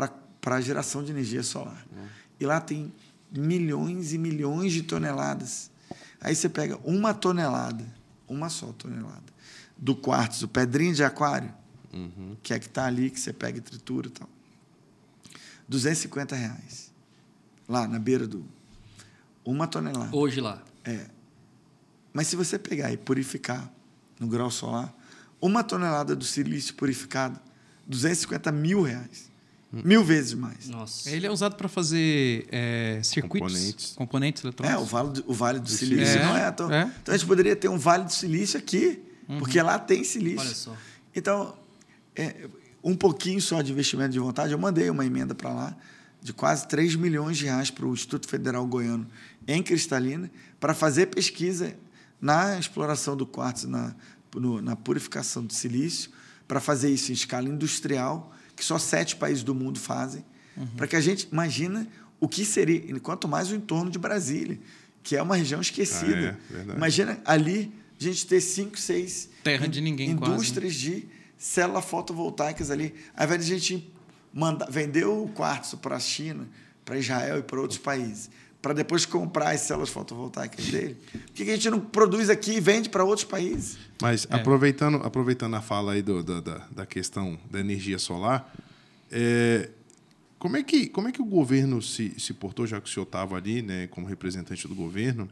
para a geração de energia solar. Uhum. E lá tem milhões e milhões de toneladas. Aí você pega uma tonelada, uma só tonelada, do quartzo, pedrinha de aquário, uhum. que é que está ali, que você pega e tritura e tal. duzentos e cinquenta reais. Lá na beira do... Uma tonelada. Hoje lá. É. Mas se você pegar e purificar no grau solar, uma tonelada do silício purificado, duzentos e cinquenta mil reais. Mil vezes mais. Nossa. Ele é usado para fazer é, circuitos, componentes, componentes eletrônicos. É, o Vale do, o vale do Silício. É, não é, tão, é. Então, a gente poderia ter um Vale do Silício aqui, uhum. porque lá tem silício. Olha só. Então, é, um pouquinho só de investimento de vontade. Eu mandei uma emenda para lá de quase três milhões de reais para o Instituto Federal Goiano em Cristalina para fazer pesquisa na exploração do quartzo, na, no, na purificação do silício, para fazer isso em escala industrial, que só sete países do mundo fazem, uhum. para que a gente imagina o que seria, quanto mais o entorno de Brasília, que é uma região esquecida. Ah, é, imagina ali a gente ter cinco, seis terra de ninguém, indústrias quase, né? de células fotovoltaicas ali. Ao invés de a gente mandar, vender o quartzo para a China, para Israel e para outros países, para depois comprar as células fotovoltaicas dele, por que a gente não produz aqui e vende para outros países? Mas é. aproveitando, aproveitando a fala aí do, da, da, da questão da energia solar, é, como, é que, como é que o governo se, se portou, já que o senhor estava ali, né, como representante do governo,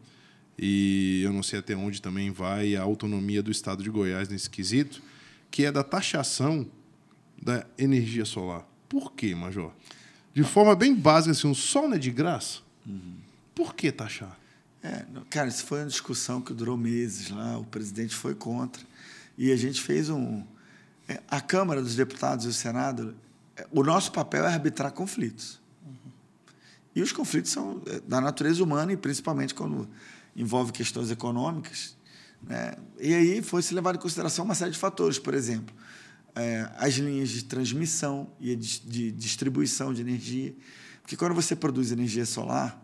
e eu não sei até onde também vai a autonomia do Estado de Goiás nesse quesito, que é da taxação da energia solar. Por quê, Major? De forma bem básica, assim, o sol não é de graça? Uhum. Por que taxar? É, cara, isso foi uma discussão que durou meses lá, o presidente foi contra, e a gente fez um... É, a Câmara dos Deputados e o Senado, é, o nosso papel é arbitrar conflitos. Uhum. E os conflitos são da natureza humana, e principalmente quando envolve questões econômicas, né? E aí foi se levado em consideração uma série de fatores, por exemplo, é, as linhas de transmissão e de, de distribuição de energia, porque quando você produz energia solar,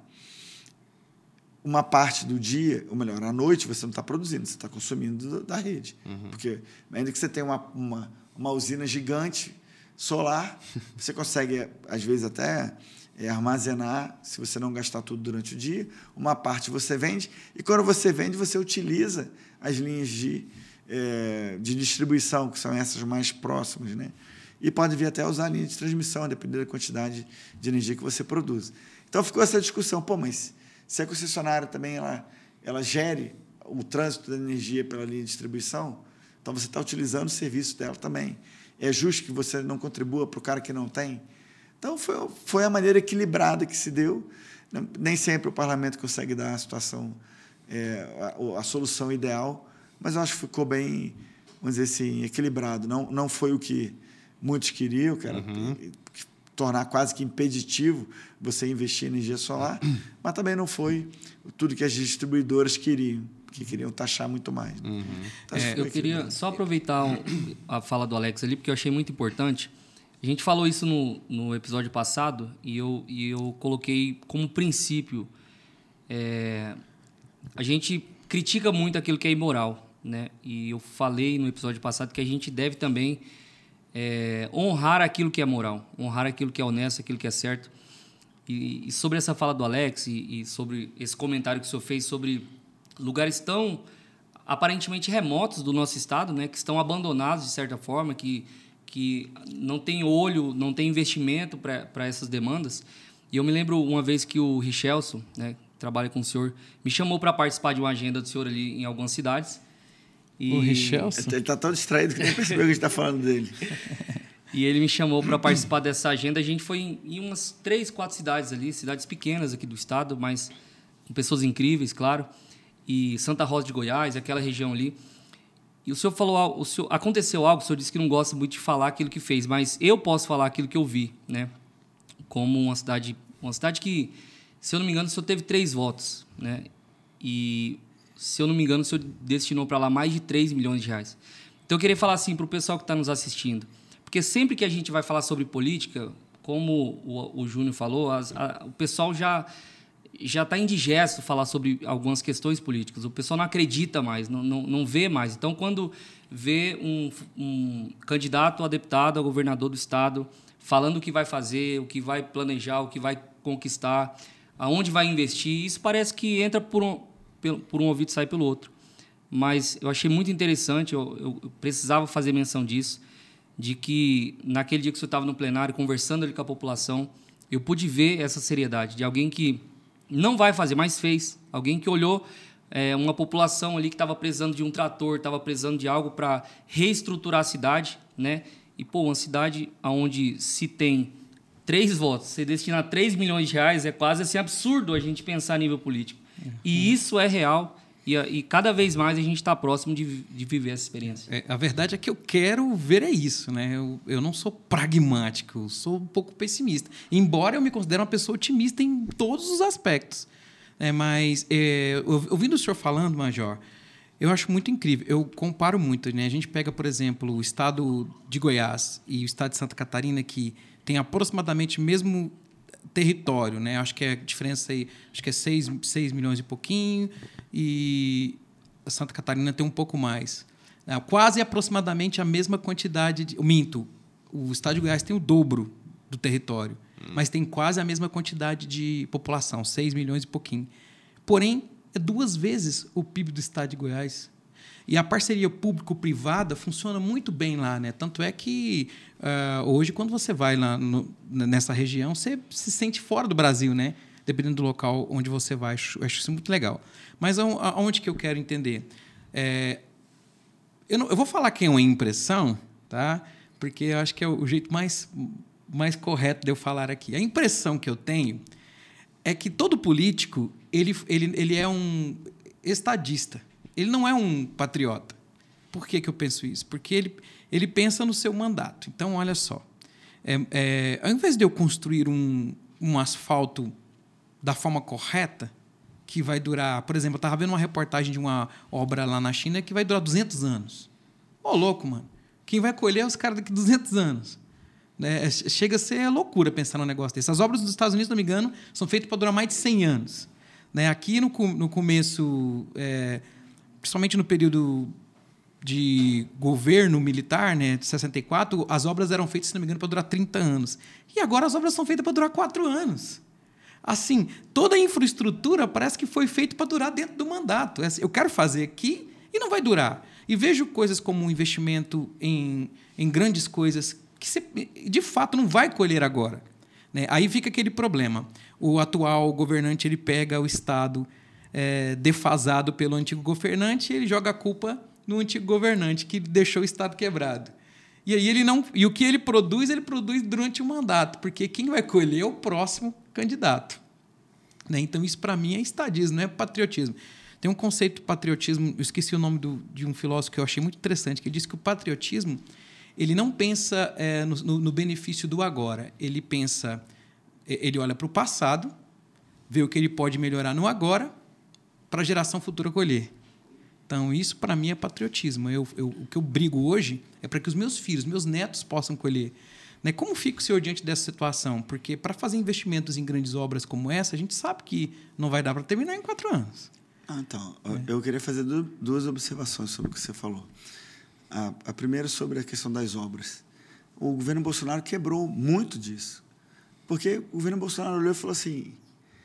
uma parte do dia, ou melhor, à noite, você não está produzindo, você está consumindo da rede. Uhum. Porque, ainda que você tenha uma, uma, uma usina gigante solar, você consegue, às vezes, até é, armazenar, se você não gastar tudo durante o dia, uma parte você vende, e quando você vende, você utiliza as linhas de, é, de distribuição, que são essas mais próximas, né? E pode vir até usar a linha de transmissão, dependendo da quantidade de energia que você produz. Então, ficou essa discussão. Pô, mas se a concessionária também ela, ela gere o trânsito da energia pela linha de distribuição, então você está utilizando o serviço dela também. É justo que você não contribua para o cara que não tem? Então, foi, foi a maneira equilibrada que se deu. Nem sempre o parlamento consegue dar a situação, é, a, a solução ideal, mas eu acho que ficou bem, vamos dizer assim, equilibrado. Não, não foi o que muitos queriam, que era uhum. tornar quase que impeditivo você investir em energia solar, mas também não foi tudo que as distribuidoras queriam, que queriam taxar muito mais. Uhum. Então, é, eu queria só aproveitar a fala do Alex ali, porque eu achei muito importante. A gente falou isso no, no episódio passado e eu, e eu coloquei como princípio. É, a gente critica muito aquilo que é imoral, né? E eu falei no episódio passado que a gente deve também É, honrar aquilo que é moral, honrar aquilo que é honesto, aquilo que é certo. E, e sobre essa fala do Alex e, e sobre esse comentário que o senhor fez sobre lugares tão aparentemente remotos do nosso estado, né, que estão abandonados de certa forma, que, que não tem olho, não tem investimento para essas demandas. E eu me lembro uma vez que o Richelson, né, que trabalha com o senhor, me chamou para participar de uma agenda do senhor ali em algumas cidades. E... O Richelson? Ele está tão distraído que nem percebeu que a gente está falando dele. E ele me chamou para participar dessa agenda. A gente foi em, em umas três, quatro cidades ali, cidades pequenas aqui do estado, mas com pessoas incríveis, claro. E Santa Rosa de Goiás, aquela região ali. E o senhor falou, o senhor, aconteceu algo, o senhor disse que não gosta muito de falar aquilo que fez, mas eu posso falar aquilo que eu vi, né? Como uma cidade, uma cidade que, se eu não me engano, o senhor teve três votos, né? E... se eu não me engano, o senhor destinou para lá mais de três milhões de reais. Então, eu queria falar assim para o pessoal que está nos assistindo, porque sempre que a gente vai falar sobre política, como o, o Júnior falou, as, a, o pessoal já, já está indigesto falar sobre algumas questões políticas. O pessoal não acredita mais, não, não, não vê mais. Então, quando vê um, um candidato a deputado, a governador do estado, falando o que vai fazer, o que vai planejar, o que vai conquistar, aonde vai investir, isso parece que entra por um, por um ouvido e sai pelo outro. Mas eu achei muito interessante, eu, eu precisava fazer menção disso, de que naquele dia que você estava no plenário, conversando ali com a população, eu pude ver essa seriedade de alguém que não vai fazer, mas fez. Alguém que olhou é, uma população ali que estava precisando de um trator, estava precisando de algo para reestruturar a cidade, né? E, pô, uma cidade onde se tem três votos, você destinar três milhões de reais, é quase assim, absurdo a gente pensar a nível político. Uhum. E isso é real. E, e cada vez mais a gente está próximo de, de viver essa experiência. É, a verdade é que eu quero ver é isso, né? Eu, eu não sou pragmático, eu sou um pouco pessimista. Embora eu me considere uma pessoa otimista em todos os aspectos. É, mas, é, ouvindo o senhor falando, Major, eu acho muito incrível. Eu comparo muito, né? A gente pega, por exemplo, o estado de Goiás e o estado de Santa Catarina, que tem aproximadamente o mesmo território, né? Acho que é a diferença aí, acho que é seis milhões e pouquinho, e a Santa Catarina tem um pouco mais. É, quase aproximadamente a mesma quantidade de... Minto, o estado de Goiás tem o dobro do território, hum. mas tem quase a mesma quantidade de população, seis milhões e pouquinho. Porém, é duas vezes o P I B do estado de Goiás. E a parceria público-privada funciona muito bem lá, né? Tanto é que uh, hoje, quando você vai lá no, nessa região, você se sente fora do Brasil, né? Dependendo do local onde você vai. Eu acho isso muito legal. Mas aonde que eu quero entender? É, eu, não, eu vou falar que é uma impressão, tá? Porque eu acho que é o jeito mais, mais correto de eu falar aqui. A impressão que eu tenho é que todo político ele, ele, ele é um estadista. Ele não é um patriota. Por que, que eu penso isso? Porque ele, ele pensa no seu mandato. Então, olha só. É, é, ao invés de eu construir um, um asfalto da forma correta, que vai durar... Por exemplo, eu estava vendo uma reportagem de uma obra lá na China que vai durar duzentos anos. Ô, louco, mano. Quem vai colher é os caras daqui a duzentos anos. É, chega a ser loucura pensar num negócio desse. As obras dos Estados Unidos, se não me engano, são feitas para durar mais de cem anos. Né? Aqui, no, no começo... É, principalmente no período de governo militar, né, de sessenta e quatro, as obras eram feitas, se não me engano, para durar trinta anos. E agora as obras são feitas para durar quatro anos. Assim, toda a infraestrutura parece que foi feita para durar dentro do mandato. Eu quero fazer aqui e não vai durar. E vejo coisas como um investimento em, em grandes coisas que, você, de fato, não vai colher agora. Né? Aí fica aquele problema. O atual governante ele pega o Estado... É, defasado pelo antigo governante, ele joga a culpa no antigo governante que deixou o Estado quebrado. E aí ele não, e o que ele produz, ele produz durante o mandato, porque quem vai colher é o próximo candidato. Né? Então isso para mim é estadismo, não é patriotismo. Tem um conceito de patriotismo, eu esqueci o nome do, de um filósofo que eu achei muito interessante, que ele disse que o patriotismo ele não pensa é, no, no, no benefício do agora, ele pensa, ele olha para o passado, vê o que ele pode melhorar no agora para a geração futura colher. Então, isso, para mim, é patriotismo. Eu, eu, o que eu brigo hoje é para que os meus filhos, meus netos possam colher. Né? Como fica o senhor diante dessa situação? Porque, para fazer investimentos em grandes obras como essa, a gente sabe que não vai dar para terminar em quatro anos. Ah, então, é. eu queria fazer duas observações sobre o que você falou. A, a primeira sobre a questão das obras. O governo Bolsonaro quebrou muito disso. Porque o governo Bolsonaro olhou e falou assim...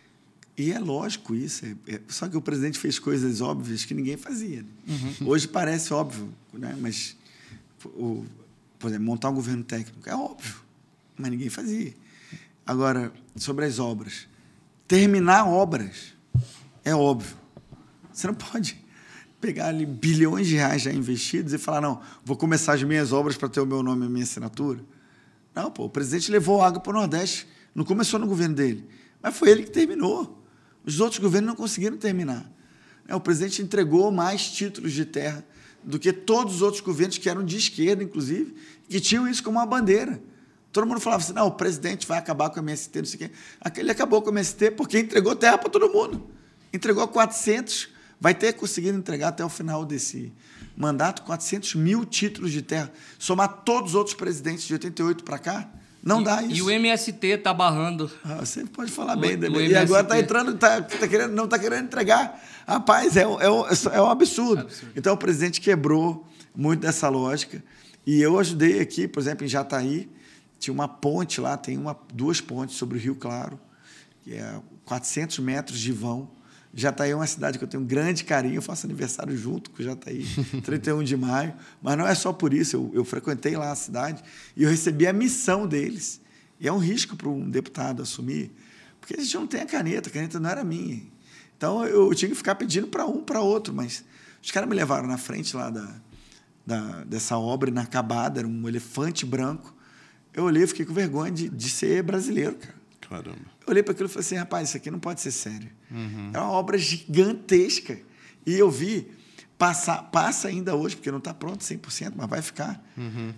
E é lógico isso, é, é, só que o presidente fez coisas óbvias que ninguém fazia. Né? Uhum. Hoje parece óbvio, né? Mas, o, por exemplo, montar um governo técnico é óbvio, mas ninguém fazia. Agora, sobre as obras, terminar obras é óbvio. Você não pode pegar ali bilhões de reais já investidos e falar, não, vou começar as minhas obras para ter o meu nome e a minha assinatura. Não, pô, o presidente levou água para o Nordeste, não começou no governo dele, mas foi ele que terminou. Os outros governos não conseguiram terminar. O presidente entregou mais títulos de terra do que todos os outros governos, que eram de esquerda, inclusive, que tinham isso como uma bandeira. Todo mundo falava assim, não, o presidente vai acabar com a M S T, não sei o quê. Aquele acabou com a M S T porque entregou terra para todo mundo. Entregou quatrocentos, vai ter conseguido entregar até o final desse mandato quatrocentos mil títulos de terra. Somar todos os outros presidentes de oitenta e oito para cá, Não e, dá isso. E o M S T está barrando. Ah, você pode falar O- bem o dele. E M S T. agora está entrando, tá, tá querendo, não está querendo entregar. Rapaz, é, um- é, um, é um absurdo. Absurdo. Então, o presidente quebrou muito dessa lógica. E eu ajudei aqui, por exemplo, em Jataí, tinha uma ponte lá, tem uma, duas pontes sobre o Rio Claro, que é quatrocentos metros de vão. Jataí é uma cidade que eu tenho um grande carinho, eu faço aniversário junto com Jataí, trinta e um de maio, mas não é só por isso, eu, eu frequentei lá a cidade e eu recebi a missão deles. E é um risco para um deputado assumir, porque a gente não tem a caneta, a caneta não era minha. Então eu tinha que ficar pedindo para um, para outro, mas os caras me levaram na frente lá da, da, dessa obra inacabada, era um elefante branco. Eu olhei e fiquei com vergonha de, de ser brasileiro, cara. Caramba. Eu olhei para aquilo e falei assim, rapaz, isso aqui não pode ser sério. Uhum. É uma obra gigantesca. E eu vi, passa, passa ainda hoje, porque não está pronto cem por cento, mas vai ficar. Uhum.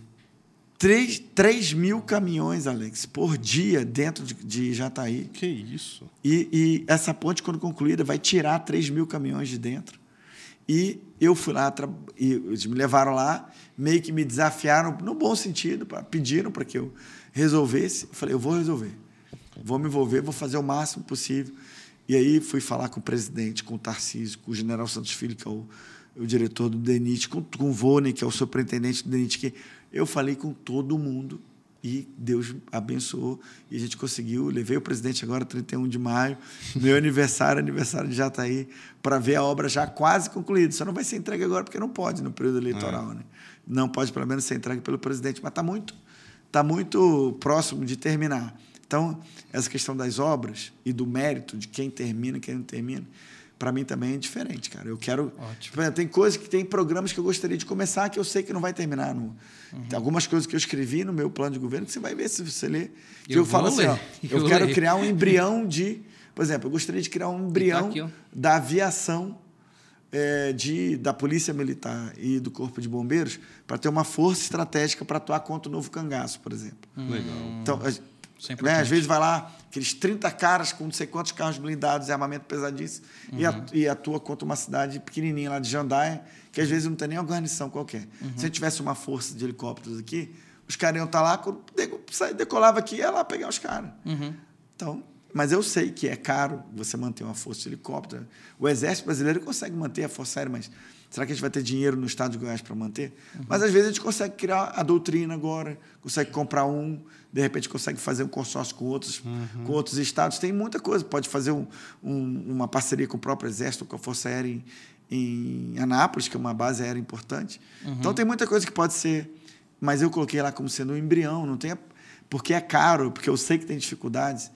três mil caminhões, Alex, por dia dentro de, de Jataí. Que isso? E, e essa ponte, quando concluída, vai tirar três mil caminhões de dentro. E eu fui lá, e eles me levaram lá, meio que me desafiaram, no bom sentido, pra, pediram para que eu resolvesse. Eu falei, eu vou resolver. Vou me envolver, vou fazer o máximo possível. E aí fui falar com o presidente, com o Tarcísio, com o general Santos Filho, que é o, o diretor do DENIT, com, com o Vônei, que é o superintendente do DENIT, que eu falei com todo mundo e Deus abençoou. E a gente conseguiu. Levei o presidente agora, trinta e um de maio, meu aniversário, aniversário de Jataí, para ver a obra já quase concluída. Só não vai ser entregue agora, porque não pode no período eleitoral. É. Né? Não pode, pelo menos, ser entregue pelo presidente, mas está muito, tá muito próximo de terminar. Então, essa questão das obras e do mérito de quem termina e quem não termina, para mim também é diferente, cara. Eu quero... Ótimo. Tem coisas que tem programas que eu gostaria de começar que eu sei que não vai terminar. No, uhum. Tem algumas coisas que eu escrevi no meu plano de governo que você vai ver se você ler. Que eu, eu falo assim, ó, eu, eu quero ler. criar um embrião de... Por exemplo, eu gostaria de criar um embrião tá aqui, da aviação é, de, da Polícia Militar e do Corpo de Bombeiros para ter uma força estratégica para atuar contra o novo cangaço, por exemplo. Hum. Legal. Então... Né? Às vezes vai lá, aqueles trinta caras com não sei quantos carros blindados e armamento pesadíssimo, uhum. e atua contra uma cidade pequenininha lá de Jandaia, que às vezes não tem nem uma guarnição qualquer. Uhum. Se a gente tivesse uma força de helicópteros aqui, os caras iam estar lá, quando decolava aqui, ia lá pegar os caras. Uhum. Então, mas eu sei que é caro você manter uma força de helicóptero. O Exército Brasileiro consegue manter a Força Aérea, mas será que a gente vai ter dinheiro no estado de Goiás para manter? Uhum. Mas, às vezes, a gente consegue criar a doutrina agora, consegue comprar um, de repente, consegue fazer um consórcio com outros, uhum. com outros estados. Tem muita coisa. Pode fazer um, um, uma parceria com o próprio Exército, com a Força Aérea em, em Anápolis, que é uma base aérea importante. Uhum. Então, tem muita coisa que pode ser... Mas eu coloquei lá como sendo um embrião. Não tem, porque é caro, porque eu sei que tem dificuldades.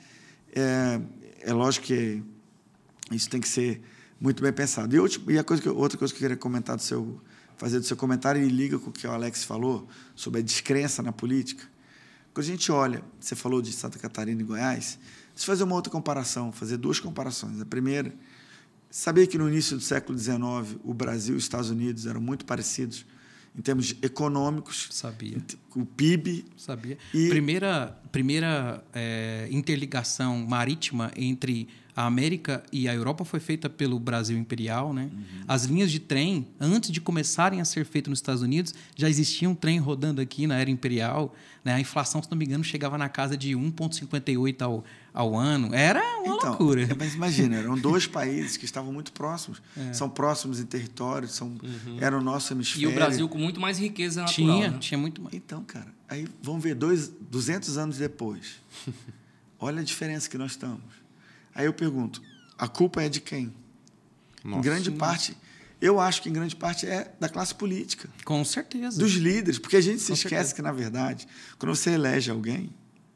É, é lógico que isso tem que ser muito bem pensado. E, eu, e a coisa que, outra coisa que eu queria comentar do seu, fazer do seu comentário, e liga com o que o Alex falou sobre a descrença na política. Quando a gente olha, você falou de Santa Catarina e Goiás, deixa eu fazer uma outra comparação, fazer duas comparações. A primeira, sabia que no início do século dezenove o Brasil e os Estados Unidos eram muito parecidos em termos econômicos. Sabia. O P I B. Sabia. E... Primeira, primeira é, interligação marítima entre a América e a Europa foi feita pelo Brasil Imperial, né? Uhum. As linhas de trem, antes de começarem a ser feitas nos Estados Unidos, já existia um trem rodando aqui na Era Imperial. Né? A inflação, se não me engano, chegava na casa de um vírgula cinquenta e oito ao, ao ano. Era uma então, loucura. Mas imagina, eram dois países que estavam muito próximos. É. São próximos em território, são, uhum. era o nosso hemisfério. E o Brasil com muito mais riqueza natural. Tinha, né? tinha muito mais. Então, cara, aí vamos ver, dois, duzentos anos depois. Olha a diferença que nós estamos. Aí eu pergunto, a culpa é de quem? Nossa. Em grande Nossa. parte, eu acho que em grande parte é da classe política. Com certeza. Dos líderes, porque a gente se Com esquece certeza. que, na verdade, quando você elege alguém,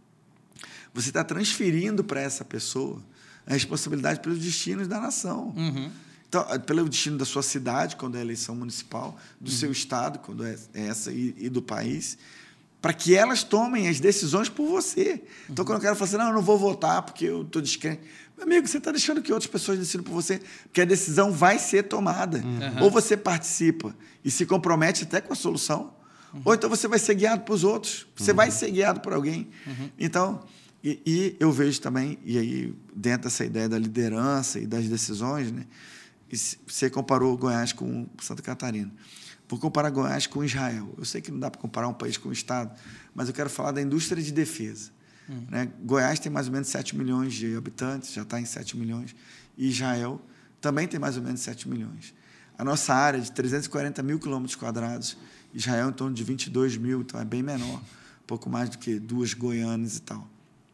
você está transferindo para essa pessoa a responsabilidade pelos destinos da nação. Uhum. Então, pelo destino da sua cidade, quando é a eleição municipal, do uhum. seu estado, quando é essa, e, e do país, para que elas tomem as decisões por você. Então, quando eu quero falar assim, não, eu não vou votar porque eu estou descrente. Meu amigo, você está deixando que outras pessoas decidam por você, porque a decisão vai ser tomada. Uhum. Ou você participa e se compromete até com a solução, uhum. ou então você vai ser guiado por os outros. Você uhum. vai ser guiado por alguém. Uhum. Então, e, e eu vejo também, e aí, dentro dessa ideia da liderança e das decisões, né, você comparou Goiás com Santa Catarina. Vou comparar Goiás com Israel. Eu sei que não dá para comparar um país com um estado, mas eu quero falar da indústria de defesa. Hum. Né? Goiás tem mais ou menos sete milhões de habitantes, já está em sete milhões, e Israel também tem mais ou menos sete milhões. A nossa área é de trezentos e quarenta mil quilômetros quadrados, Israel em torno de vinte e dois mil, então é bem menor, um pouco mais do que duas Goianas e tal.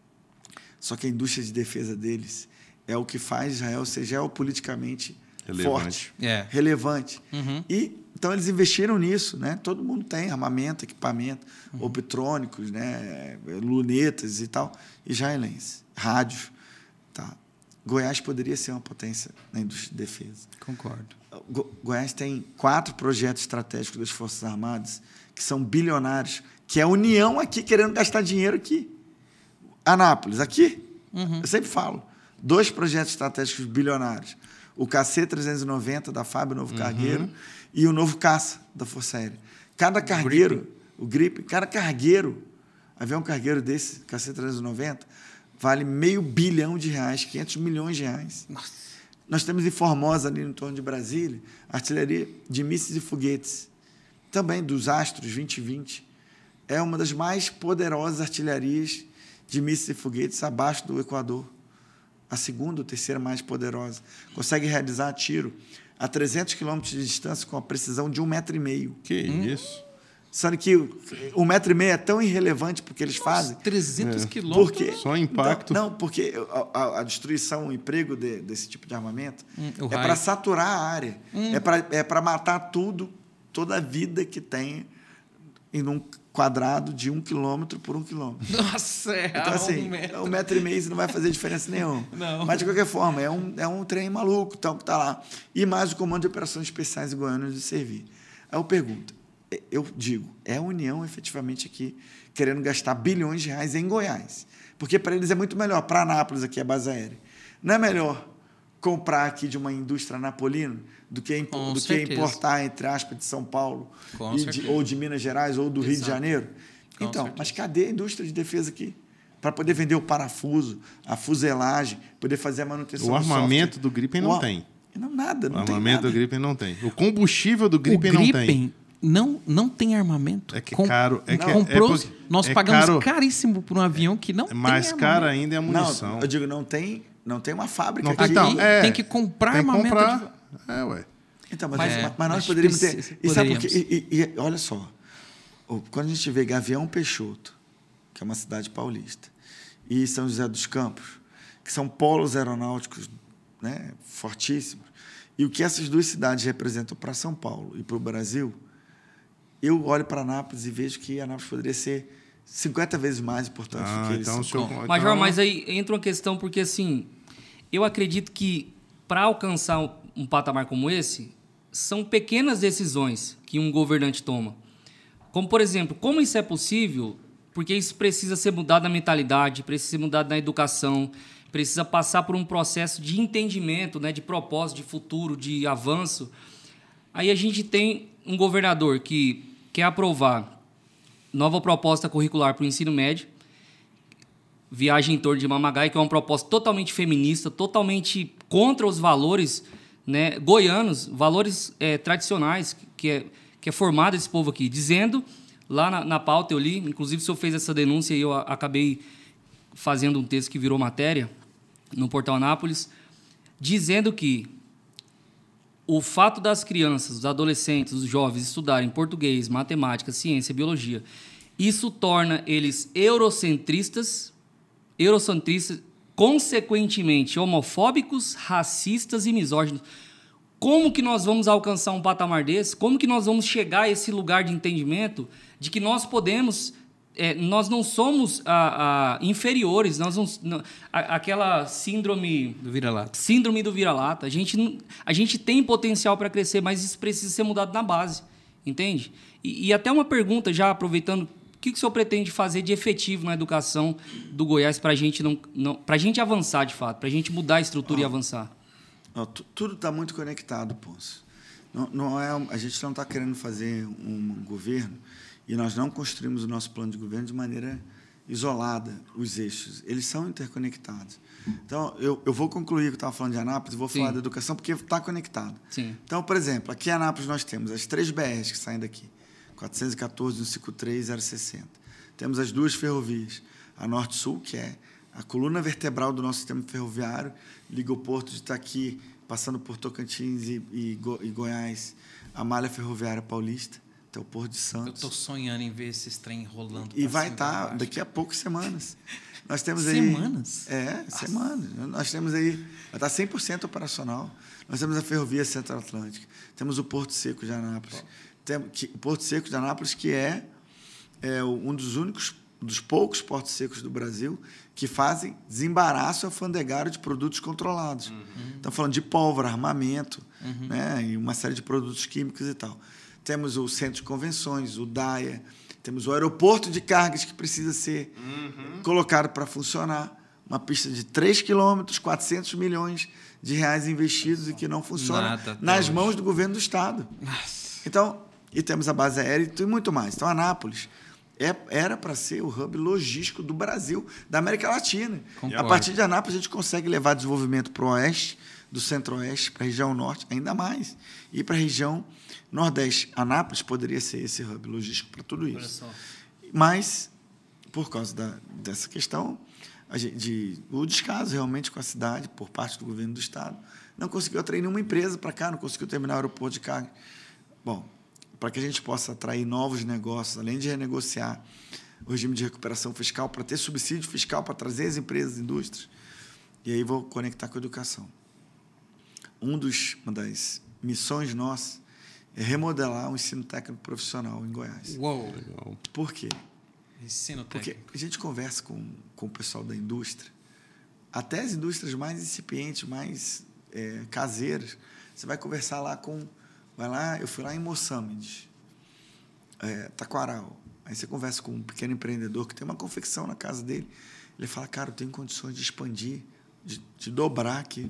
Só que a indústria de defesa deles é o que faz Israel ser geopoliticamente relevante. forte, é. relevante. Uhum. E, então, eles investiram nisso. Né? Todo mundo tem armamento, equipamento, uhum. optrônicos, né? lunetas e tal, israelense, rádios. Tá. Goiás poderia ser uma potência na indústria de defesa. Concordo. Go- Goiás tem quatro projetos estratégicos das Forças Armadas que são bilionários, que é a União aqui querendo gastar dinheiro aqui. Anápolis, aqui. Uhum. Eu sempre falo. Dois projetos estratégicos bilionários. O K C trezentos e noventa da F A B, o novo uhum. cargueiro, e o novo caça da Força Aérea. Cada cargueiro, Grip. o Grip, cada cargueiro, avião cargueiro desse, K C trezentos e noventa, vale meio bilhão de reais, quinhentos milhões de reais. Nossa. Nós temos em Formosa, ali no torno de Brasília, artilharia de mísseis e foguetes. Também dos Astros vinte vinte. É uma das mais poderosas artilharias de mísseis e foguetes abaixo do Equador. A segunda ou terceira mais poderosa. Consegue realizar tiro a trezentos quilômetros de distância com a precisão de um metro e meio. Que hum. isso? Sendo que um metro e meio é tão irrelevante porque eles Nossa, fazem. trezentos quilômetros? Porque, só impacto. Então, não, porque a, a, a destruição, o emprego de, desse tipo de armamento hum, é para saturar a área. Hum. É para é para matar tudo, toda a vida que tem em um quadrado de um quilômetro por um quilômetro. Nossa, é então, assim, um metro. um metro e meio isso não vai fazer diferença nenhuma. Não. Mas, de qualquer forma, é um, é um trem maluco então, que está lá. E mais o Comando de Operações Especiais em Goiânia de servir. Aí eu pergunto, eu digo, é a União efetivamente aqui querendo gastar bilhões de reais em Goiás? Porque para eles é muito melhor, para Anápolis, aqui a base aérea, não é melhor comprar aqui de uma indústria napolina do que, do que importar, entre aspas, de São Paulo, e de, ou de Minas Gerais, ou do Exato. Rio de Janeiro? Com então, certeza. Mas cadê a indústria de defesa aqui? Para poder vender o parafuso, a fuselagem, poder fazer a manutenção o do armamento software. do Gripen não o, tem. Não, nada, não o tem armamento nada. do Gripen não tem. O combustível do Gripen, o Gripen não tem. Não, não tem armamento. É que é caro. É que comprou, é, é, nós é pagamos caro, caríssimo por um avião que não é tem mais armamento. caro ainda é a munição. Não, eu digo, não tem, não tem uma fábrica não aqui. Então, é, tem que comprar tem que armamento. comprar, de... É, ué. Então, mas, mas, é, mas nós mas poderíamos precisa, ter... E sabe por quê? E, e, e, olha só, quando a gente vê Gavião Peixoto, que é uma cidade paulista, e São José dos Campos, que são polos aeronáuticos, né, fortíssimos, e o que essas duas cidades representam para São Paulo e para o Brasil, eu olho para Anápolis e vejo que Anápolis poderia ser cinquenta vezes mais importante ah, do que eles então, são. Senhor, Major, então... mas aí entra uma questão, porque assim, eu acredito que para alcançar um, um patamar como esse, são pequenas decisões que um governante toma. Como, por exemplo, como isso é possível? Porque isso precisa ser mudado na mentalidade, precisa ser mudado na educação, precisa passar por um processo de entendimento, né, de propósito, de futuro, de avanço. Aí a gente tem um governador que quer aprovar nova proposta curricular para o ensino médio, Viagem em Torno de Mamagaio, que é uma proposta totalmente feminista, totalmente contra os valores, né, goianos, valores é, tradicionais que é, que é formado esse povo aqui, dizendo, lá na, na pauta eu li, inclusive o senhor fez essa denúncia e eu a, acabei fazendo um texto que virou matéria no Portal Anápolis, dizendo que o fato das crianças, os adolescentes, os jovens estudarem português, matemática, ciência, biologia, isso torna eles eurocentristas, eurocentristas, consequentemente homofóbicos, racistas e misóginos. Como que nós vamos alcançar um patamar desse? Como que nós vamos chegar a esse lugar de entendimento de que nós podemos... É, nós não somos a, a, inferiores, nós não, não, a, aquela síndrome do vira-lata. Síndrome do vira-lata. A gente, a gente tem potencial para crescer, mas isso precisa ser mudado na base, entende? E, e até uma pergunta, já aproveitando, o que, que o senhor pretende fazer de efetivo na educação do Goiás para gente não, não, para a gente avançar, de fato, para a gente mudar a estrutura oh, e avançar? Oh, tudo está muito conectado, Ponço. Não, não é, a gente não está querendo fazer um governo e nós não construímos o nosso plano de governo de maneira isolada, os eixos. Eles são interconectados. Então, eu, eu vou concluir o que eu estava falando de Anápolis e vou Sim. falar da educação, porque está conectado. Sim. Então, por exemplo, aqui em Anápolis nós temos as três B Rs que saem daqui, quatrocentos e quatorze, cento e cinquenta e três e zero sessenta. temos as duas ferrovias, a Norte-Sul, que é a coluna vertebral do nosso sistema ferroviário, liga o porto de Itaqui, passando por Tocantins e, e, Go, e Goiás, a malha ferroviária paulista, até o Porto de Santos. Eu estou sonhando em ver esses trem rolando. E vai estar tá daqui a poucas semanas. Nós temos aí, semanas? É, Nossa. semanas. Nós temos aí, vai estar cem por cento operacional. Nós temos a Ferrovia Centro-Atlântica, temos o Porto Seco de Anápolis. Tem, que, o Porto Seco de Anápolis, que é, é um dos únicos, dos poucos portos secos do Brasil que fazem desembaraço alfandegário de produtos controlados. Uhum. Estamos falando de pólvora, armamento, uhum. né, e uma série de produtos químicos e tal. Temos o Centro de Convenções, o DAIA, temos o aeroporto de cargas que precisa ser uhum. colocado para funcionar, uma pista de três quilômetros, quatrocentos milhões de reais investidos e que não funciona Nada, nas mãos hoje. do governo do Estado. Nossa. Então, e temos a base aérea e muito mais. Então, Anápolis é, era para ser o hub logístico do Brasil, da América Latina. Concordo. A partir de Anápolis, a gente consegue levar desenvolvimento para o oeste, do centro-oeste, para a região norte, ainda mais, e para a região nordeste. Anápolis poderia ser esse hub logístico para tudo isso. Olha só. Mas, por causa da, dessa questão, a gente, de, o descaso realmente com a cidade, por parte do governo do Estado, não conseguiu atrair nenhuma empresa para cá, não conseguiu terminar o aeroporto de carga. Bom, para que a gente possa atrair novos negócios, além de renegociar o regime de recuperação fiscal, para ter subsídio fiscal para trazer as empresas e indústrias, e aí vou conectar com a educação. Um dos, uma das missões nossas é remodelar o ensino técnico profissional em Goiás. Uou! Legal. Por quê? Ensino Porque técnico. a gente conversa com, com o pessoal da indústria, até as indústrias mais incipientes, mais é, caseiras, você vai conversar lá com... Vai lá, eu fui lá em Moçambique, é, Taquaral. Aí você conversa com um pequeno empreendedor que tem uma confecção na casa dele. Ele fala, cara, eu tenho condições de expandir, de, de dobrar aqui.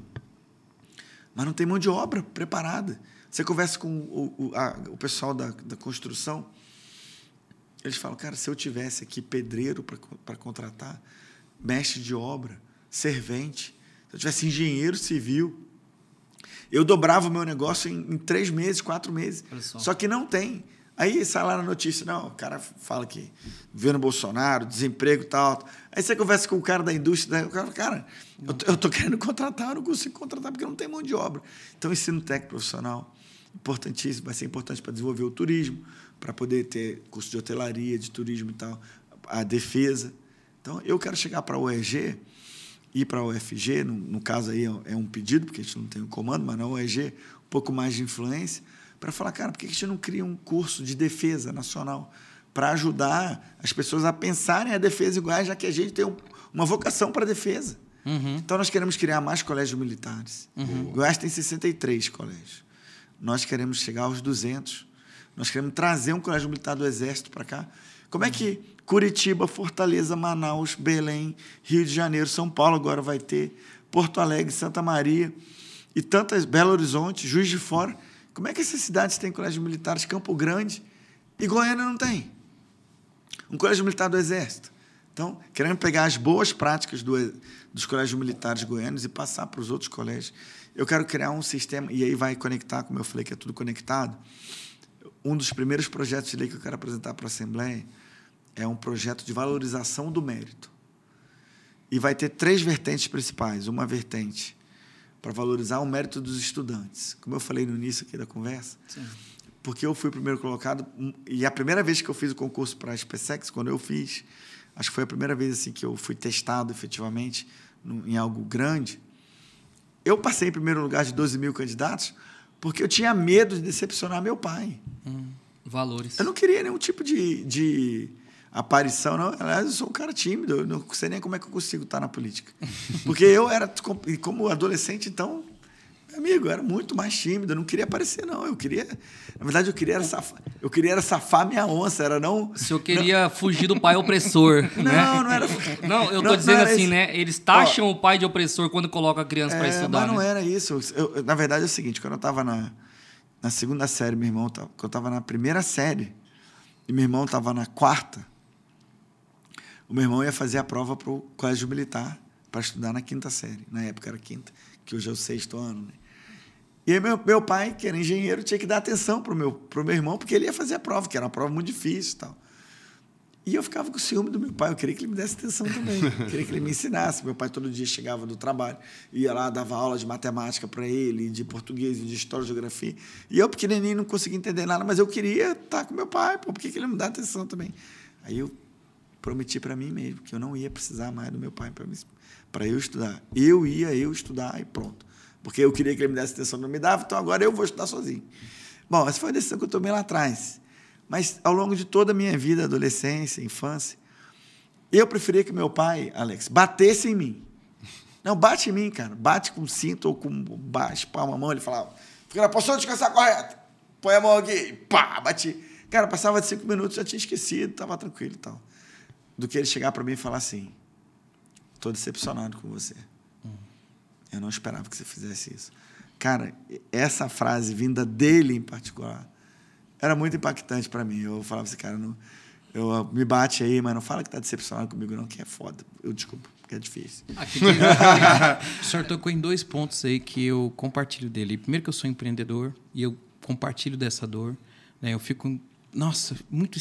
Mas não tem mão de obra preparada. Você conversa com o, o, a, o pessoal da, da construção, eles falam, cara, se eu tivesse aqui pedreiro para contratar, mestre de obra, servente, se eu tivesse engenheiro civil, eu dobrava o meu negócio em, em três meses, quatro meses. Só. só que não tem. Aí sai lá na notícia, não, o cara fala que governo Bolsonaro, desemprego e tal. Aí você conversa com o cara da indústria, o cara fala, cara, eu estou querendo contratar, eu não consigo contratar porque não tem mão de obra. Então, o ensino técnico profissional, importantíssimo, vai ser importante para desenvolver o turismo, para poder ter curso de hotelaria, de turismo e tal, a defesa. Então, eu quero chegar para a U E G e para a U F G, no, no caso aí é um pedido, porque a gente não tem o comando, mas na U E G, um pouco mais de influência, para falar, cara, por que a gente não cria um curso de defesa nacional para ajudar as pessoas a pensarem a defesa igual, já que a gente tem um, uma vocação para a defesa. Uhum. Então, nós queremos criar mais colégios militares. Uhum. Goiás tem sessenta e três colégios. Nós queremos chegar aos duzentos. Nós queremos trazer um colégio militar do Exército para cá. Como é que Curitiba, Fortaleza, Manaus, Belém, Rio de Janeiro, São Paulo agora vai ter, Porto Alegre, Santa Maria e tantas, Belo Horizonte, Juiz de Fora. Como é que essas cidades têm colégios militares? Campo Grande e Goiânia não tem. Um colégio militar do Exército. Então, querendo pegar as boas práticas do, dos colégios militares goianos e passar para os outros colégios, eu quero criar um sistema, e aí vai conectar, como eu falei, que é tudo conectado. Um dos primeiros projetos de lei que eu quero apresentar para a Assembleia é um projeto de valorização do mérito. E vai ter três vertentes principais. Uma vertente para valorizar o mérito dos estudantes, como eu falei no início aqui da conversa. Sim. Porque eu fui o primeiro colocado, e a primeira vez que eu fiz o concurso para a SpaceX, quando eu fiz, acho que foi a primeira vez assim, que eu fui testado efetivamente no, em algo grande, eu passei em primeiro lugar de doze mil candidatos porque eu tinha medo de decepcionar meu pai. Hum, valores. Eu não queria nenhum tipo de, de aparição, não. Aliás, eu sou um cara tímido, eu não sei nem como é que eu consigo estar na política. Porque eu era, como adolescente, então... Amigo, eu era muito mais tímido, eu não queria aparecer, não. Eu queria... Na verdade, eu queria era safar, eu queria era safar minha onça, era não... O senhor queria não, fugir do pai opressor, não, né? Não, não era... Não, eu tô dizendo assim, esse, né? Eles taxam ó, o pai de opressor quando colocam a criança é, para estudar, mas não né? era isso. Eu, na verdade, é o seguinte, quando eu estava na, na segunda série, meu irmão... Quando eu estava na primeira série, e meu irmão estava na quarta, o meu irmão ia fazer a prova para o colégio militar para estudar na quinta série. Na época era quinta, que hoje é o sexto ano, né? E aí meu, meu pai, que era engenheiro, tinha que dar atenção para o meu, pro meu irmão, porque ele ia fazer a prova, que era uma prova muito difícil e tal. E eu ficava com ciúme do meu pai. Eu queria que ele me desse atenção também. Eu queria que ele me ensinasse. Meu pai todo dia chegava do trabalho, ia lá, dava aula de matemática para ele, de português, de história, geografia. E eu, pequenininho, não conseguia entender nada, mas eu queria estar com meu pai. Pô, por que ele não me dá atenção também? Aí eu prometi para mim mesmo que eu não ia precisar mais do meu pai para eu estudar. Eu ia, eu estudar e pronto. Porque eu queria que ele me desse atenção, não me dava, então agora eu vou estudar sozinho. Bom, essa foi a decisão que eu tomei lá atrás. Mas, ao longo de toda a minha vida, adolescência, infância, eu preferia que meu pai, Alex, batesse em mim. Não, bate em mim, cara. Bate com cinto ou com baixo, palma a mão. Ele falava, fica na posição de descansar correta. Põe a mão aqui. Pá, bati. Cara, passava de cinco minutos, já tinha esquecido, estava tranquilo e tal. Do que ele chegar para mim e falar assim, estou decepcionado com você. Hum. Eu não esperava que você fizesse isso. Cara, essa frase vinda dele em particular era muito impactante para mim. Eu falava assim, cara, não, eu, me bate aí, mas não fala que está decepcionado comigo não, que é foda. Eu desculpa, porque é difícil. Aqui tem... O senhor tocou em dois pontos aí que eu compartilho dele. Primeiro que eu sou empreendedor e eu compartilho dessa dor. Né? Eu fico, nossa, muito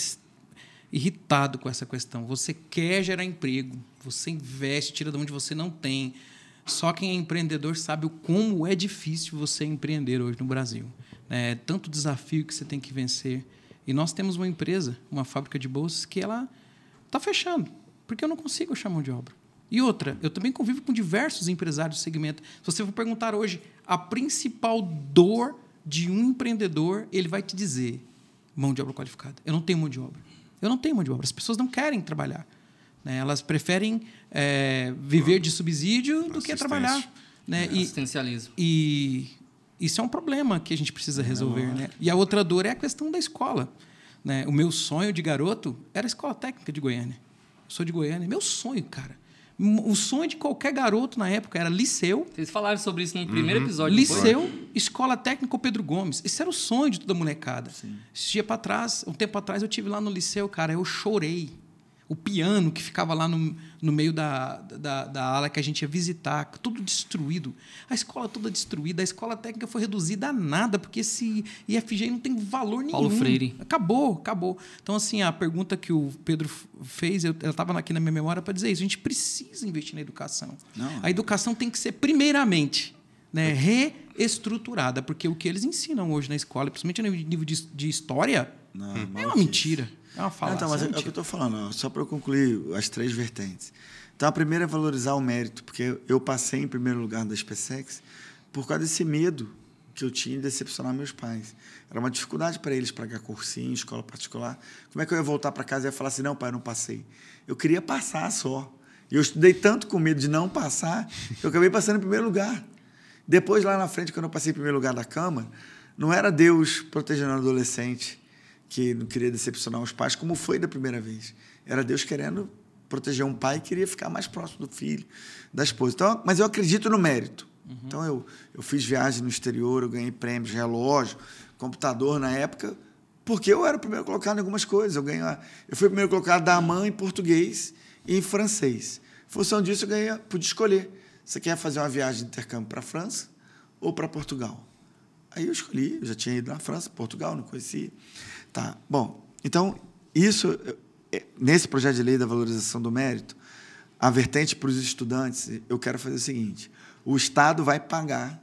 irritado com essa questão. Você quer gerar emprego, você investe, tira de onde você não tem. Só quem é empreendedor sabe o como é difícil você empreender hoje no Brasil. É tanto desafio que você tem que vencer. E nós temos uma empresa, uma fábrica de bolsas, que ela está fechando, porque eu não consigo achar mão de obra. E outra, eu também convivo com diversos empresários do segmento. Se você for perguntar hoje a principal dor de um empreendedor, ele vai te dizer mão de obra qualificada. Eu não tenho mão de obra. Eu não tenho mão de obra. As pessoas não querem trabalhar. Né? Elas preferem é, viver de subsídio do que trabalhar. Né? É, assistencialismo. E... Isso é um problema que a gente precisa resolver. Né? E a outra dor é a questão da escola. Né? O meu sonho de garoto era a Escola Técnica de Goiânia. Eu sou de Goiânia. Meu sonho, cara. O sonho de qualquer garoto na época era liceu. Vocês falaram sobre isso no primeiro uhum. episódio. Liceu, Escola Técnica Pedro Gomes. Esse era o sonho de toda molecada. Sim. Esse dia para trás, um tempo atrás, eu tive lá no liceu, cara, eu chorei. O piano que ficava lá no, no meio da, da, da ala que a gente ia visitar, tudo destruído. A escola toda destruída, a escola técnica foi reduzida a nada, porque esse I F G não tem valor nenhum. Paulo Freire. Acabou, acabou. Então, assim, a pergunta que o Pedro fez, eu estava aqui na minha memória para dizer isso. A gente precisa investir na educação. Não. A educação tem que ser, primeiramente, né, reestruturada, porque o que eles ensinam hoje na escola, principalmente no nível de, de história, não, é uma mentira. É uma falácia. Então, mas é, é o que eu estou falando, ó, só para eu concluir as três vertentes. Então, a primeira é valorizar o mérito, porque eu passei em primeiro lugar da SpaceX por causa desse medo que eu tinha de decepcionar meus pais. Era uma dificuldade para eles pagar cursinho, escola particular. Como é que eu ia voltar para casa e ia falar assim, não, pai, eu não passei. Eu queria passar só. E eu estudei tanto com medo de não passar, que eu acabei passando em primeiro lugar. Depois, lá na frente, quando eu passei em primeiro lugar da Câmara, não era Deus protegendo o adolescente, que não queria decepcionar os pais, como foi da primeira vez. Era Deus querendo proteger um pai que queria ficar mais próximo do filho, da esposa. Então, mas eu acredito no mérito. Uhum. Então, eu, eu fiz viagem no exterior, eu ganhei prêmios, relógio, computador na época, porque eu era o primeiro colocado em algumas coisas. Eu, ganhei, eu fui o primeiro colocado da AMAN em português e em francês. Em função disso, eu ganhei, pude escolher. Você quer fazer uma viagem de intercâmbio para a França ou para Portugal? Aí eu escolhi, eu já tinha ido na França, Portugal, não conhecia. Tá, bom, então, isso, nesse projeto de lei da valorização do mérito, a vertente para os estudantes, eu quero fazer o seguinte, o Estado vai pagar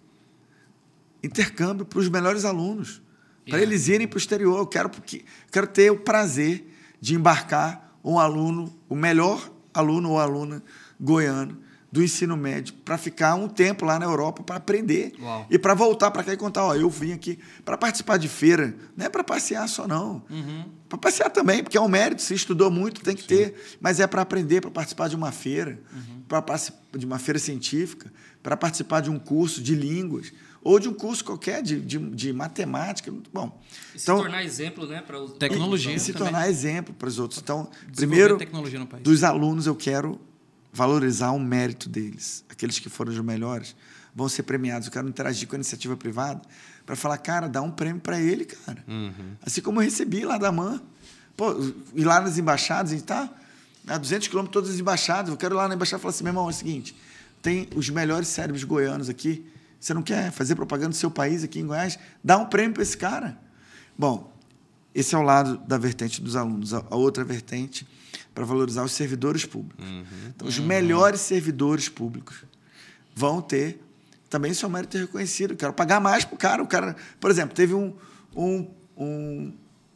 intercâmbio para os melhores alunos, para yeah. eles irem para o exterior. Eu quero, porque, quero ter o prazer de embarcar um aluno, o melhor aluno ou aluna goiano, do ensino médio, para ficar um tempo lá na Europa para aprender. Uau. E para voltar para cá e contar, ó, eu vim aqui para participar de feira, não é para passear só não, uhum. para passear também, porque é um mérito, se estudou muito, tem que Sim. ter, mas é para aprender, para participar de uma feira, uhum. para participar de uma feira científica, para participar de um curso de línguas, ou de um curso qualquer de, de, de matemática. Bom, e então, se tornar exemplo, né, para os tecnologia e, e se também. tornar exemplo para os outros. Então, primeiro, tecnologia no país. Dos alunos eu quero valorizar o mérito deles. Aqueles que foram os melhores vão ser premiados. Eu quero interagir com a iniciativa privada para falar, cara, dá um prêmio para ele, cara. Uhum. Assim como eu recebi lá da AMAN. Pô, ir lá nas embaixadas, a gente está a duzentos quilômetros todas as embaixadas. Eu quero ir lá na embaixada e falar assim, meu irmão, é o seguinte, tem os melhores cérebros goianos aqui. Você não quer fazer propaganda do seu país aqui em Goiás? Dá um prêmio para esse cara. Bom, Esse é o lado da vertente dos alunos. A, a outra vertente, para valorizar os servidores públicos. Uhum. Então, os uhum. melhores servidores públicos vão ter também seu mérito reconhecido. Eu quero pagar mais para o cara. O cara, por exemplo, teve um, um, um,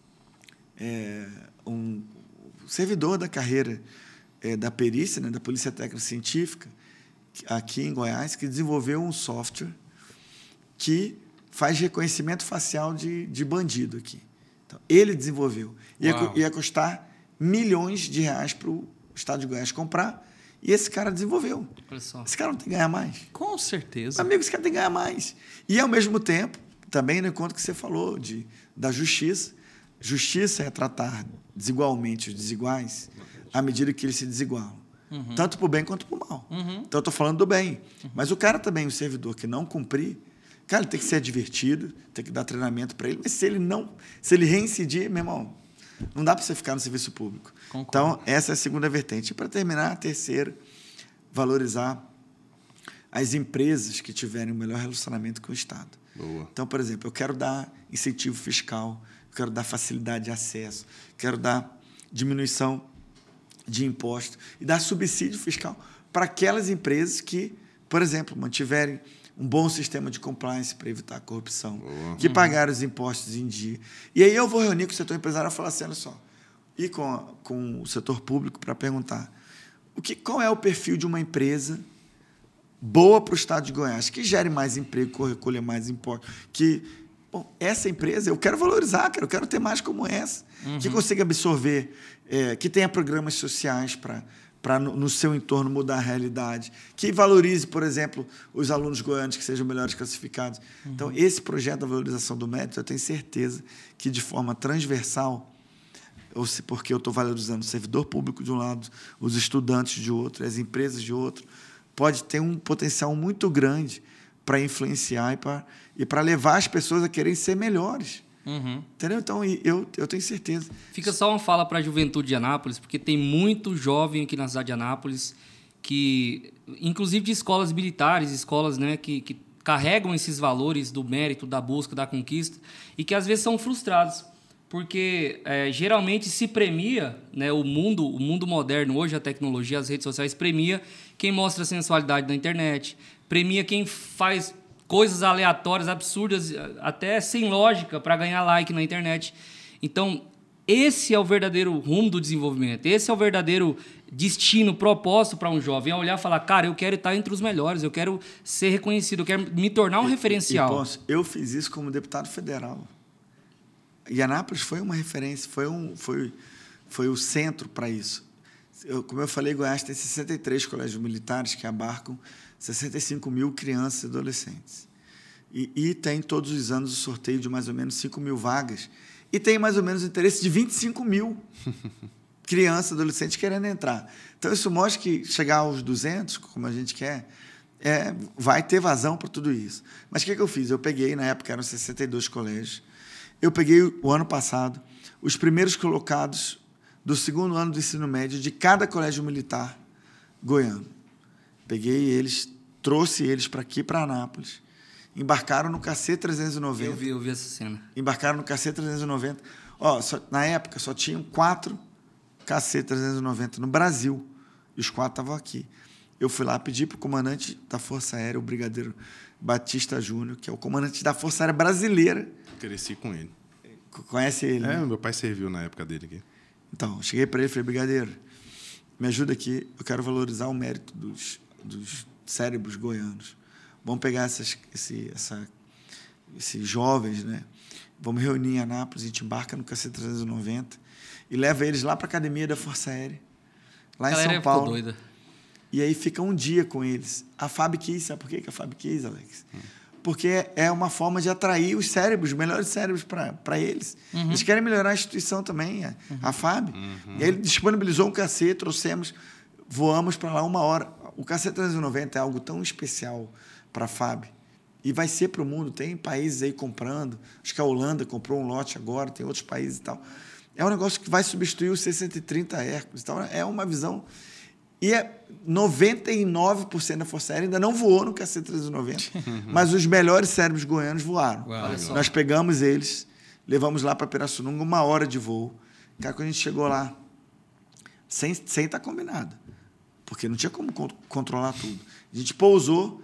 é, um servidor da carreira é, da perícia, né, da Polícia Técnica Científica, aqui em Goiás, que desenvolveu um software que faz reconhecimento facial de, de bandido aqui. Então, ele desenvolveu. Ia, ia custar milhões de reais para o Estado de Goiás comprar, e esse cara desenvolveu. Esse cara não tem que ganhar mais. Com certeza. Amigo, esse cara tem que ganhar mais. E, ao mesmo tempo, também no encontro que você falou de, da justiça, justiça é tratar desigualmente os desiguais à medida que eles se desigualam. Uhum. Tanto para o bem quanto para o mal. Uhum. Então, eu estou falando do bem. Uhum. Mas o cara também, o servidor que não cumprir, cara, ele tem que ser divertido, tem que dar treinamento para ele, mas se ele não, se ele reincidir, meu irmão, não dá para você ficar no serviço público. Concordo. Então, essa é a segunda vertente. E, para terminar, a terceira, valorizar as empresas que tiverem o melhor relacionamento com o Estado. Boa. Então, por exemplo, eu quero dar incentivo fiscal, eu quero dar facilidade de acesso, quero dar diminuição de imposto e dar subsídio fiscal para aquelas empresas que, por exemplo, mantiverem um bom sistema de compliance para evitar a corrupção, Boa. que pagaram os impostos em dia. E aí eu vou reunir com o setor empresarial e falar assim, olha só, e com, a, com o setor público para perguntar o que, qual é o perfil de uma empresa boa para o Estado de Goiás, que gere mais emprego, que recolha mais impostos, que, bom, essa empresa eu quero valorizar, cara, eu quero ter mais como essa, uhum. que consiga absorver, é, que tenha programas sociais para para no, no seu entorno mudar a realidade, que valorize, por exemplo, os alunos goianos que sejam melhores classificados. Uhum. Então, esse projeto da valorização do mérito, eu tenho certeza que, de forma transversal, ou se porque eu estou valorizando o servidor público de um lado, os estudantes de outro, as empresas de outro, pode ter um potencial muito grande para influenciar e para e para levar as pessoas a quererem ser melhores. Uhum. Entendeu? Então, eu, eu tenho certeza. Fica só uma fala para a juventude de Anápolis, porque tem muito jovem aqui na cidade de Anápolis, que, inclusive de escolas militares, escolas, né, que, que carregam esses valores do mérito, da busca, da conquista, e que às vezes são frustrados, porque é, geralmente se premia, né, o mundo, o mundo moderno, hoje a tecnologia, as redes sociais, premia quem mostra a sensualidade na internet, premia quem faz coisas aleatórias, absurdas, até sem lógica, para ganhar like na internet. Então, esse é o verdadeiro rumo do desenvolvimento. Esse é o verdadeiro destino, propósito para um jovem. É olhar e falar, cara, eu quero estar entre os melhores, eu quero ser reconhecido, eu quero me tornar um e, referencial. E posso, eu fiz isso como deputado federal. E Anápolis foi uma referência, foi, um, foi, foi o centro para isso. Eu, como eu falei, Goiás tem sessenta e três colégios militares que abarcam sessenta e cinco mil crianças e adolescentes. E, e tem todos os anos o sorteio de mais ou menos cinco mil vagas. E tem mais ou menos o interesse de vinte e cinco mil crianças e adolescentes querendo entrar. Então, isso mostra que chegar aos duzentos, como a gente quer, é, vai ter vazão para tudo isso. Mas o que, que eu fiz? Eu peguei, na época eram sessenta e dois colégios, eu peguei o ano passado os primeiros colocados do segundo ano do ensino médio de cada colégio militar goiano. Peguei eles, trouxe eles para aqui, para Anápolis. Embarcaram no K C trezentos e noventa. Eu vi, eu vi essa cena. Embarcaram no K C trezentos e noventa. Ó, só, na época, só tinham quatro K C trezentos e noventa no Brasil. E os quatro estavam aqui. Eu fui lá pedir para o comandante da Força Aérea, o Brigadeiro Batista Júnior, que é o comandante da Força Aérea Brasileira. Cresci com ele. Conhece ele? É, né? Meu pai serviu na época dele aqui. Então, cheguei para ele e falei, Brigadeiro, me ajuda aqui, eu quero valorizar o mérito dos, dos cérebros goianos. Vamos pegar essas, esse, essa, esses jovens, né? Vamos reunir em Anápolis, a gente embarca no K C trezentos e noventa e leva eles lá para a Academia da Força Aérea, lá em São Paulo. Ficou doida. E aí fica um dia com eles. A F A B quis, sabe por quê que a F A B quis, Alex? Hum. Porque é uma forma de atrair os cérebros, os melhores cérebros para eles. Uhum. Eles querem melhorar a instituição também, a, uhum. a F A B. Uhum. E aí ele disponibilizou um K C, trouxemos, voamos para lá uma hora. O K C trezentos e noventa é algo tão especial para a F A B. E vai ser para o mundo. Tem países aí comprando. Acho que a Holanda comprou um lote agora, tem outros países e tal. É um negócio que vai substituir o C cento e trinta Hércules. Então, é uma visão... E é noventa e nove por cento da Força Aérea ainda não voou no K C trezentos e noventa, mas os melhores cérebros goianos voaram. Uau, Nós pegamos eles, levamos lá para Pirassununga, uma hora de voo. Cara, quando a gente chegou lá, sem estar sem tá combinado, porque não tinha como con- controlar tudo. A gente pousou,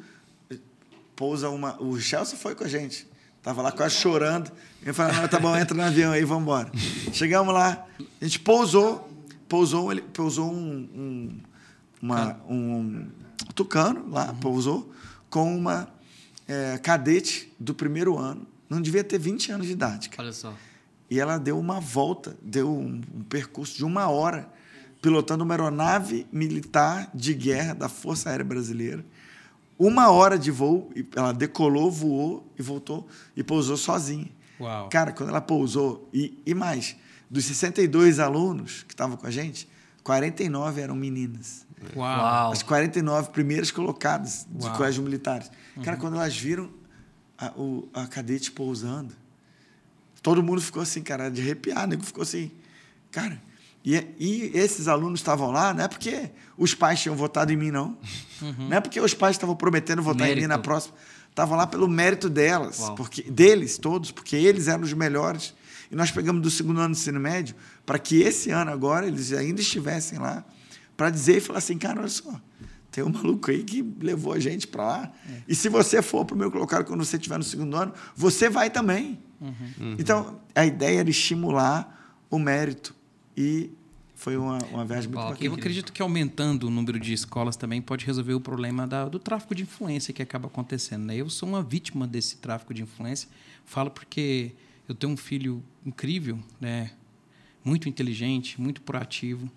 pousa uma... O Chelsea foi com a gente. Estava lá quase chorando. Ele falou, não, tá bom, entra no avião aí, vamos embora. Chegamos lá, a gente pousou, pousou, ele, pousou um, um, uma, um tucano lá, uhum. pousou, com uma é, cadete do primeiro ano. Não devia ter vinte anos de idade. Cara. Olha só. E ela deu uma volta, deu um, um percurso de uma hora, pilotando uma aeronave militar de guerra da Força Aérea Brasileira. Uma hora de voo, ela decolou, voou e voltou e pousou sozinha. Uau. Cara, quando ela pousou, e, e mais, dos sessenta e dois alunos que estavam com a gente, quarenta e nove eram meninas. Uau. As quarenta e nove primeiras colocadas de Uau. colégios militares. Uhum. Cara, quando elas viram a, o, a cadete pousando, todo mundo ficou assim, cara, de arrepiar, né? Ficou assim, cara... E, e esses alunos estavam lá, não é porque os pais tinham votado em mim, não. Uhum. Não é porque os pais estavam prometendo votar mérito. em mim na próxima. Estavam lá pelo mérito delas, porque, deles todos, porque eles eram os melhores. E nós pegamos do segundo ano do ensino médio para que esse ano agora eles ainda estivessem lá para dizer e falar assim, cara, olha só, tem um maluco aí que levou a gente para lá. É. E se você for para o meu colocado quando você estiver no segundo ano, você vai também. Uhum. Uhum. Então, a ideia era estimular o mérito. E foi uma, uma viagem muito bacana. Eu acredito que aumentando o número de escolas também pode resolver o problema da, do tráfico de influência que acaba acontecendo. Né? Eu sou uma vítima desse tráfico de influência. Falo porque eu tenho um filho incrível, né? Muito inteligente, muito proativo.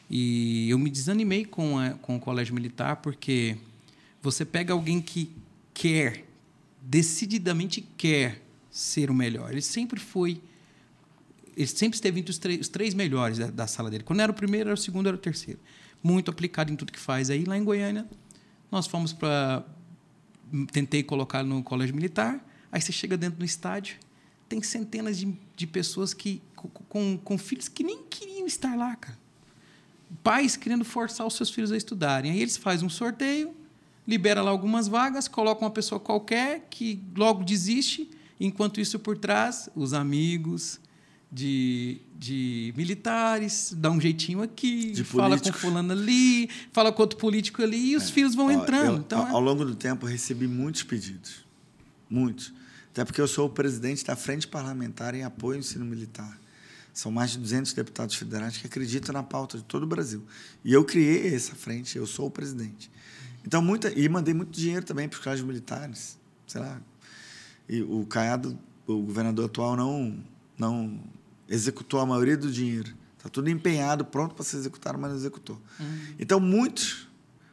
E eu me desanimei com, a, com o colégio militar porque você pega alguém que quer, decididamente quer ser o melhor. Ele sempre foi... Ele sempre esteve entre os três, os três melhores da, da sala dele. Quando era o primeiro, era o segundo, era o terceiro. Muito aplicado em tudo que faz. Aí, lá em Goiânia, nós fomos para... Tentei colocar no colégio militar. Aí você chega dentro do estádio, tem centenas de, de pessoas que, com, com, com filhos que nem queriam estar lá, cara. Pais querendo forçar os seus filhos a estudarem. Aí eles fazem um sorteio, libera lá algumas vagas, colocam uma pessoa qualquer que logo desiste. Enquanto isso, por trás, os amigos... De, de militares, dá um jeitinho aqui, de fala políticos. com fulano ali, fala com outro político ali, e os é. filhos vão Ó, entrando. Eu, então, ao é... longo do tempo, eu recebi muitos pedidos. Muitos. Até porque eu sou o presidente da Frente Parlamentar em Apoio ao Ensino Militar. São mais de duzentos deputados federais que acreditam na pauta de todo o Brasil. E eu criei essa frente, eu sou o presidente. Então, muita, e mandei muito dinheiro também para os colégios militares. Sei lá. E o Caiado, o governador atual, não... não executou a maioria do dinheiro. Está tudo empenhado, pronto para ser executado, mas não executou. Uhum. Então, muitos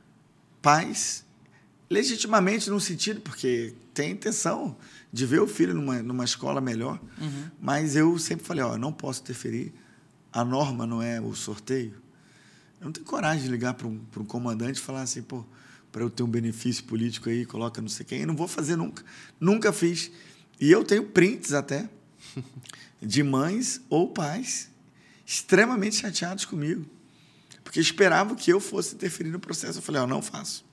pais, legitimamente num sentido, porque tem a intenção de ver o filho numa, numa escola melhor, uhum. mas eu sempre falei, ó, eu não posso interferir, a norma não é o sorteio. Eu não tenho coragem de ligar para um, para um comandante e falar assim, pô, para eu ter um benefício político aí, coloca não sei quem. Eu não vou fazer nunca. Nunca fiz. E eu tenho prints até de mães ou pais extremamente chateados comigo, porque esperavam que eu fosse interferir no processo. Eu falei, ó, não faço.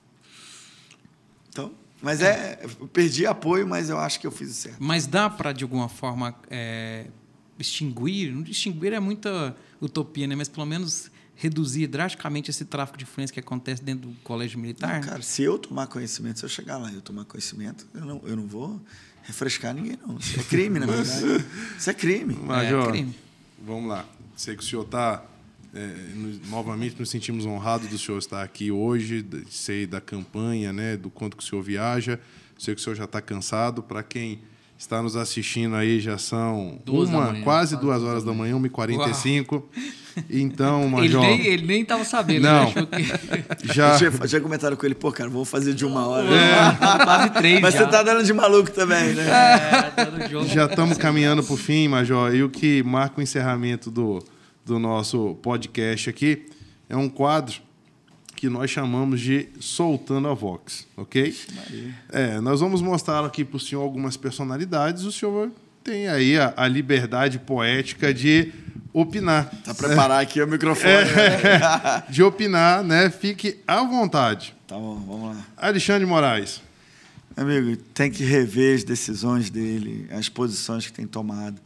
Então, mas é, eu perdi apoio, mas eu acho que eu fiz o certo. Mas dá para, de alguma forma, é, extinguir, não extinguir é muita utopia, né? Mas pelo menos reduzir drasticamente esse tráfico de influência que acontece dentro do colégio militar? Não, cara, se eu tomar conhecimento, se eu chegar lá e eu tomar conhecimento, eu não, eu não vou refrescar ninguém, não. Isso é crime, na verdade. Isso é crime. Major, é crime. Vamos lá. Sei que o senhor está... É, nos, novamente nos sentimos honrados do senhor estar aqui hoje, sei da campanha, né, do quanto que o senhor viaja. Sei que o senhor já está cansado. Para quem está nos assistindo aí, já são duas uma, manhã, quase duas horas da manhã, uma e quarenta e cinco. Então, Major... Ele nem estava sabendo. Não. Né? Que... Já... Eu tinha, tinha comentado com ele, pô, cara, vou fazer de uma hora. É. Quase três. Mas já. você tá dando de maluco também, né? É, dando jogo. Já estamos caminhando para o fim, Major. E o que marca o encerramento do... do nosso podcast aqui, é um quadro que nós chamamos de Soltando a Vox, ok? É, nós vamos mostrar aqui para o senhor algumas personalidades, o senhor tem aí a, a liberdade poética de opinar. Tá preparar aqui o microfone. É, de opinar, né? Fique à vontade. Tá bom, vamos lá. Alexandre Moraes. Amigo, tem que rever as decisões dele, as posições que tem tomado.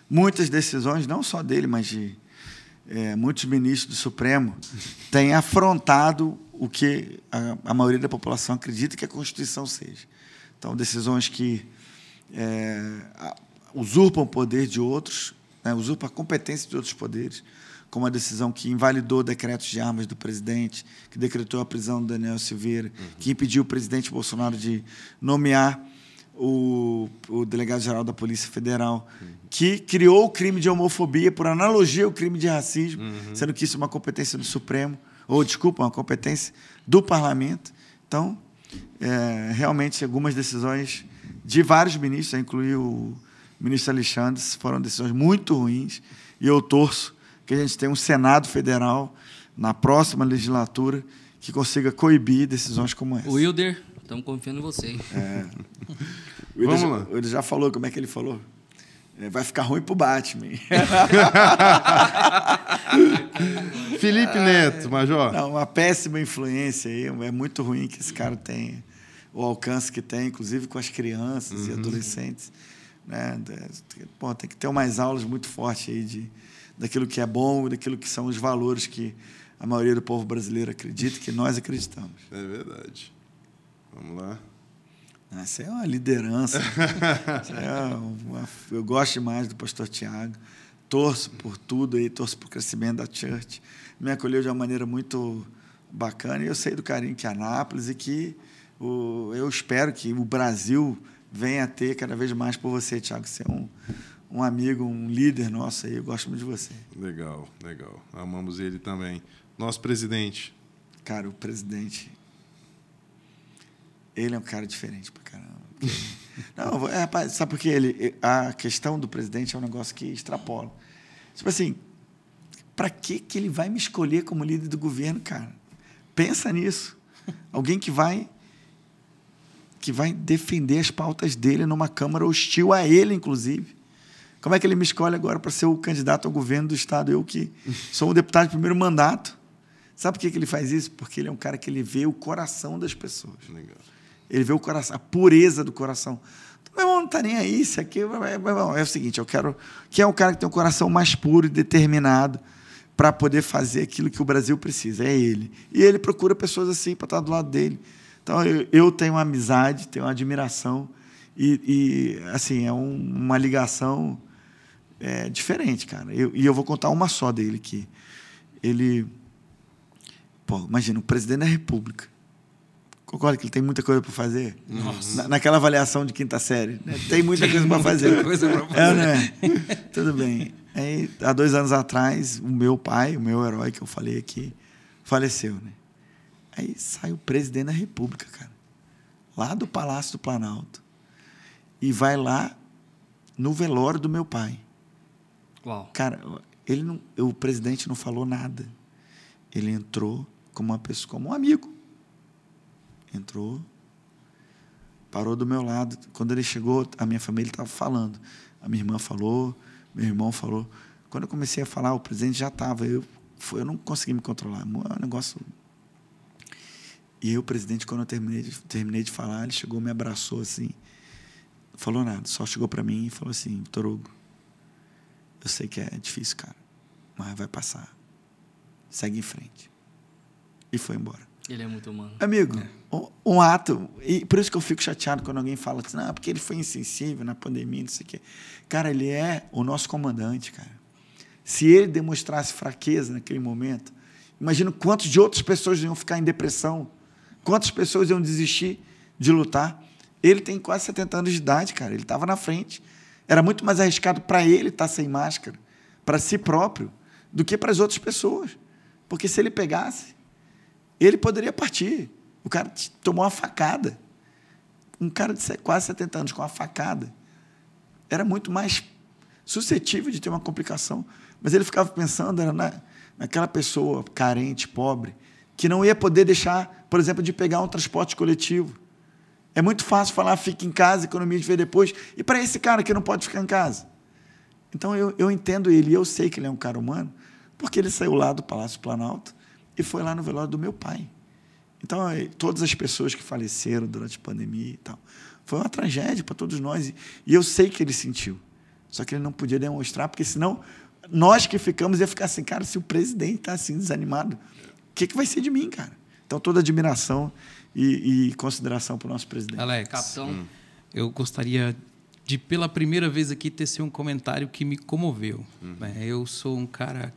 muitas decisões, não só dele, mas de é, muitos ministros do Supremo, têm afrontado o que a, a maioria da população acredita que a Constituição seja. Então, decisões que é, usurpam o poder de outros, né, usurpam a competência de outros poderes, como a decisão que invalidou decretos de armas do presidente, que decretou a prisão do Daniel Silveira, uhum. que impediu o presidente Bolsonaro de nomear o, o delegado-geral da Polícia Federal, uhum. que criou o crime de homofobia, por analogia ao crime de racismo, uhum. sendo que isso é uma competência do Supremo, ou, desculpa, uma competência do Parlamento. Então, é, realmente, algumas decisões de vários ministros, a incluir o ministro Alexandre, foram decisões muito ruins, e eu torço que a gente tenha um Senado Federal, na próxima legislatura, que consiga coibir decisões como essa. Wilder, estamos confiando em você. É. O Wilder, Vamos já, lá. o Wilder já falou, como é que ele falou? É, vai ficar ruim pro Batman. Felipe Neto, Major. Não, uma péssima influência aí, é muito ruim que esse cara tenha o alcance que tem, inclusive com as crianças uhum. e adolescentes. Né? Pô, tem que ter umas aulas muito fortes aí de, daquilo que é bom, daquilo que são os valores que a maioria do povo brasileiro acredita, que nós acreditamos. É verdade. Vamos lá. Essa é uma liderança. é uma, eu gosto demais do pastor Tiago. Torço por tudo aí, torço por crescimento da church. Me acolheu de uma maneira muito bacana e eu sei do carinho que é Anápolis e que o, eu espero que o Brasil venha a ter cada vez mais por você, Tiago. Você é um, um amigo, um líder nosso aí. Eu gosto muito de você. Legal, legal. Amamos ele também. Nosso presidente. Cara, o presidente... Ele é um cara diferente pra caramba. Não, é, rapaz, sabe por quê? Ele, a questão do presidente é um negócio que extrapola. Tipo assim, para que que ele vai me escolher como líder do governo, cara? Pensa nisso. Alguém que vai que vai defender as pautas dele numa Câmara hostil a ele, inclusive. Como é que ele me escolhe agora para ser o candidato ao governo do Estado? Eu que sou um deputado de primeiro mandato. Sabe por que que ele faz isso? Porque ele é um cara que ele vê o coração das pessoas. Legal. Ele vê o coração, a pureza do coração. Então, meu irmão, não está nem aí. Isso aqui meu irmão, é o seguinte, eu quero... Quem é um cara que tem um coração mais puro e determinado para poder fazer aquilo que o Brasil precisa? É ele. E ele procura pessoas assim para estar do lado dele. Então, eu, eu tenho uma amizade, tenho uma admiração e, e assim, é um, uma ligação é, diferente, cara. Eu, e eu vou contar uma só dele aqui. Ele... Pô, imagina, o presidente da República. Concorda que ele tem muita coisa para fazer? Na, naquela avaliação de quinta série. Né? Tem muita coisa para fazer. coisa pra fazer. É, né? Tudo bem. Aí, há dois anos atrás, o meu pai, o meu herói que eu falei aqui, faleceu. Né? Aí sai o presidente da República, cara. Lá do Palácio do Planalto. E vai lá no velório do meu pai. Uau. Cara, ele não, o presidente não falou nada. Ele entrou como uma pessoa, como um amigo. Entrou, parou do meu lado. Quando ele chegou, a minha família estava falando. A minha irmã falou, meu irmão falou. Quando eu comecei a falar, o presidente já estava. Eu, eu não consegui me controlar. É um negócio... E aí o presidente, quando eu terminei de, terminei de falar, ele chegou, me abraçou assim. Não falou nada, só chegou para mim e falou assim, Vitor Hugo, eu sei que é difícil, cara, mas vai passar. Segue em frente. E foi embora. Ele é muito humano. Amigo, é. um, um ato... E por isso que eu fico chateado quando alguém fala assim, não, porque ele foi insensível na pandemia, não sei o quê. Cara, ele é o nosso comandante, cara. Se ele demonstrasse fraqueza naquele momento, imagina quantas de outras pessoas iam ficar em depressão, quantas pessoas iam desistir de lutar. Ele tem quase setenta anos de idade, cara. Ele estava na frente. Era muito mais arriscado para ele estar sem máscara, para si próprio, do que para as outras pessoas. Porque se ele pegasse, ele poderia partir. O cara tomou uma facada. Um cara de quase setenta anos com uma facada. Era muito mais suscetível de ter uma complicação. Mas ele ficava pensando era na, naquela pessoa carente, pobre, que não ia poder deixar, por exemplo, de pegar um transporte coletivo. É muito fácil falar, fique em casa, economia de ver depois. E para esse cara que não pode ficar em casa? Então, eu, eu entendo ele. E eu sei que ele é um cara humano, porque ele saiu lá do Palácio Planalto e foi lá no velório do meu pai. Então, todas as pessoas que faleceram durante a pandemia e tal, foi uma tragédia para todos nós. E eu sei que ele sentiu. Só que ele não podia demonstrar, porque senão nós que ficamos ia ficar assim, cara, se o presidente está assim desanimado, o que, que vai ser de mim, cara? Então, toda admiração e, e consideração para o nosso presidente. Alex, Capitão. Hum. eu gostaria de, pela primeira vez aqui, tecer um comentário que me comoveu. Uhum. Né? Eu sou um cara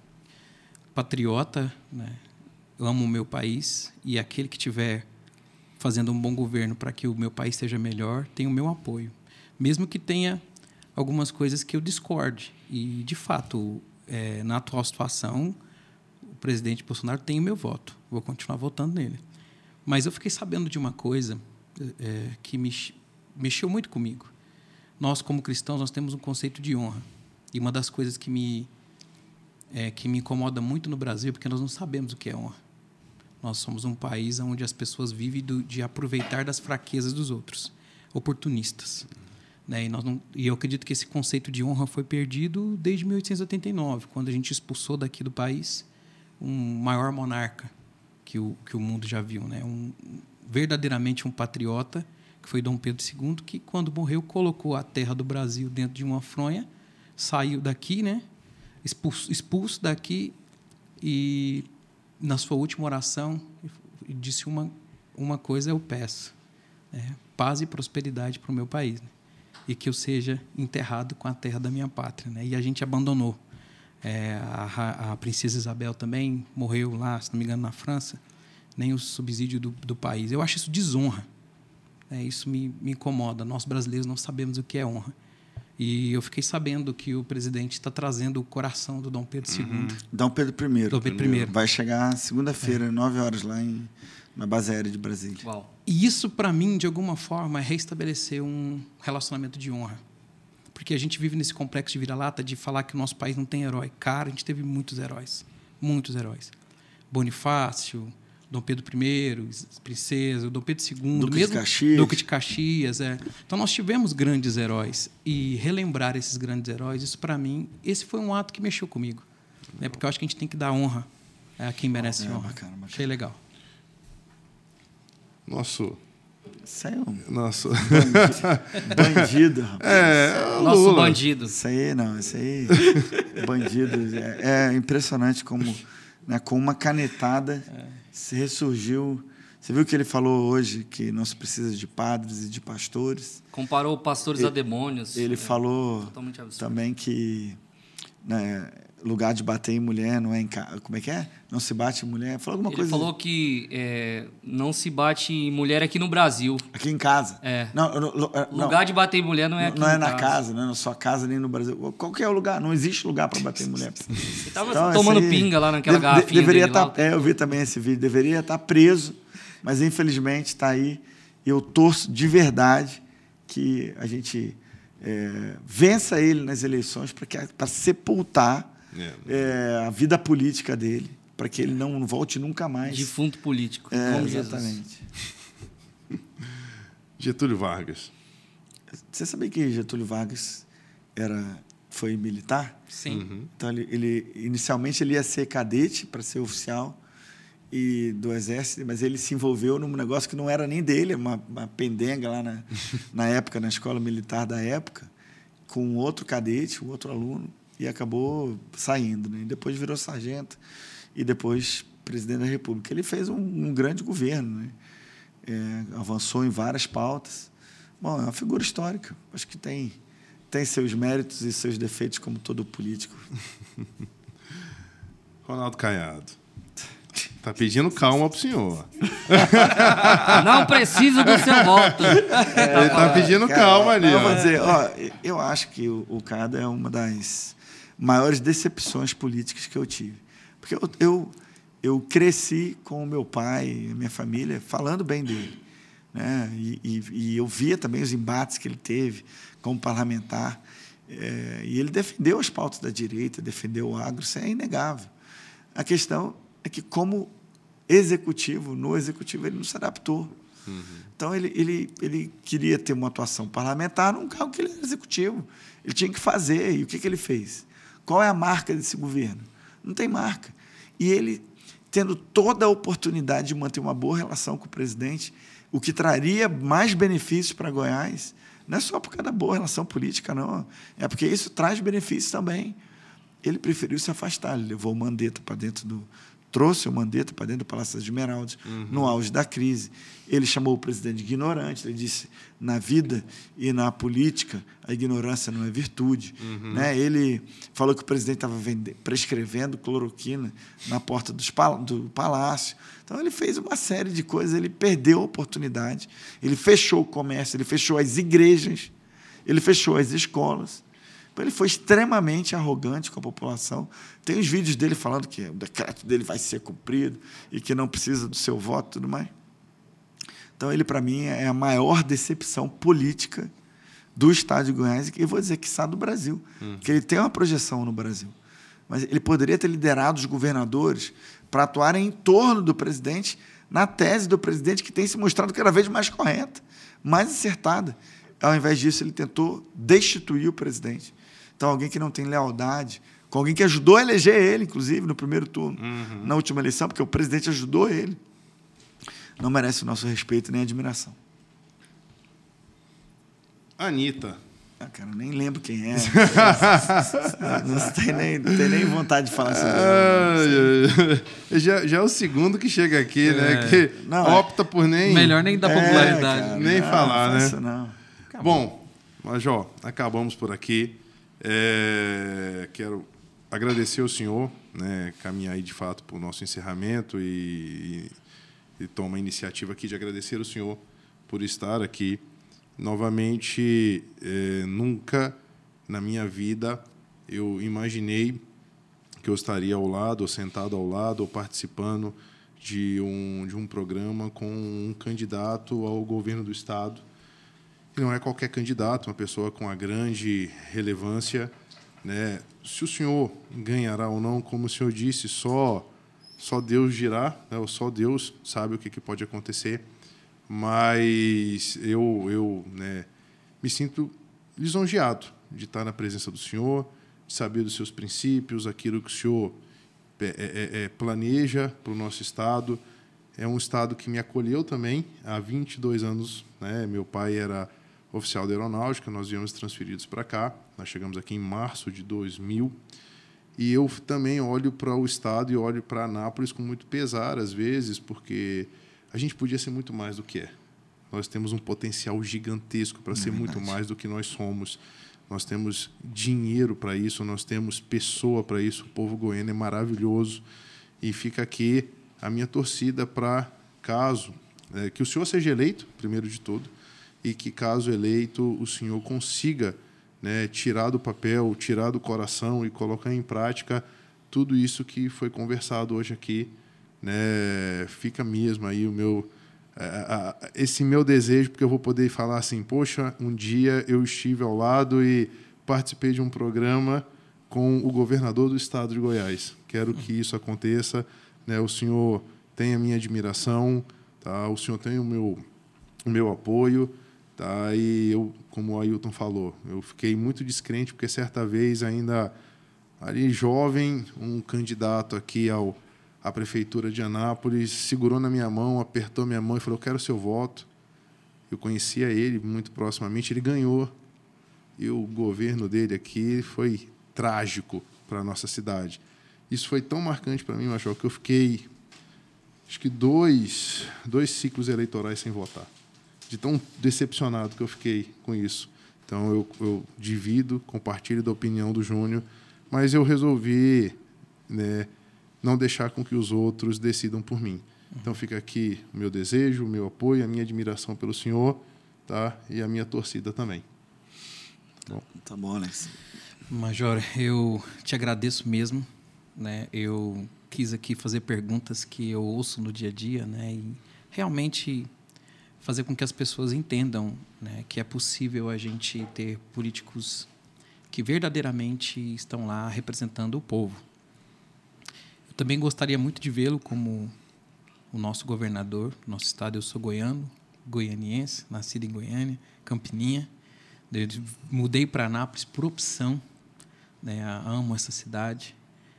patriota, né? Eu amo o meu país, e aquele que estiver fazendo um bom governo para que o meu país seja melhor, tem o meu apoio. Mesmo que tenha algumas coisas que eu discorde. E, de fato, é, na atual situação, o presidente Bolsonaro tem o meu voto. Vou continuar votando nele. Mas eu fiquei sabendo de uma coisa é, que me, mexeu muito comigo. Nós, como cristãos, nós temos um conceito de honra. E uma das coisas que me, é, que me incomoda muito no Brasil é porque nós não sabemos o que é honra. Nós somos um país onde as pessoas vivem do, de aproveitar das fraquezas dos outros, oportunistas. Né? E, nós não, e eu acredito que esse conceito de honra foi perdido desde mil oitocentos e oitenta e nove, quando a gente expulsou daqui do país um maior monarca que o, que o mundo já viu. Né? Um, verdadeiramente um patriota, que foi Dom Pedro segundo, que, quando morreu, colocou a terra do Brasil dentro de uma fronha, saiu daqui, né? expulso, expulso daqui e... na sua última oração, disse uma, uma coisa, eu peço, né? Paz e prosperidade para o meu país, né? E que eu seja enterrado com a terra da minha pátria. Né? E a gente abandonou. É, a, a princesa Isabel também morreu lá, se não me engano, na França, nem o subsídio do, do país. Eu acho isso desonra. É, isso me, me incomoda. Nós, brasileiros, não sabemos o que é honra. E eu fiquei sabendo que o presidente está trazendo o coração do Dom Pedro segundo. Uhum. Dom Pedro primeiro. Dom Pedro primeiro. Vai chegar segunda-feira, é. nove horas, lá em, na base aérea de Brasília. Uau. E isso, para mim, de alguma forma, é restabelecer um relacionamento de honra. Porque a gente vive nesse complexo de vira-lata de falar que o nosso país não tem herói. Cara, a gente teve muitos heróis. Muitos heróis. Bonifácio, Dom Pedro primeiro, Princesa, Dom Pedro segundo, Duque mesmo de Caxias. Duque de Caxias, é. Então nós tivemos grandes heróis e relembrar esses grandes heróis, isso para mim, esse foi um ato que mexeu comigo, né? Porque eu acho que a gente tem que dar honra a quem merece é, honra. Bacana, bacana. Achei legal. Nosso. Isso aí é um Nosso. bandido, bandido rapaz. É, Nosso Lula. bandido. Isso aí, não, isso aí. Bandido. É, é impressionante como, né, com uma canetada é. se ressurgiu. Você viu que ele falou hoje que não se precisa de padres e de pastores. Comparou pastores ele, a demônios. Ele é, falou também que, né, lugar de bater em mulher não é em casa. Como é que é? Não se bate em mulher. Falou alguma ele coisa. Ele falou que é, não se bate em mulher aqui no Brasil. Aqui em casa. É. Não, não, não, lugar de bater em mulher não é aqui Não no é na caso. casa, não é na sua casa nem no Brasil. Qual que é o lugar? Não existe lugar para bater em mulher. Ele estava então, tomando aí, pinga lá naquela de, garrafinha deveria dele tá, lá. É, eu vi também esse vídeo. Deveria estar tá preso, mas infelizmente está aí. E eu torço de verdade que a gente é, vença ele nas eleições para sepultar é, é, a vida política dele, para que ele não volte nunca mais. Defunto político. É, exatamente. Getúlio Vargas. Você sabia que Getúlio Vargas era, foi militar? Sim. Uhum. Então, ele, ele, inicialmente, ele ia ser cadete para ser oficial e do Exército, mas ele se envolveu num negócio que não era nem dele, uma, uma pendenga lá na, na época, na escola militar da época, com outro cadete, um outro aluno, e acabou saindo. Né? E depois virou sargento e depois presidente da República. Ele fez um, um grande governo, né? É, avançou em várias pautas. Bom, é uma figura histórica. Acho que tem, tem seus méritos e seus defeitos, como todo político. Ronaldo Caiado. Está pedindo calma para o senhor. Não preciso do seu voto. É, ele está pedindo cara, calma ali. Eu ó. vou dizer, ó, eu acho que o, o Caiado é uma das maiores decepções políticas que eu tive. Porque eu, eu, eu cresci com o meu pai e a minha família falando bem dele. Né? E, e, e eu via também os embates que ele teve como parlamentar. É, e ele defendeu as pautas da direita, defendeu o agro, isso é inegável. A questão é que, como executivo, no executivo, ele não se adaptou. Uhum. Então, ele, ele, ele queria ter uma atuação parlamentar num cargo que ele era executivo. Ele tinha que fazer. E o que, que ele fez? Qual é a marca desse governo? Não tem marca. E ele, tendo toda a oportunidade de manter uma boa relação com o presidente, o que traria mais benefícios para Goiás, Não é só por causa da boa relação política, não. É porque isso traz benefícios também. Ele preferiu se afastar. Ele levou o Mandetta para dentro do... Trouxe o Mandetta para dentro do Palácio das Esmeraldas, uhum. no auge da crise. Ele chamou o presidente de ignorante. Ele disse, na vida e na política, a ignorância não é virtude. Uhum. Né? Ele falou que o presidente estava prescrevendo cloroquina na porta dos pal- do palácio. Então, ele fez uma série de coisas. Ele perdeu a oportunidade. Ele fechou o comércio, ele fechou as igrejas, ele fechou as escolas. Ele foi extremamente arrogante com a população. Tem os vídeos dele falando que o decreto dele vai ser cumprido e que não precisa do seu voto e tudo mais. Então, ele, para mim, é a maior decepção política do Estado de Goiás, e eu vou dizer que está do Brasil, hum. que ele tem uma projeção no Brasil. Mas ele poderia ter liderado os governadores para atuarem em torno do presidente, na tese do presidente, que tem se mostrado cada vez mais correta, mais acertada. Ao invés disso, ele tentou destituir o presidente. Então, alguém que não tem lealdade, com alguém que ajudou a eleger ele, inclusive, no primeiro turno, uhum. na última eleição, porque o presidente ajudou ele, não merece o nosso respeito nem admiração. Anitta. Ah, cara, nem lembro quem é. não, tem nem, não tem nem vontade de falar sobre ela. Ah, já, já é o segundo que chega aqui, é. né? Que não, opta por nem... Melhor nem dar popularidade. É, cara, nem não, falar, não né? Isso não. Bom, Major, acabamos por aqui. É, quero agradecer ao senhor, né, caminhar aí de fato para o nosso encerramento e, e, e tomar a iniciativa aqui de agradecer ao senhor por estar aqui. Novamente, é, nunca na minha vida eu imaginei que eu estaria ao lado, ou sentado ao lado, ou participando de um, de um programa com um candidato ao governo do Estado. Não é qualquer candidato, uma pessoa com uma grande relevância, né? Se o senhor ganhará ou não, como o senhor disse, só, só Deus dirá, né? Ou só Deus sabe o que, que pode acontecer. Mas eu, eu né, me sinto lisonjeado de estar na presença do senhor, de saber dos seus princípios, aquilo que o senhor é, é, é, planeja para o nosso Estado. É um Estado que me acolheu também há vinte e dois anos. Né? Meu pai era oficial da aeronáutica, nós viemos transferidos para cá. Nós chegamos aqui em março de dois mil. E eu também olho para o Estado e olho para Anápolis com muito pesar, às vezes, porque a gente podia ser muito mais do que é. Nós temos um potencial gigantesco para ser muito mais do que nós somos. Nós temos dinheiro para isso, nós temos pessoa para isso. O povo goiano é maravilhoso. E fica aqui a minha torcida para, caso, é, que o senhor seja eleito, primeiro de tudo, e que, caso eleito, o senhor consiga, né, tirar do papel, tirar do coração e colocar em prática tudo isso que foi conversado hoje aqui. Né? Fica mesmo aí o meu, a, a, esse meu desejo, porque eu vou poder falar assim, poxa, um dia eu estive ao lado e participei de um programa com o governador do Estado de Goiás. Quero que isso aconteça. Né? O senhor tem a minha admiração, tá? O senhor tem o meu, o meu apoio. Tá? E eu, como o Ailton falou, eu fiquei muito descrente, porque certa vez, ainda ali jovem, um candidato aqui ao, à Prefeitura de Anápolis segurou na minha mão, apertou minha mão e falou, eu quero o seu voto. Eu conhecia ele muito proximamente, ele ganhou. E o governo dele aqui foi trágico para a nossa cidade. Isso foi tão marcante para mim, Major, que eu fiquei, acho que dois, dois ciclos eleitorais sem votar. De tão decepcionado que eu fiquei com isso. Então, eu, eu divido, compartilho da opinião do Júnior, mas eu resolvi, né, não deixar com que os outros decidam por mim. Então, fica aqui o meu desejo, o meu apoio, a minha admiração pelo senhor, tá? E a minha torcida também. Bom. Tá bom, Alex. Major, eu te agradeço mesmo. Né? Eu quis aqui fazer perguntas que eu ouço no dia a dia, né? E realmente fazer com que as pessoas entendam, né, que é possível a gente ter políticos que verdadeiramente estão lá representando o povo. Eu também gostaria muito de vê-lo como o nosso governador, nosso estado. Eu sou goiano, goianiense, nascido em Goiânia, Campininha. Eu mudei para Anápolis por opção, né, amo essa cidade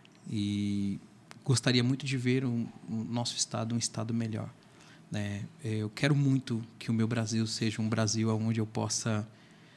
e gostaria muito de ver o, o nosso estado um estado melhor. Né? Eu quero muito que o meu Brasil seja um Brasil onde eu possa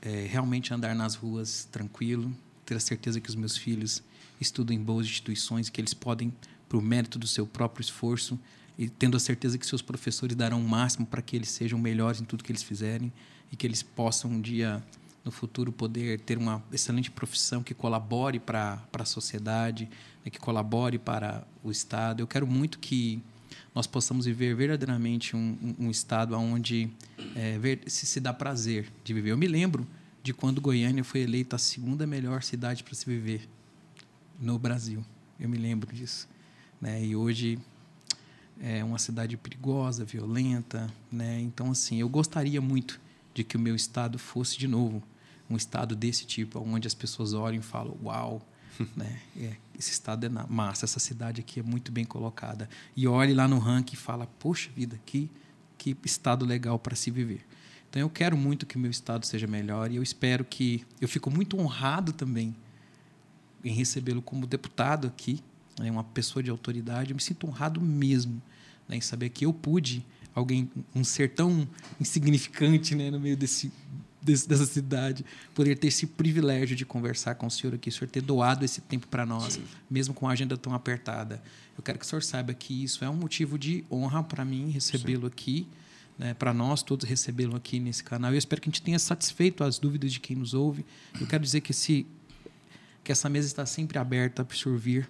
é, realmente andar nas ruas tranquilo, ter a certeza que os meus filhos estudam em boas instituições, que eles podem, por mérito do seu próprio esforço, e tendo a certeza que seus professores darão o máximo para que eles sejam melhores em tudo que eles fizerem e que eles possam um dia, no futuro, poder ter uma excelente profissão que colabore para a sociedade, né, que colabore para o Estado. Eu quero muito que nós possamos viver verdadeiramente um, um, um Estado onde é, ver, se, se dá prazer de viver. Eu me lembro de quando Goiânia foi eleita a segunda melhor cidade para se viver no Brasil. Eu me lembro disso. Né? E hoje é uma cidade perigosa, violenta. Né? Então, assim, eu gostaria muito de que o meu estado fosse, de novo, um estado desse tipo, onde as pessoas olham e falam, uau, né? É, esse estado é massa, essa cidade aqui é muito bem colocada. E olhe lá no ranking e fala, poxa vida, que, que estado legal para se viver. Então, eu quero muito que o meu estado seja melhor e eu espero que... Eu fico muito honrado também em recebê-lo como deputado aqui, né, uma pessoa de autoridade. Eu me sinto honrado mesmo, né, em saber que eu pude, alguém, um ser tão insignificante, né, no meio desse, desse, dessa cidade, poder ter esse privilégio de conversar com o senhor aqui, o senhor ter doado esse tempo para nós, Sim. mesmo com a agenda tão apertada. Eu quero que o senhor saiba que isso é um motivo de honra para mim, recebê-lo aqui, né, para nós todos recebê-lo aqui nesse canal. Eu espero que a gente tenha satisfeito as dúvidas de quem nos ouve. Eu quero dizer que, esse, que essa mesa está sempre aberta para o senhor vir,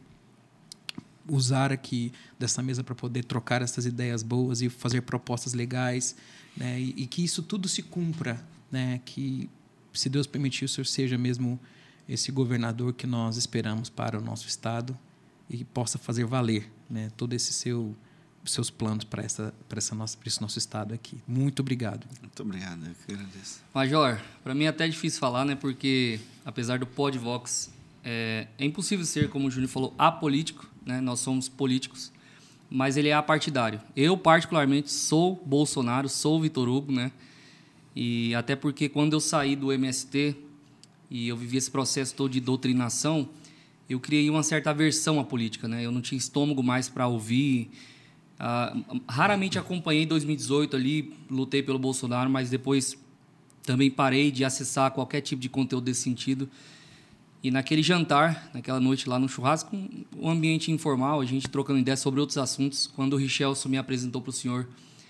usar aqui dessa mesa para poder trocar essas ideias boas e fazer propostas legais, né? e, e que isso tudo se cumpra, né? Que, se Deus permitir, o senhor seja mesmo esse governador que nós esperamos para o nosso estado e possa fazer valer, né, todo esse seu seus planos para essa para essa nossa para esse nosso estado aqui. Muito obrigado. Muito obrigado, eu que agradeço. Major, para mim é até difícil falar, né, porque apesar do Podvox é, é impossível ser, como o Júnior falou, apolítico, né? Nós somos políticos, mas ele é apartidário. Eu, particularmente, sou Bolsonaro, sou Vitor Hugo, né? E até porque quando eu saí do M S T e eu vivi esse processo todo de doutrinação, eu criei uma certa aversão à política, né? Eu não tinha estômago mais para ouvir. Uh, raramente acompanhei dois mil e dezoito ali, lutei pelo Bolsonaro, mas depois também parei de acessar qualquer tipo de conteúdo desse sentido. E naquele jantar, naquela noite lá no churrasco, um ambiente informal, a gente trocando ideias sobre outros assuntos, quando o Richelson me apresentou para o senhor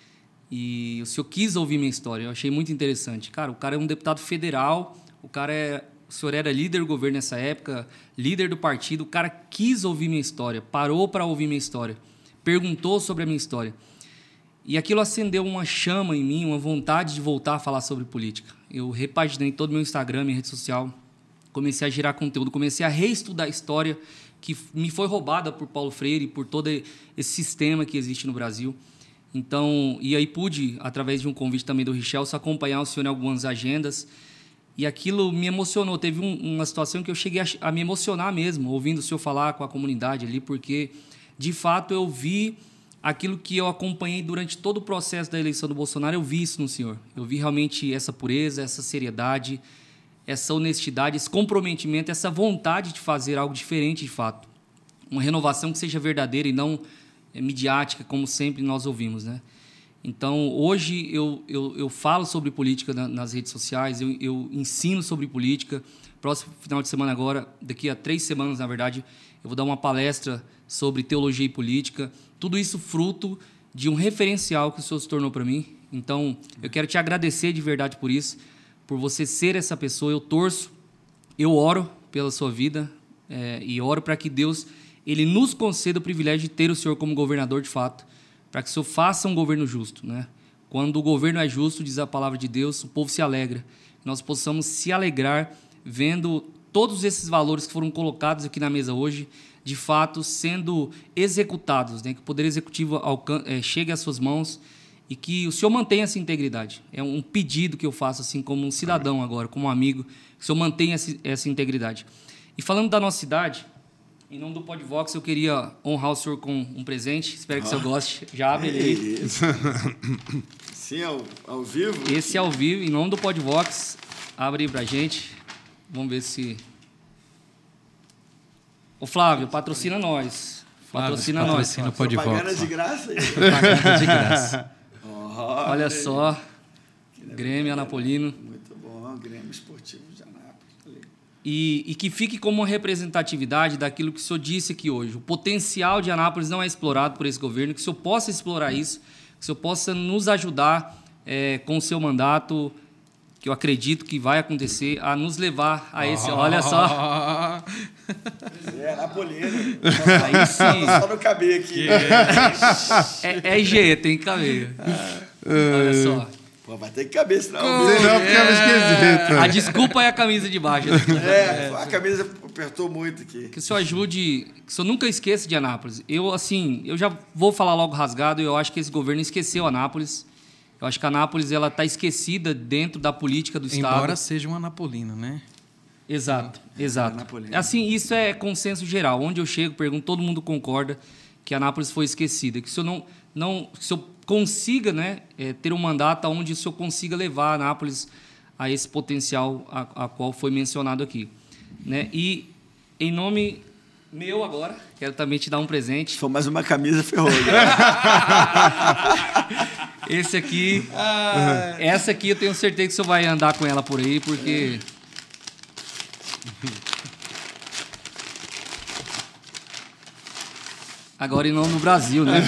e o senhor quis ouvir minha história, eu achei muito interessante. Cara, o cara é um deputado federal, o cara é, o senhor era líder do governo nessa época, líder do partido, o cara quis ouvir minha história, parou para ouvir minha história, perguntou sobre a minha história. E aquilo acendeu uma chama em mim, uma vontade de voltar a falar sobre política. Eu repaginei todo o meu Instagram, minha rede social, comecei a gerar conteúdo, comecei a reestudar a história que me foi roubada por Paulo Freire, por todo esse sistema que existe no Brasil. Então, e aí pude, através de um convite também do Richelson, acompanhar o senhor em algumas agendas, e aquilo me emocionou. Teve um, uma situação que eu cheguei a, a me emocionar mesmo, ouvindo o senhor falar com a comunidade ali, porque, de fato, eu vi aquilo que eu acompanhei durante todo o processo da eleição do Bolsonaro, eu vi isso no senhor. Eu vi realmente essa pureza, essa seriedade, essa honestidade, esse comprometimento, essa vontade de fazer algo diferente de fato. Uma renovação que seja verdadeira e não é, midiática, como sempre nós ouvimos, né? Então, hoje eu, eu, eu falo sobre política na, nas redes sociais, eu, eu ensino sobre política. Próximo final de semana agora, daqui a três semanas, na verdade, eu vou dar uma palestra sobre teologia e política. Tudo isso fruto de um referencial que o senhor se tornou para mim. Então, eu quero te agradecer de verdade por isso, por você ser essa pessoa. Eu torço, eu oro pela sua vida é, e oro para que Deus ele nos conceda o privilégio de ter o senhor como governador de fato, para que o senhor faça um governo justo, né? Quando o governo é justo, diz a palavra de Deus, o povo se alegra. Nós possamos se alegrar vendo todos esses valores que foram colocados aqui na mesa hoje, de fato, sendo executados, né? Que o Poder Executivo alcan- é, chegue às suas mãos e que o senhor mantenha essa integridade. É um pedido que eu faço, assim, como um cidadão agora, como um amigo, que o senhor mantenha essa integridade. E falando da nossa cidade, em nome do Podvox, eu queria honrar o senhor com um presente. Espero que o senhor goste. Já abre ele aí. Sim, ao, ao vivo? Esse é ao vivo, em nome do Podvox. Abre aí pra gente. Vamos ver se... Ô, Flávio, patrocina nós. Flávio, patrocina patrocina nós. Podvox. Propaganda de graça? Propaganda de graça. Oh, Olha só. Grêmio Anapolino. Muito bom. Não, Grêmio Esportivo de Anápolis. E, e que fique como uma representatividade daquilo que o senhor disse aqui hoje. O potencial de Anápolis não é explorado por esse governo, que o senhor possa explorar isso, que o senhor possa nos ajudar é, com o seu mandato, que eu acredito que vai acontecer, a nos levar a esse... Oh. Olha só... Pois é, Napolina. Aí sim. Só não caber aqui. É, é I G, tem que caber. Olha só. Pô, vai ter que caber, senão... Senão fica esquisito. A desculpa é a camisa de baixo. É, a camisa apertou muito aqui. Que o senhor ajude... Que o senhor nunca esqueça de Anápolis. Eu, assim, eu já vou falar logo rasgado, eu acho que esse governo esqueceu Anápolis. Eu acho que a Anápolis está esquecida dentro da política do Estado. Embora seja um anapolino, né? Exato, exato. É assim, isso é consenso geral. Onde eu chego, pergunto, todo mundo concorda que a Anápolis foi esquecida. Que o senhor não, não, que o senhor consiga, né, é, ter um mandato onde o senhor consiga levar a Anápolis a esse potencial a, a qual foi mencionado aqui. Né? E, em nome meu agora, quero também te dar um presente. Se for mais uma camisa, ferrou. Esse aqui... Ah. Essa aqui eu tenho certeza que o senhor vai andar com ela por aí, porque... Agora e não no Brasil, né?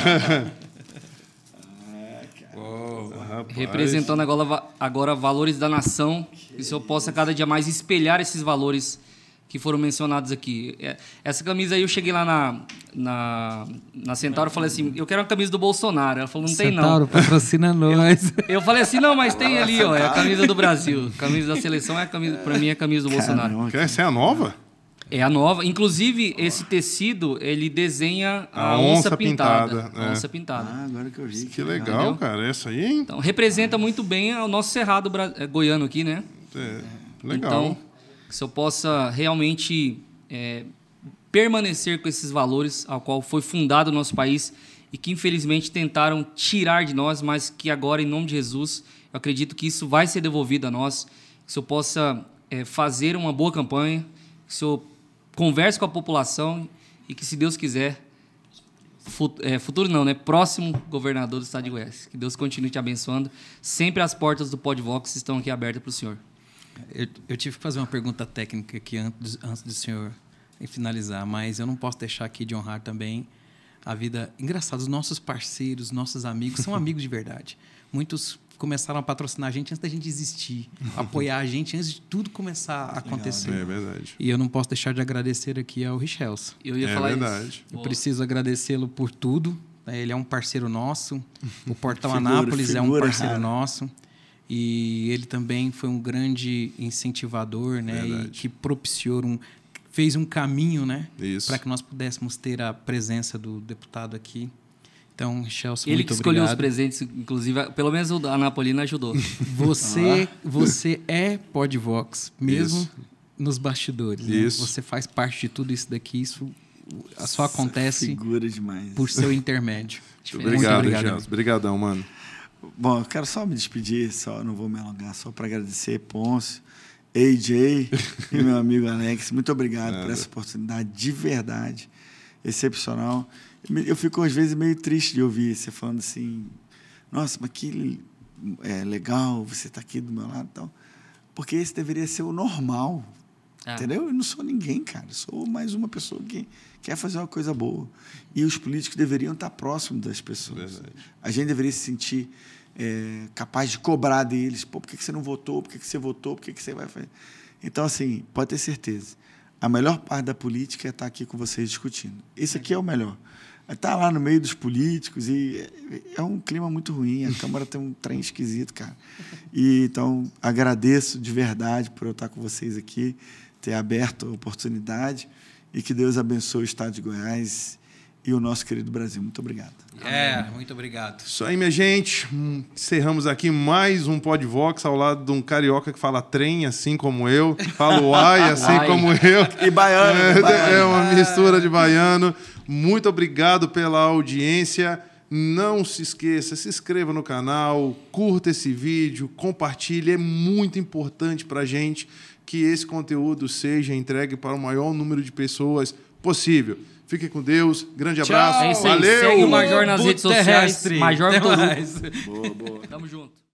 Oh, representando agora, agora valores da nação, que o senhor possa cada dia mais espelhar esses valores que foram mencionados aqui. Essa camisa aí, eu cheguei lá na, na, na Centauro e falei assim, eu quero uma camisa do Bolsonaro. Ela falou, não tem não. Centauro, patrocina nós. Eu falei assim, não, mas tem ali, ó, é a camisa do Brasil. A camisa da seleção, é a camisa, pra mim, é a camisa do Bolsonaro. Essa é a nova? É a nova. Inclusive, esse tecido, ele desenha a, a onça, onça pintada. pintada. A é. onça pintada. Ah, agora que eu vi. Que legal, Entendeu? cara. Essa aí, hein? Então, representa muito bem o nosso cerrado bra... goiano aqui, né? É, legal. Então, se eu possa realmente é, permanecer com esses valores ao qual foi fundado o nosso país e que, infelizmente, tentaram tirar de nós, mas que agora, em nome de Jesus, eu acredito que isso vai ser devolvido a nós, que se eu possa é, fazer uma boa campanha, que se eu converse com a população e que, se Deus quiser, futuro, é, futuro não, né? Próximo governador do estado de Goiás. Que Deus continue te abençoando. Sempre as portas do Podvox estão aqui abertas para o senhor. Eu, eu tive que fazer uma pergunta técnica aqui antes, antes do senhor finalizar, mas eu não posso deixar aqui de honrar também a vida... Engraçado, os nossos parceiros, nossos amigos, são amigos de verdade. Muitos começaram a patrocinar a gente antes da gente existir, apoiar a gente antes de tudo começar a acontecer. É verdade. E eu não posso deixar de agradecer aqui ao Richelson. Eu ia é falar verdade. isso. Eu preciso agradecê-lo por tudo. Ele é um parceiro nosso. O Portal Figura, Anápolis figura é um parceiro rara. nosso. E ele também foi um grande incentivador, né? Verdade. E que propiciou um... fez um caminho, né? Isso. Para que nós pudéssemos ter a presença do deputado aqui. Então, Richelson, Ele muito que escolheu obrigado. os presentes, inclusive, pelo menos o da Anapolina ajudou. Você, você é Podvox, mesmo Isso. nos bastidores. Né? Isso. Você faz parte de tudo isso daqui. Isso só acontece Figura demais. por seu intermédio. Muito obrigado, obrigado. Gelson. Obrigadão, mano. Bom, eu quero só me despedir, só não vou me alongar, só para agradecer Pôncio, A J e meu amigo Alex. Muito obrigado Nada. por essa oportunidade, de verdade, excepcional. Eu fico, às vezes, meio triste de ouvir você falando assim, nossa, mas que é, legal você estar aqui do meu lado e tal. Porque esse deveria ser o normal, Ah. entendeu? Eu não sou ninguém, cara. Eu sou mais uma pessoa que quer fazer uma coisa boa. E os políticos deveriam estar próximos das pessoas. Verdade. A gente deveria se sentir é, capaz de cobrar deles. Pô, por que você não votou? Por que você votou? Por que você vai fazer? Então, assim, pode ter certeza. A melhor parte da política é estar aqui com vocês discutindo. Esse aqui é o melhor. Está lá no meio dos políticos e é um clima muito ruim. A Câmara tem um trem esquisito, cara. E, então, agradeço de verdade por eu estar com vocês aqui, ter aberto a oportunidade e que Deus abençoe o Estado de Goiás e o nosso querido Brasil. Muito obrigado. É, muito obrigado. Isso aí, minha gente. Hum, Encerramos aqui mais um Podvox ao lado de um carioca que fala trem, assim como eu. Fala uai, assim Uai. como eu. E baiano. É, baiano. é uma mistura de baiano. Muito obrigado pela audiência. Não se esqueça, se inscreva no canal, curta esse vídeo, compartilhe. É muito importante para a gente que esse conteúdo seja entregue para o maior número de pessoas possível. Fique com Deus. Grande Tchau. abraço. É isso aí. Valeu. Segue o Major nas Globo redes sociais. terrestre. Major Até Toru. mais. Boa, boa. Tamo junto.